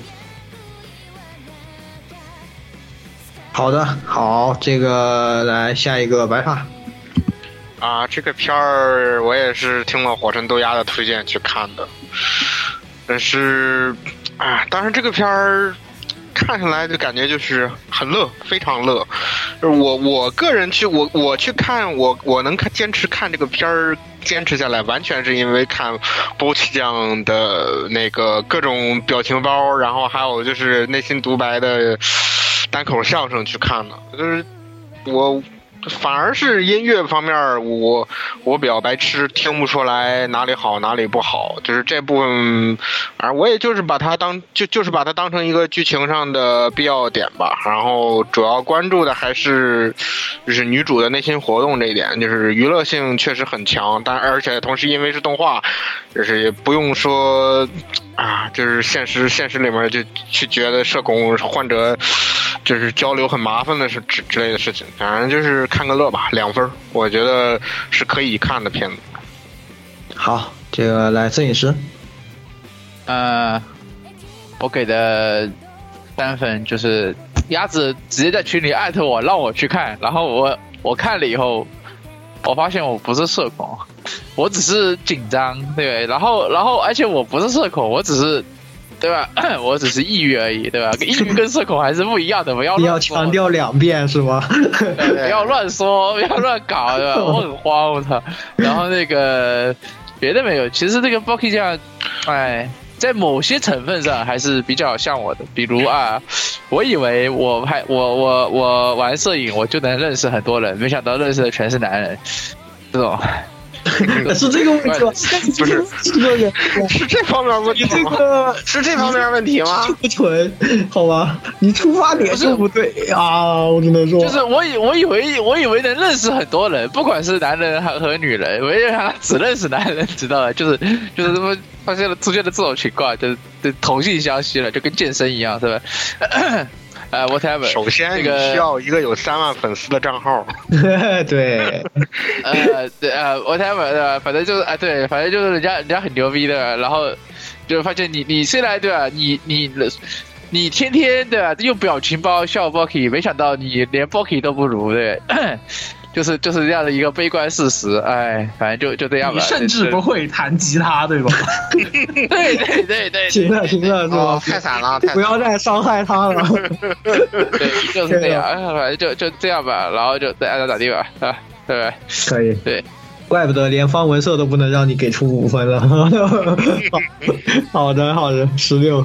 [SPEAKER 8] 好的，好，这个来下一个白发。
[SPEAKER 10] 啊，这个片儿我也是听了火神渡鸦的推荐去看的，但是啊，但是这个片儿看下来就感觉就是很乐，非常乐。我我个人去我我去看我我能看坚持看这个片儿坚持下来，完全是因为看波奇酱的那个各种表情包，然后还有就是内心独白的单口相声去看的，就是我。反而是音乐方面我我比较白痴，听不出来哪里好哪里不好，就是这部分反正我也就是把它当就就是把它当成一个剧情上的必要点吧，然后主要关注的还是就是女主的内心活动这一点，就是娱乐性确实很强，但而且同时因为是动画，就是也不用说啊，就是现实现实里面就去觉得社恐患者就是交流很麻烦的事之之类的事情，反正就是看个乐吧，两分，我觉得是可以看的片子。
[SPEAKER 8] 好，这个来摄影师，
[SPEAKER 5] 呃，我给的三分就是鸭子直接在群里艾特我让我去看，然后我我看了以后，我发现我不是社恐，我只是紧张，对，然后然后而且我不是社恐，我只是。对吧？我只是抑郁而已，对吧？抑郁跟社恐还是不一样的，不要
[SPEAKER 8] 你要强调两遍是吗？
[SPEAKER 5] 不要乱说，不要乱搞，对吧？我很慌，我操！然后那个别的没有，其实这个 Bucky 这样，哎，在某些成分上还是比较像我的，比如啊，我以为我拍我我我玩摄影我就能认识很多人，没想到认识的全是男人，这种。
[SPEAKER 8] 是这个问题吗？
[SPEAKER 10] 不是，是这方面问题吗？
[SPEAKER 8] 这个
[SPEAKER 2] 是这方面问题吗？
[SPEAKER 8] 不纯，好吧？你出发点就不对啊！我只能说，
[SPEAKER 5] 就是我以我以为我以为能认识很多人，不管是男人和和女人，我以为他只认识男人，知道了？就是就是这么发现了出现了这种情况，就是就同性相吸了，就跟健身一样，是吧？呃 ，whatever。
[SPEAKER 10] 首先，
[SPEAKER 5] 这个
[SPEAKER 10] 你需要一个有三万粉丝的账号。
[SPEAKER 8] 对。
[SPEAKER 5] 呃，对呃 ，whatever 对吧？反正就是啊，对，反正就是人家人家很牛逼的，然后就发现你你虽然对吧，你你你天天对吧用表情包笑 Bucky， 没想到你连 Bucky 都不如，对。就是就是这样的一个悲观事实，哎，反正就就这样吧。
[SPEAKER 3] 你甚至不会弹吉他，对吧？
[SPEAKER 5] 对对对对。
[SPEAKER 8] 行了行了，是吧？
[SPEAKER 2] 哦，太惨了，太惨了，
[SPEAKER 8] 不要再伤害他了。
[SPEAKER 5] 对，就是这样，反正就就这样吧，然后就再按照咋地吧，啊，对吧？
[SPEAKER 8] 可以。
[SPEAKER 5] 对。
[SPEAKER 8] 怪不得连方文社都不能让你给出五分了。好的好的，十六。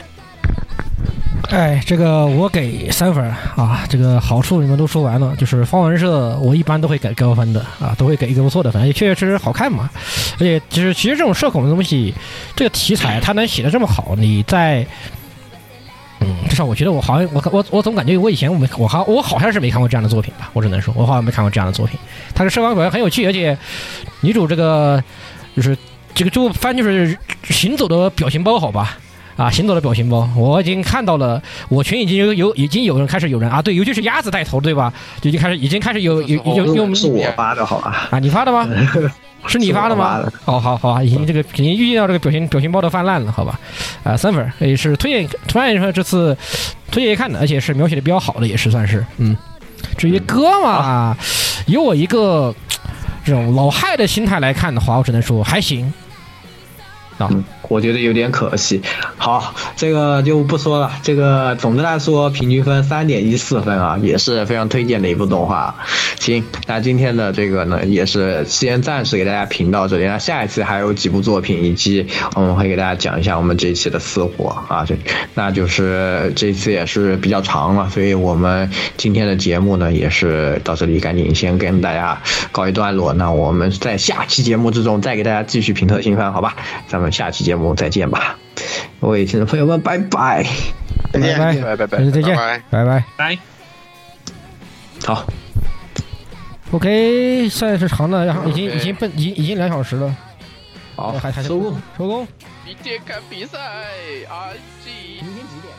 [SPEAKER 7] 哎，这个我给三分啊！这个好处你们都说完了，就是方文社我一般都会给高分的啊，都会给一个不错的分，也确实好看嘛。而且其实其实这种社恐的东西，这个题材它能写得这么好，你在嗯，至少我觉得我好像我我我总感觉我以前我没我好我好像是没看过这样的作品吧，我只能说我好像没看过这样的作品。它的社恐表现很有趣，而且女主这个就是这个就翻就是行走的表情包，好吧。啊，行走的表情包，我已经看到了，我群已经有有已经有人开始有人啊，对，尤其是鸭子带头，对吧？就已经开始已经开始有有有有
[SPEAKER 8] 是我发的，好吧？
[SPEAKER 7] 啊，你发的吗？是你发的吗？好好好啊，已经这个已经预计到这个表情表情包的泛滥了，好吧？啊，三分也是推荐，突然说这次推荐看的，而且是描写的比较好的，也是算是嗯。至于歌嘛，以我一个这种老害的心态来看的话，我只能说还行。
[SPEAKER 8] 嗯，我觉得有点可惜。好，这个就不说了。这个总的来说，平均分三点一四分啊，也是非常推荐的一部动画。行，那今天的这个呢，也是先暂时给大家评到这里。那下一次还有几部作品，以及我们会给大家讲一下我们这一期的私货啊。这那就是这次也是比较长了，所以我们今天的节目呢，也是到这里赶紧先跟大家告一段落。那我们在下期节目之中再给大家继续评特新番，好吧？咱们下期节目再见吧，各位听众朋友们，拜拜，
[SPEAKER 2] 再见，
[SPEAKER 7] 拜
[SPEAKER 10] 拜拜拜，
[SPEAKER 7] 再见，拜拜
[SPEAKER 3] 拜。
[SPEAKER 8] 好
[SPEAKER 7] ，OK， 赛事长的，然后已经已经奔已经已经两小时了，
[SPEAKER 8] 好，
[SPEAKER 7] 还还
[SPEAKER 8] 收工
[SPEAKER 7] 收工。
[SPEAKER 5] 明天看比赛 ，R G，
[SPEAKER 8] 明天几点？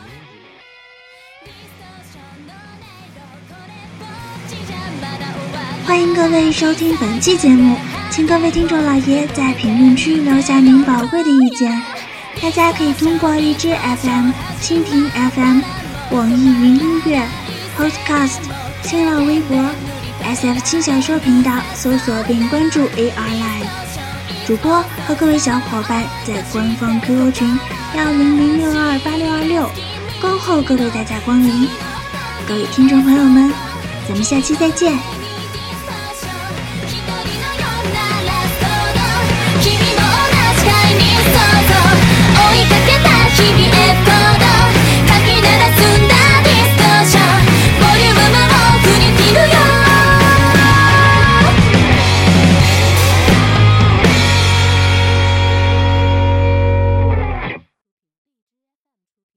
[SPEAKER 6] 欢迎各位收听本期节目，请各位听众老爷在评论区留下您宝贵的意见。大家可以通过荔枝 F M、蜻蜓 F M、网易云音乐、Podcast、新浪微博、S F 轻小说频道搜索并关注 A R Live。主播和各位小伙伴在官方 Q Q 群幺零零六二八六二六恭候各位大驾光临。各位听众朋友们，咱们下期再见。